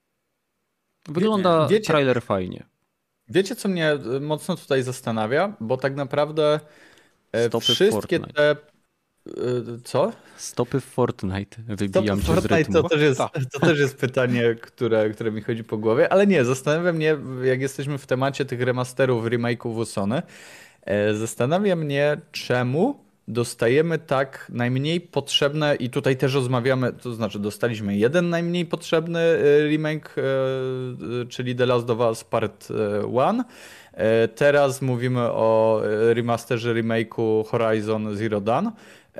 Wygląda trailer fajnie. Wiecie, co mnie mocno tutaj zastanawia? Bo tak naprawdę Stopy wszystkie te... Co? Stopy w Fortnite. Wybijam cię z Fortnite rytmu. to też jest pytanie, które mi chodzi po głowie, ale nie, zastanawia mnie, jak jesteśmy w temacie tych remasterów, remake'ów u Sony, zastanawia mnie, czemu dostajemy tak najmniej potrzebne i tutaj też rozmawiamy, to znaczy dostaliśmy jeden najmniej potrzebny remake, czyli The Last of Us Part 1. Teraz mówimy o remasterze, remake'u Horizon Zero Dawn.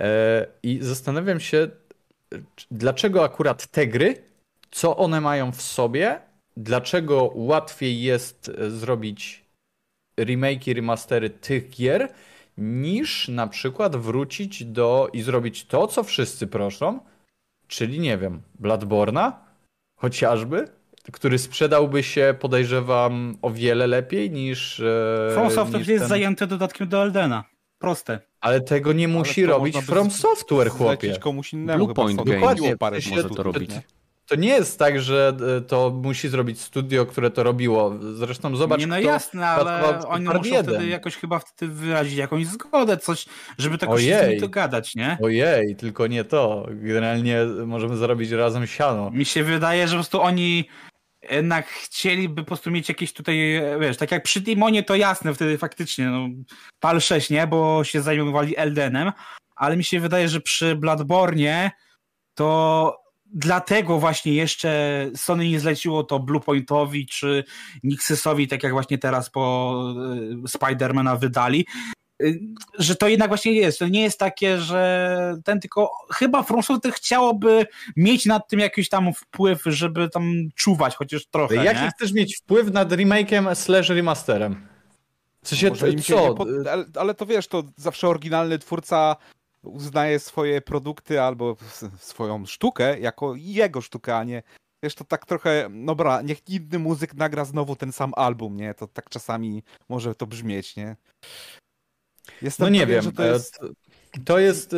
I zastanawiam się, dlaczego akurat te gry, co one mają w sobie, dlaczego łatwiej jest zrobić remake'i, remastery tych gier, niż na przykład wrócić i zrobić to, co wszyscy proszą, czyli nie wiem, Bloodborne'a chociażby, który sprzedałby się, podejrzewam, o wiele lepiej niż... From Software jest zajęty dodatkiem do Eldena. Proste. Ale tego nie musi robić From Software, chłopie. Komuś innemu. Bluepoint Dokładnie, parę może to robić. To nie jest tak, że to musi zrobić studio, które to robiło. Zresztą zobacz, nie, no kto jasne, ale oni muszą jeden. wtedy jakoś chyba wtedy wyrazić jakąś zgodę, coś, żeby tak się z nimi dogadać, nie? Ojej, tylko nie to. Generalnie możemy zrobić razem siano. Mi się wydaje, że po prostu oni jednak chcieliby po prostu mieć jakieś tutaj, wiesz, tak jak przy Demonie to jasne, wtedy faktycznie, no, PAL 6, nie? Bo się zajmowali Eldenem, ale mi się wydaje, że przy Bloodborne'ie to dlatego właśnie jeszcze Sony nie zleciło to Bluepointowi czy Nixxesowi, tak jak właśnie teraz po Spidermana wydali, że to jednak właśnie jest. To nie jest takie, że tylko chyba From Software chciałoby mieć nad tym jakiś tam wpływ, żeby tam czuwać chociaż trochę. Jaki chcesz mieć wpływ nad remake'em / remasterem? Co się, ale to wiesz, to zawsze oryginalny twórca uznaje swoje produkty albo swoją sztukę jako jego sztukę, a nie... Wiesz, to tak trochę, dobra, niech inny muzyk nagra znowu ten sam album, nie? To tak czasami może to brzmieć, nie? Jestem nie wiem, że to jest...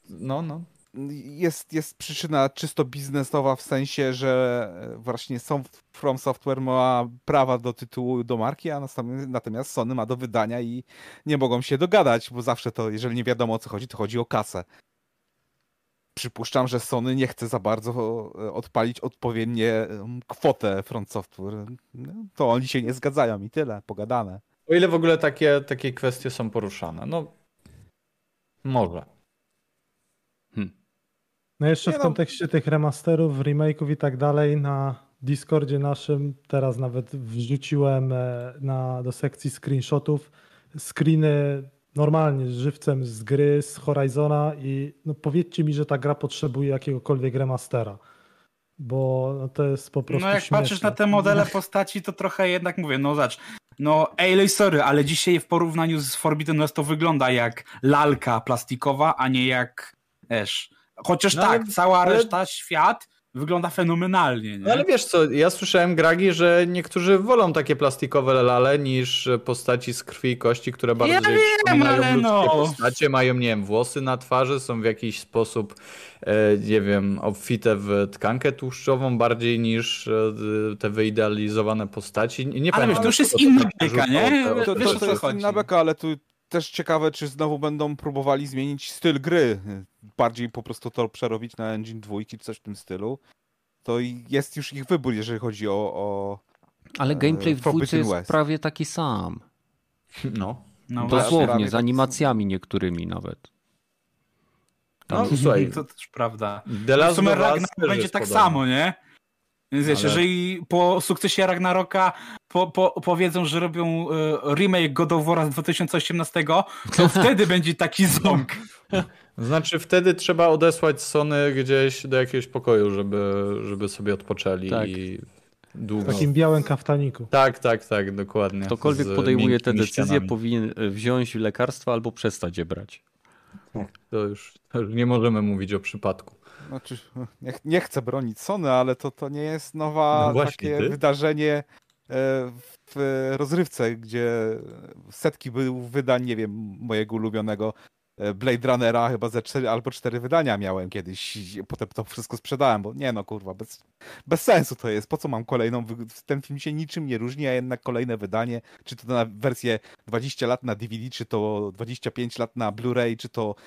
Jest przyczyna czysto biznesowa w sensie, że właśnie From Software ma prawa do tytułu, do marki, a natomiast Sony ma do wydania i nie mogą się dogadać, bo zawsze to, jeżeli nie wiadomo o co chodzi, to chodzi o kasę. Przypuszczam, że Sony nie chce za bardzo odpalić odpowiednie kwotę From Software. To oni się nie zgadzają i tyle, pogadane. O ile w ogóle takie kwestie są poruszane? No, może. No jeszcze w kontekście tych remasterów, remake'ów i tak dalej, na Discordzie naszym teraz nawet wrzuciłem do sekcji screenshotów screeny normalnie żywcem z gry, z Horizona i no powiedzcie mi, że ta gra potrzebuje jakiegokolwiek remastera, bo no to jest po prostu No jak śmieszne. patrzysz na te modele postaci, to trochę jednak mówię, no zobacz, no Aloy, sorry, ale dzisiaj w porównaniu z Forbidden West to wygląda jak lalka plastikowa, a nie jak Ash. Chociaż cała reszta, świat wygląda fenomenalnie, nie? No ale wiesz co, ja słyszałem, Gragi, że niektórzy wolą takie plastikowe lale niż postaci z krwi i kości, które bardziej przypominają ale ludzkie postacie, mają, nie wiem, włosy na twarzy, są w jakiś sposób, nie wiem, obfite w tkankę tłuszczową bardziej niż te wyidealizowane postaci. Nie Ale wiesz, pamiętam, to już co jest inna tak bajka, nie? To Wiesz, o co jest chodzi. inna beka, ale tu też ciekawe, czy znowu będą próbowali zmienić styl gry. Bardziej po prostu to przerobić na Engine 2 czy coś w tym stylu. To jest już ich wybór, jeżeli chodzi o Ale gameplay w dwójce Forbidden jest West. prawie taki sam. No. No Dosłownie, prawie z taki animacjami niektórymi nawet. No, słuchaj, To też prawda. The W Last sumie of Us Ragnarok też będzie jest tak podobny. samo, nie? Więc wiesz, Ale- jeżeli po sukcesie Ragnaroka powiedzą, że robią remake God of War z 2018, to wtedy będzie taki ząg. Znaczy wtedy trzeba odesłać Sony gdzieś do jakiegoś pokoju, żeby sobie odpoczęli Tak. i W długo... takim białym kaftaniku. Tak, dokładnie. Ktokolwiek Z podejmuje te miękkimi decyzje, ścianami. powinien wziąć lekarstwa albo przestać je brać. To już nie możemy mówić o przypadku. Znaczy, nie chcę bronić Sony, ale to nie jest nowa No właśnie, takie ty? wydarzenie w rozrywce, gdzie setki był wydań, nie wiem, mojego ulubionego Blade Runnera, chyba ze 4 albo 4 wydania miałem kiedyś, potem to wszystko sprzedałem, bo nie no kurwa, bez sensu to jest, po co mam kolejną, ten film się niczym nie różni, a jednak kolejne wydanie, czy to na wersję 20 lat na DVD, czy to 25 lat na Blu-ray, czy to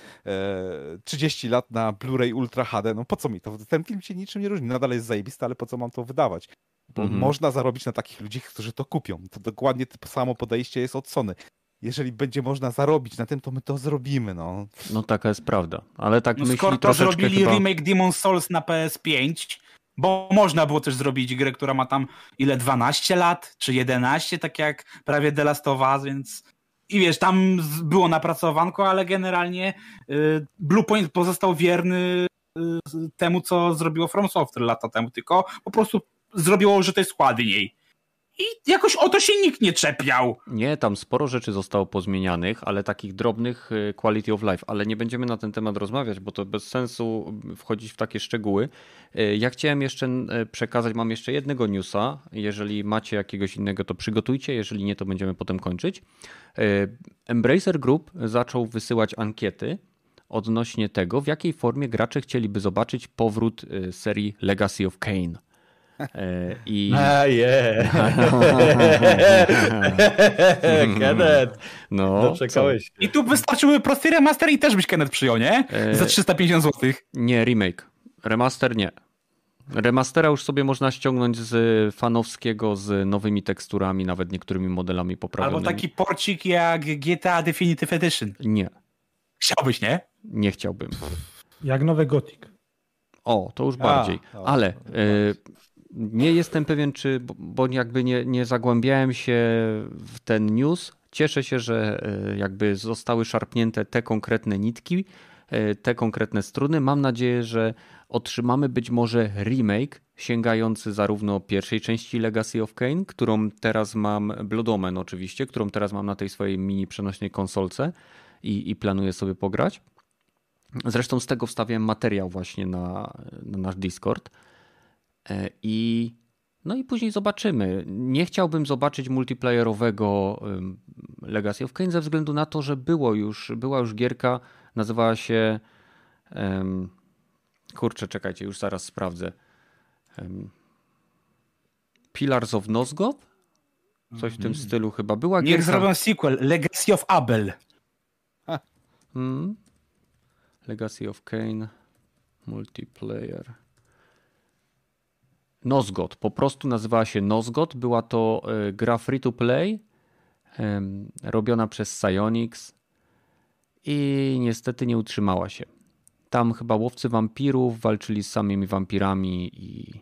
30 lat na Blu-ray Ultra HD, no po co mi to, ten film się niczym nie różni, nadal jest zajebisty, ale po co mam to wydawać? Bo można zarobić na takich ludzi, którzy to kupią, to dokładnie to samo podejście jest od Sony. Jeżeli będzie można zarobić na tym, to my to zrobimy, no. No taka jest prawda. Ale tak No myśli skoro to troszeczkę zrobili chyba... remake Demon's Souls na PS5, bo można było też zrobić grę, która ma tam 12 lat, czy 11, tak jak prawie The Last of Us, więc i wiesz, tam było napracowanko, ale generalnie Bluepoint pozostał wierny temu, co zrobiło From Software lata temu, tylko po prostu zrobiło, że to jest ładniej. I jakoś o to się nikt nie czepiał. Nie, tam sporo rzeczy zostało pozmienianych, ale takich drobnych quality of life, ale nie będziemy na ten temat rozmawiać, bo to bez sensu wchodzić w takie szczegóły. Ja chciałem jeszcze przekazać, mam jeszcze jednego newsa, jeżeli macie jakiegoś innego, to przygotujcie, jeżeli nie, to będziemy potem kończyć. Embracer Group zaczął wysyłać ankiety odnośnie tego, w jakiej formie gracze chcieliby zobaczyć powrót serii Legacy of Kain. I... Kenneth, No, doczekałeś się. I tu wystarczyły prosty remaster i też byś Kenneth przyjął, nie? Za 350 zł. Nie, remake. Remaster nie. Remastera już sobie można ściągnąć z fanowskiego, z nowymi teksturami, nawet niektórymi modelami poprawionymi. Albo taki porcik jak GTA Definitive Edition. Nie, Chciałbyś, nie? nie chciałbym. Jak nowe Gothic. O, to już bardziej. Ale nie jestem pewien, czy, bo jakby nie zagłębiałem się w ten news. Cieszę się, że jakby zostały szarpnięte te konkretne nitki, te konkretne struny. Mam nadzieję, że otrzymamy być może remake sięgający zarówno pierwszej części Legacy of Kain, którą teraz mam, Blood Omen oczywiście, którą teraz mam na tej swojej mini przenośnej konsolce i planuję sobie pograć. Zresztą z tego wstawiałem materiał właśnie na nasz Discord. No i później zobaczymy. Nie chciałbym zobaczyć multiplayerowego Legacy of Kain ze względu na to, że była już gierka, nazywała się kurczę, czekajcie, już zaraz sprawdzę. Pillars of Nosgoth? Coś w tym stylu chyba była Niech gierka. zrobią sequel Legacy of Abel. Legacy of Kain multiplayer. Nosgoth, po prostu nazywała się Nosgoth. Była to gra free to play, robiona przez Psyonix i niestety nie utrzymała się. Tam chyba łowcy wampirów walczyli z samymi wampirami i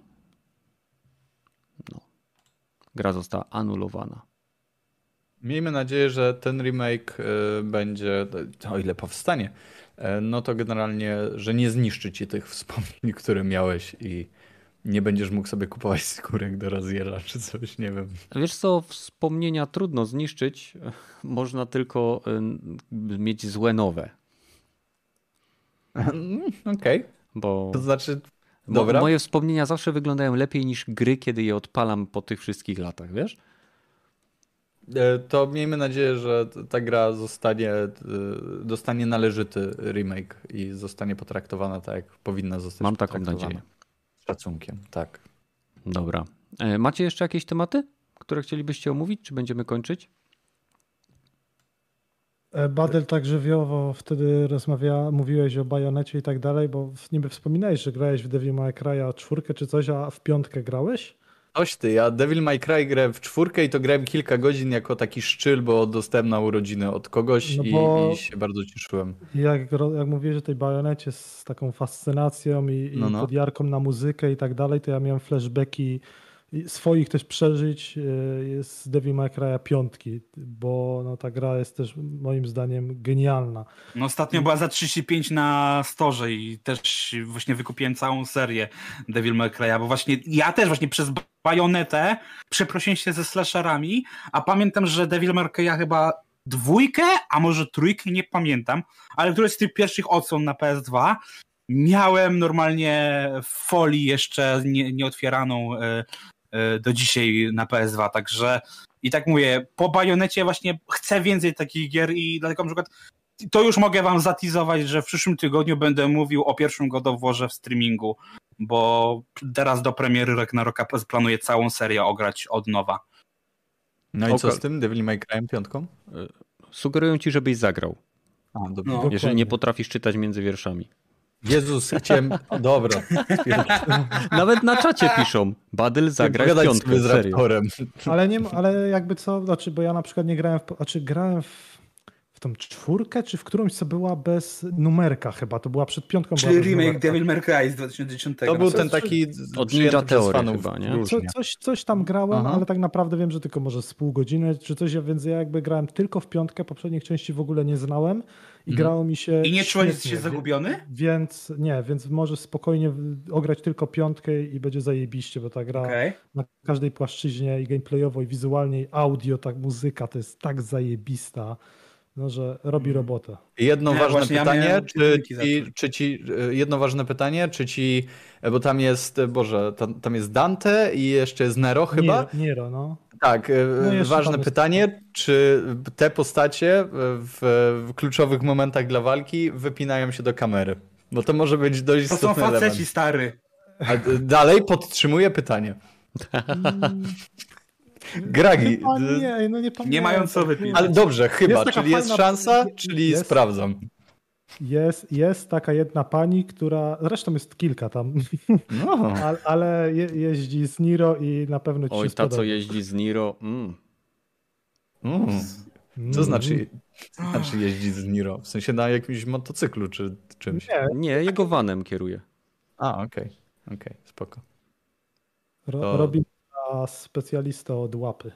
gra została anulowana. Miejmy nadzieję, że ten remake będzie, o ile powstanie, no to generalnie, że nie zniszczy ci tych wspomnień, które miałeś i nie będziesz mógł sobie kupować skórek do Raziela czy coś, nie wiem. Wiesz co, wspomnienia trudno zniszczyć, można tylko mieć złe nowe. Okej. Bo To znaczy, Dobra. Moje wspomnienia zawsze wyglądają lepiej niż gry, kiedy je odpalam po tych wszystkich latach, wiesz? To miejmy nadzieję, że ta gra dostanie należyty remake i zostanie potraktowana tak, jak powinna zostać Mam taką potraktowana. nadzieję. Z szacunkiem, tak. Dobra. Macie jeszcze jakieś tematy, które chcielibyście omówić, czy będziemy kończyć? Badel tak żywiołowo wtedy mówiłeś o Bajonecie i tak dalej, bo niby wspominałeś, że grałeś w Devil May Cry'a 4 czy coś, a w 5 grałeś? Coś ty, ja Devil May Cry grałem w 4 i to grałem kilka godzin jako taki szczyl, bo dostałem na urodziny od kogoś i się bardzo cieszyłem. Jak mówiłeś o tej Bajonecie z taką fascynacją i podjarką na muzykę i tak dalej, to ja miałem flashbacki swoich też przeżyć z Devil May Cry'a 5, bo no, ta gra jest też moim zdaniem genialna. No ostatnio była za 35 na storze i też właśnie wykupiłem całą serię Devil May Cry'a, bo właśnie ja też właśnie przez Bajonetę przeprosiłem się ze slasherami, a pamiętam, że Devil May Cry'a chyba 2, a może 3, nie pamiętam, ale któreś z tych pierwszych odsłon na PS2 miałem normalnie w folii jeszcze nieotwieraną do dzisiaj na PS2, także i tak mówię, po Bajonecie właśnie chcę więcej takich gier i dlatego na przykład to już mogę wam zatizować, że w przyszłym tygodniu będę mówił o pierwszym God of Warze w streamingu, bo teraz do premiery Ragnaroka planuję całą serię ograć od nowa. No i co z tym Devil May Cry 5? Sugeruję ci, żebyś zagrał. A, dobrze. No. Jeżeli nie potrafisz czytać między wierszami. Jezus, chciałem... Dobra. Nawet na czacie piszą. Badel zagraj w 5, z serio. Raptorem. Ale jakby co, znaczy, bo ja na przykład nie grałem grałem w tą 4, czy w którąś, co była bez numerka chyba, to była przed 5. Czyli remake Devil May Cry z 2010. To był ten taki od Ninja Theory chyba, nie? Coś tam grałem, ale tak naprawdę wiem, że tylko może z pół godziny czy coś, więc ja jakby grałem tylko w 5, poprzednich części w ogóle nie znałem i grało mi się I nie czułeś świetnie, się zagubiony? Więc możesz spokojnie ograć tylko 5 i będzie zajebiście, bo ta gra na każdej płaszczyźnie i gameplayowo, i wizualnie, i audio, tak muzyka, to jest tak zajebista, no, że robi robotę. Jedno ważne pytanie, czy ci, bo tam jest, tam jest Dante i jeszcze jest Nero chyba? Nero, no. Tak, ważne pytanie, czy te postacie w kluczowych momentach dla walki wypinają się do kamery? Bo to może być dość istotny element. To są faceci, stary. A dalej podtrzymuję pytanie. Gragi. Nie pamiętam. Nie mają co wypić. Ale dobrze, chyba, czyli jest szansa, czyli sprawdzam. Jest taka jedna pani, która, zresztą jest kilka tam, ale jeździ z Niro i na pewno ci się spodoba. Ta co jeździ z Niro. Co znaczy jeździ z Niro? W sensie na jakimś motocyklu czy czymś? Nie, jego vanem kieruje. A, okej, spoko. Robi specjalista od łapy.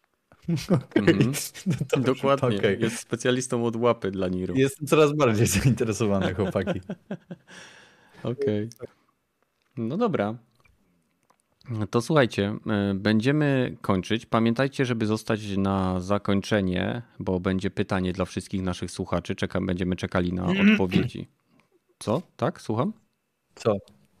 Dokładnie, jest specjalistą od łapy dla Niro. Jestem coraz bardziej zainteresowany, chłopaki. Okej. No dobra. To słuchajcie, będziemy kończyć. Pamiętajcie, żeby zostać na zakończenie, bo będzie pytanie dla wszystkich naszych słuchaczy. Będziemy czekali na odpowiedzi. Co? Tak? Słucham? Co?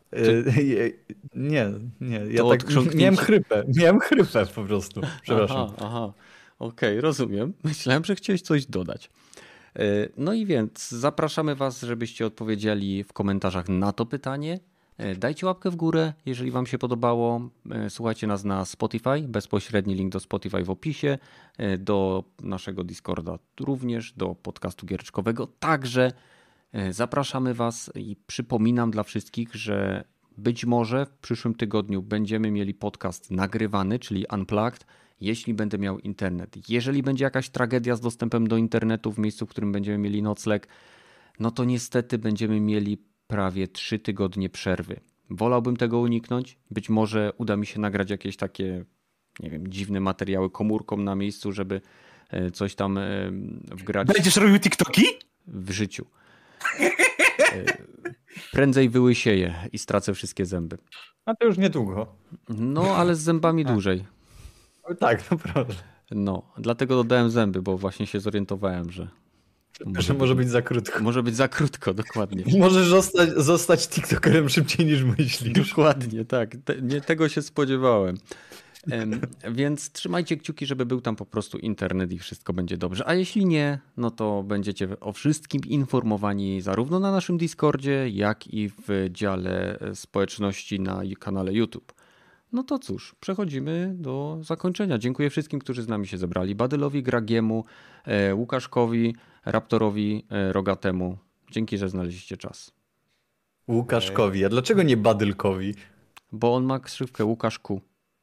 Nie. Ja to tak miałem chrypę po prostu. Przepraszam. Aha. Okej, rozumiem. Myślałem, że chciałeś coś dodać. No i więc zapraszamy was, żebyście odpowiedzieli w komentarzach na to pytanie. Dajcie łapkę w górę, jeżeli wam się podobało. Słuchajcie nas na Spotify, bezpośredni link do Spotify w opisie, do naszego Discorda również, do podcastu giereczkowego także. Zapraszamy was i przypominam dla wszystkich, że być może w przyszłym tygodniu będziemy mieli podcast nagrywany, czyli Unplugged, jeśli będę miał internet. Jeżeli będzie jakaś tragedia z dostępem do internetu w miejscu, w którym będziemy mieli nocleg, no to niestety będziemy mieli prawie 3 tygodnie przerwy. Wolałbym tego uniknąć. Być może uda mi się nagrać jakieś takie, nie wiem, dziwne materiały komórką na miejscu, żeby coś tam wgrać. Będziesz robił TikToki? W życiu. Prędzej wyłysieję i stracę wszystkie zęby. A to już niedługo. No, ale z zębami dłużej. Tak, naprawdę. No, dlatego dodałem zęby, bo właśnie się zorientowałem, że Że może być za krótko. Może być za krótko, dokładnie. Możesz zostać TikTokerem szybciej niż myślisz. Dokładnie, tak. Tego się spodziewałem. Więc trzymajcie kciuki, żeby był tam po prostu internet i wszystko będzie dobrze. A jeśli nie, no to będziecie o wszystkim informowani zarówno na naszym Discordzie, jak i w dziale społeczności na kanale YouTube. No to cóż, przechodzimy do zakończenia. Dziękuję wszystkim, którzy z nami się zebrali. Badylowi, Gragiemu, Łukaszkowi, Raptorowi, Rogatemu. Dzięki, że znaleźliście czas. Łukaszkowi, a dlaczego nie Badylkowi? Bo on ma ksywkę Łukaszku.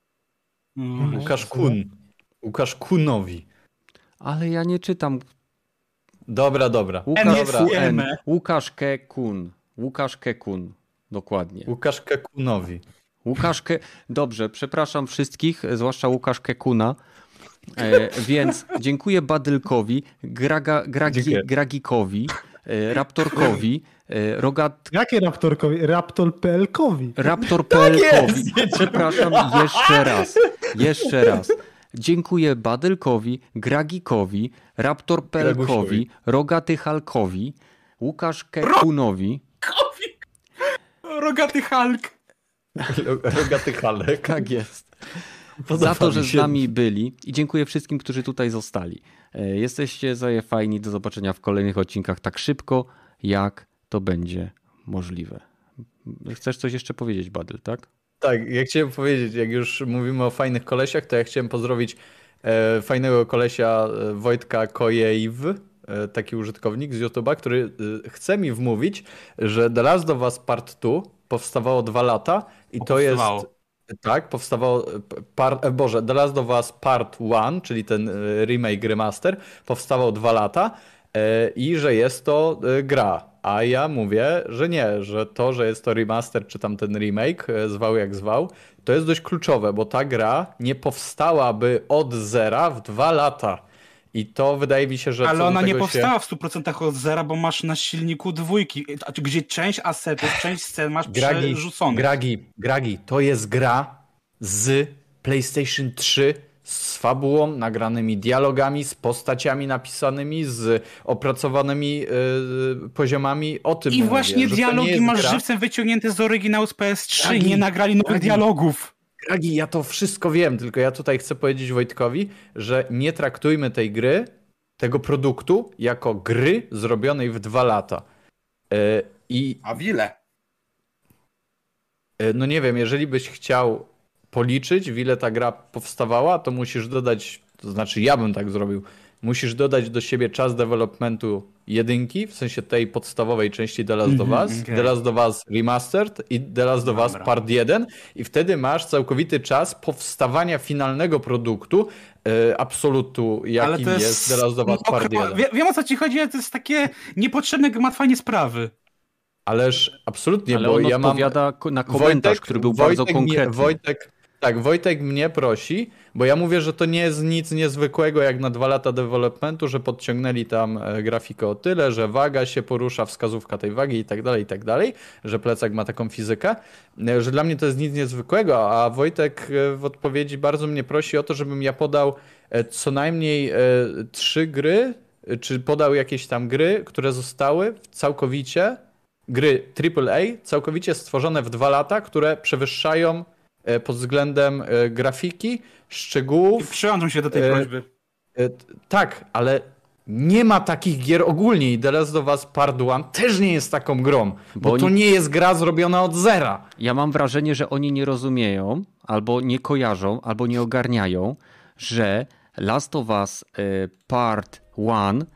Łukasz Kun. Łukasz Kunowi. Ale ja nie czytam. Dobra. Łukasz Kekun. Łukasz Kekun. Dokładnie. Łukasz Kekunowi. Dobrze, przepraszam wszystkich, zwłaszcza Łukasz Kekuna. Więc dziękuję Badylkowi, Gragikowi, Raptorkowi, Jakie Raptorkowi? Raptor.pl-kowi. Raptor.pl-kowi. Przepraszam, jeszcze raz. Dziękuję Badylkowi, Gragikowi, Raptor.pl-kowi, Rogaty Halkowi, Łukasz Kekunowi. Rogaty Hulk. Rogaty Halek. Tak jest. Za to, że z nami byli i dziękuję wszystkim, którzy tutaj zostali. Jesteście fajni. Do zobaczenia w kolejnych odcinkach tak szybko, jak to będzie możliwe. Chcesz coś jeszcze powiedzieć, Badyl, tak? Tak, ja chciałem powiedzieć, jak już mówimy o fajnych kolesiach, to ja chciałem pozdrowić fajnego kolesia Wojtka Kojejw, taki użytkownik z YouTube'a, który chce mi wmówić, że The Last of Us Part 2 powstawało 2 lata i to jest... Tak, powstawało... The Last of Us Part 1, czyli ten remake, remaster, powstawał 2 lata i że jest to gra. A ja mówię, że nie, że to, że jest to remaster, czy tam ten remake, zwał jak zwał, to jest dość kluczowe, bo ta gra nie powstałaby od zera w 2 lata. I to wydaje mi się, że... Ale ona nie powstała w 100% od zera, bo masz na silniku 2, gdzie część asetów, część scen masz przerzuconych. Gragi, to jest gra z PlayStation 3 z fabułą, nagranymi dialogami, z postaciami napisanymi, z opracowanymi poziomami. O tym I mówię, właśnie dialogi masz żywcem wyciągnięte z oryginału z PS3. Nie nagrali nowych dialogów. Gragi, ja to wszystko wiem, tylko ja tutaj chcę powiedzieć Wojtkowi, że nie traktujmy tej gry, tego produktu, jako gry zrobionej w 2 lata. A w ile? No nie wiem, jeżeli byś chciał policzyć, w ile ta gra powstawała, to musisz dodać, to znaczy ja bym tak zrobił, musisz dodać do siebie czas developmentu 1, w sensie tej podstawowej części The Last of Us, The Last of Us Remastered i The Last of Us Part 1 i wtedy masz całkowity czas powstawania finalnego produktu, absolutu, jakim jest The Last of Us Part 1. Wiem, o co ci chodzi, ale to jest takie niepotrzebne gmatwanie sprawy. Ależ absolutnie, ale bo on ja mam... odpowiada na komentarz, który był bardzo konkretny. Wojtek mnie prosi, bo ja mówię, że to nie jest nic niezwykłego jak na 2 lata developmentu, że podciągnęli tam grafikę o tyle, że waga się porusza, wskazówka tej wagi i tak dalej, że plecak ma taką fizykę, że dla mnie to jest nic niezwykłego, a Wojtek w odpowiedzi bardzo mnie prosi o to, żebym ja podał co najmniej 3 gry, czy podał jakieś tam gry, które zostały całkowicie, gry AAA, całkowicie stworzone w 2 lata, które przewyższają pod względem grafiki, szczegółów. Przyłączam się do tej prośby. Tak, ale nie ma takich gier ogólnie i The Last of Us Part 1 też nie jest taką grą, bo to nie jest gra zrobiona od zera. Ja mam wrażenie, że oni nie rozumieją, albo nie kojarzą, albo nie ogarniają, że Last of Us Part 1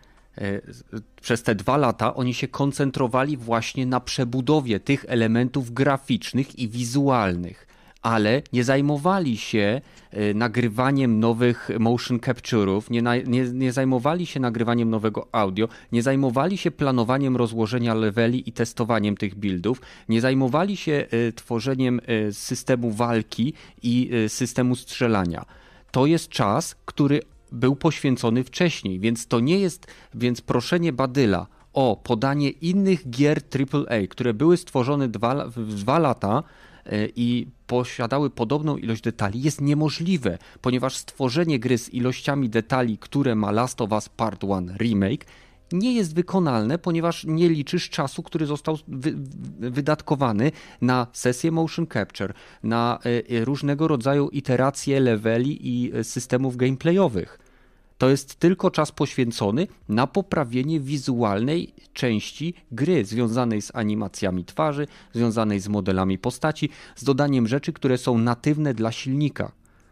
przez te 2 lata oni się koncentrowali właśnie na przebudowie tych elementów graficznych i wizualnych. Ale nie zajmowali się nagrywaniem nowych motion capture'ów, nie zajmowali się nagrywaniem nowego audio, nie zajmowali się planowaniem rozłożenia leveli i testowaniem tych buildów, nie zajmowali się tworzeniem systemu walki i systemu strzelania. To jest czas, który był poświęcony wcześniej, więc to nie jest, więc proszenie Badyla o podanie innych gier AAA, które były stworzone w 2 lata, i posiadały podobną ilość detali, jest niemożliwe, ponieważ stworzenie gry z ilościami detali, które ma Last of Us Part 1 Remake, nie jest wykonalne, ponieważ nie liczysz czasu, który został wydatkowany na sesję motion capture, na różnego rodzaju iteracje leveli i systemów gameplayowych. To jest tylko czas poświęcony na poprawienie wizualnej części gry, związanej z animacjami twarzy, związanej z modelami postaci, z dodaniem rzeczy, które są natywne dla silnika.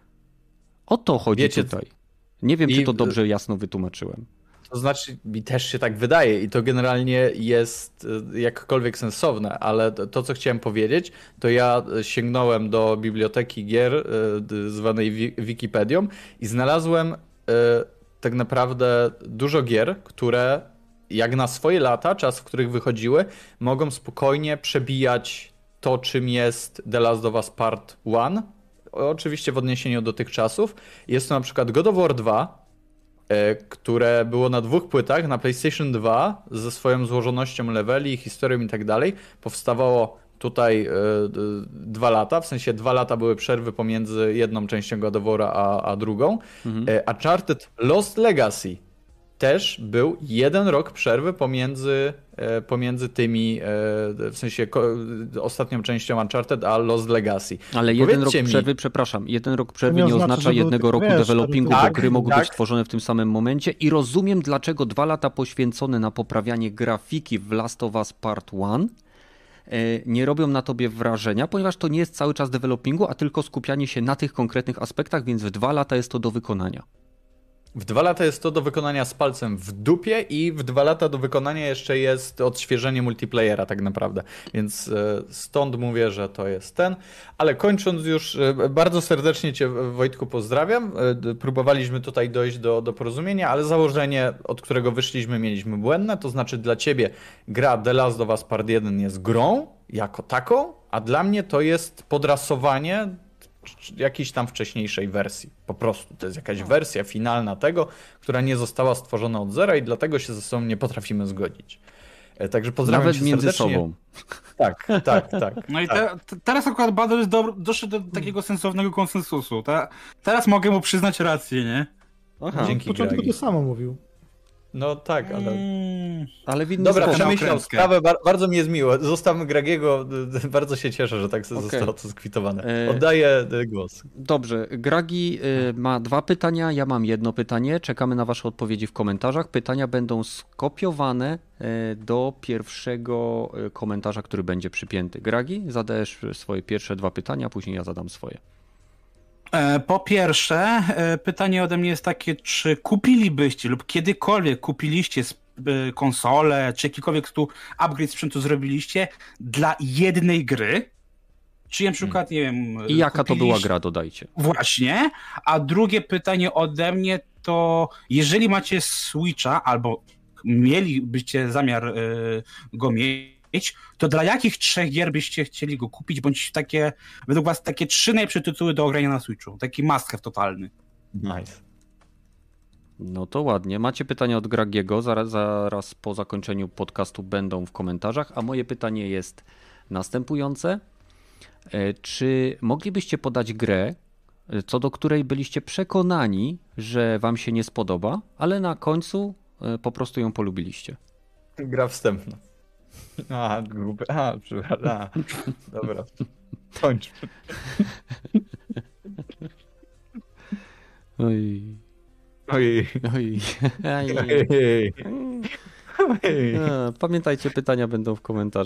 O to chodzi tutaj. Nie wiem, czy to dobrze jasno wytłumaczyłem. To znaczy, mi też się tak wydaje i to generalnie jest jakkolwiek sensowne, ale to, co chciałem powiedzieć, to ja sięgnąłem do biblioteki gier zwanej Wikipedią i znalazłem tak naprawdę dużo gier, które jak na swoje lata, czas, w których wychodziły, mogą spokojnie przebijać to, czym jest The Last of Us Part 1. Oczywiście w odniesieniu do tych czasów. Jest to na przykład God of War 2, które było na 2 płytach, na PlayStation 2 ze swoją złożonością leveli, historią i tak dalej. Powstawało tutaj 2 lata, w sensie 2 lata były przerwy pomiędzy jedną częścią God of War'a a drugą. Uncharted Lost Legacy też był 1 rok przerwy pomiędzy tymi, w sensie ostatnią częścią Uncharted a Lost Legacy. Ale 1 rok przerwy, przepraszam, 1 rok przerwy nie oznacza jednego roku developingu, bo gry mogą być tworzone w tym samym momencie i rozumiem, dlaczego 2 lata poświęcone na poprawianie grafiki w Last of Us Part 1 nie robią na tobie wrażenia, ponieważ to nie jest cały czas developingu, a tylko skupianie się na tych konkretnych aspektach, więc w 2 lata jest to do wykonania. W 2 lata jest to do wykonania z palcem w dupie i w 2 lata do wykonania jeszcze jest odświeżenie multiplayera tak naprawdę. Więc stąd mówię, że to jest ten. Ale kończąc już, bardzo serdecznie Cię, Wojtku, pozdrawiam. Próbowaliśmy tutaj dojść do porozumienia, ale założenie, od którego wyszliśmy, mieliśmy błędne. To znaczy dla Ciebie gra The Last of Us Part 1 jest grą jako taką, a dla mnie to jest podrasowanie jakiejś tam wcześniejszej wersji. Po prostu to jest jakaś wersja finalna tego, która nie została stworzona od zera i dlatego się ze sobą nie potrafimy zgodzić. Także pozdrawiam nawet cię między serdecznie. sobą. Tak. No i teraz akurat Badel doszedł do takiego sensownego konsensusu. Teraz mogę mu przyznać rację, nie? Aha. Dzięki, W początku Gregi. to samo mówił. No tak, Ale w inny Dobra, sposób. przemyślał sprawę, bardzo mi jest miło. Zostawmy Gragiego, bardzo się cieszę, że tak zostało to skwitowane. Oddaję głos. Dobrze, Gragi ma 2 pytania, ja mam 1 pytanie. Czekamy na wasze odpowiedzi w komentarzach. Pytania będą skopiowane do pierwszego komentarza, który będzie przypięty. Gragi, zadajesz swoje pierwsze 2 pytania, później ja zadam swoje. Po pierwsze, pytanie ode mnie jest takie, czy kupilibyście lub kiedykolwiek kupiliście konsolę, czy jakikolwiek tu upgrade sprzętu zrobiliście dla jednej gry? Czy na przykład, nie wiem... I jaka to była gra, dodajcie. Właśnie. A drugie pytanie ode mnie to, jeżeli macie Switcha, albo mielibyście zamiar go mieć, to dla jakich 3 gier byście chcieli go kupić, bądź takie, według was, takie 3 najlepsze tytuły do ogrania na Switchu? Taki must have totalny. Nice. No to ładnie. Macie pytania od Gragiego, zaraz po zakończeniu podcastu będą w komentarzach, a moje pytanie jest następujące. Czy moglibyście podać grę, co do której byliście przekonani, że wam się nie spodoba, ale na końcu po prostu ją polubiliście? Gra wstępna. Przepraszam. Dobra. Kończ. Oj. Pamiętajcie, pytania będą w komentarzach.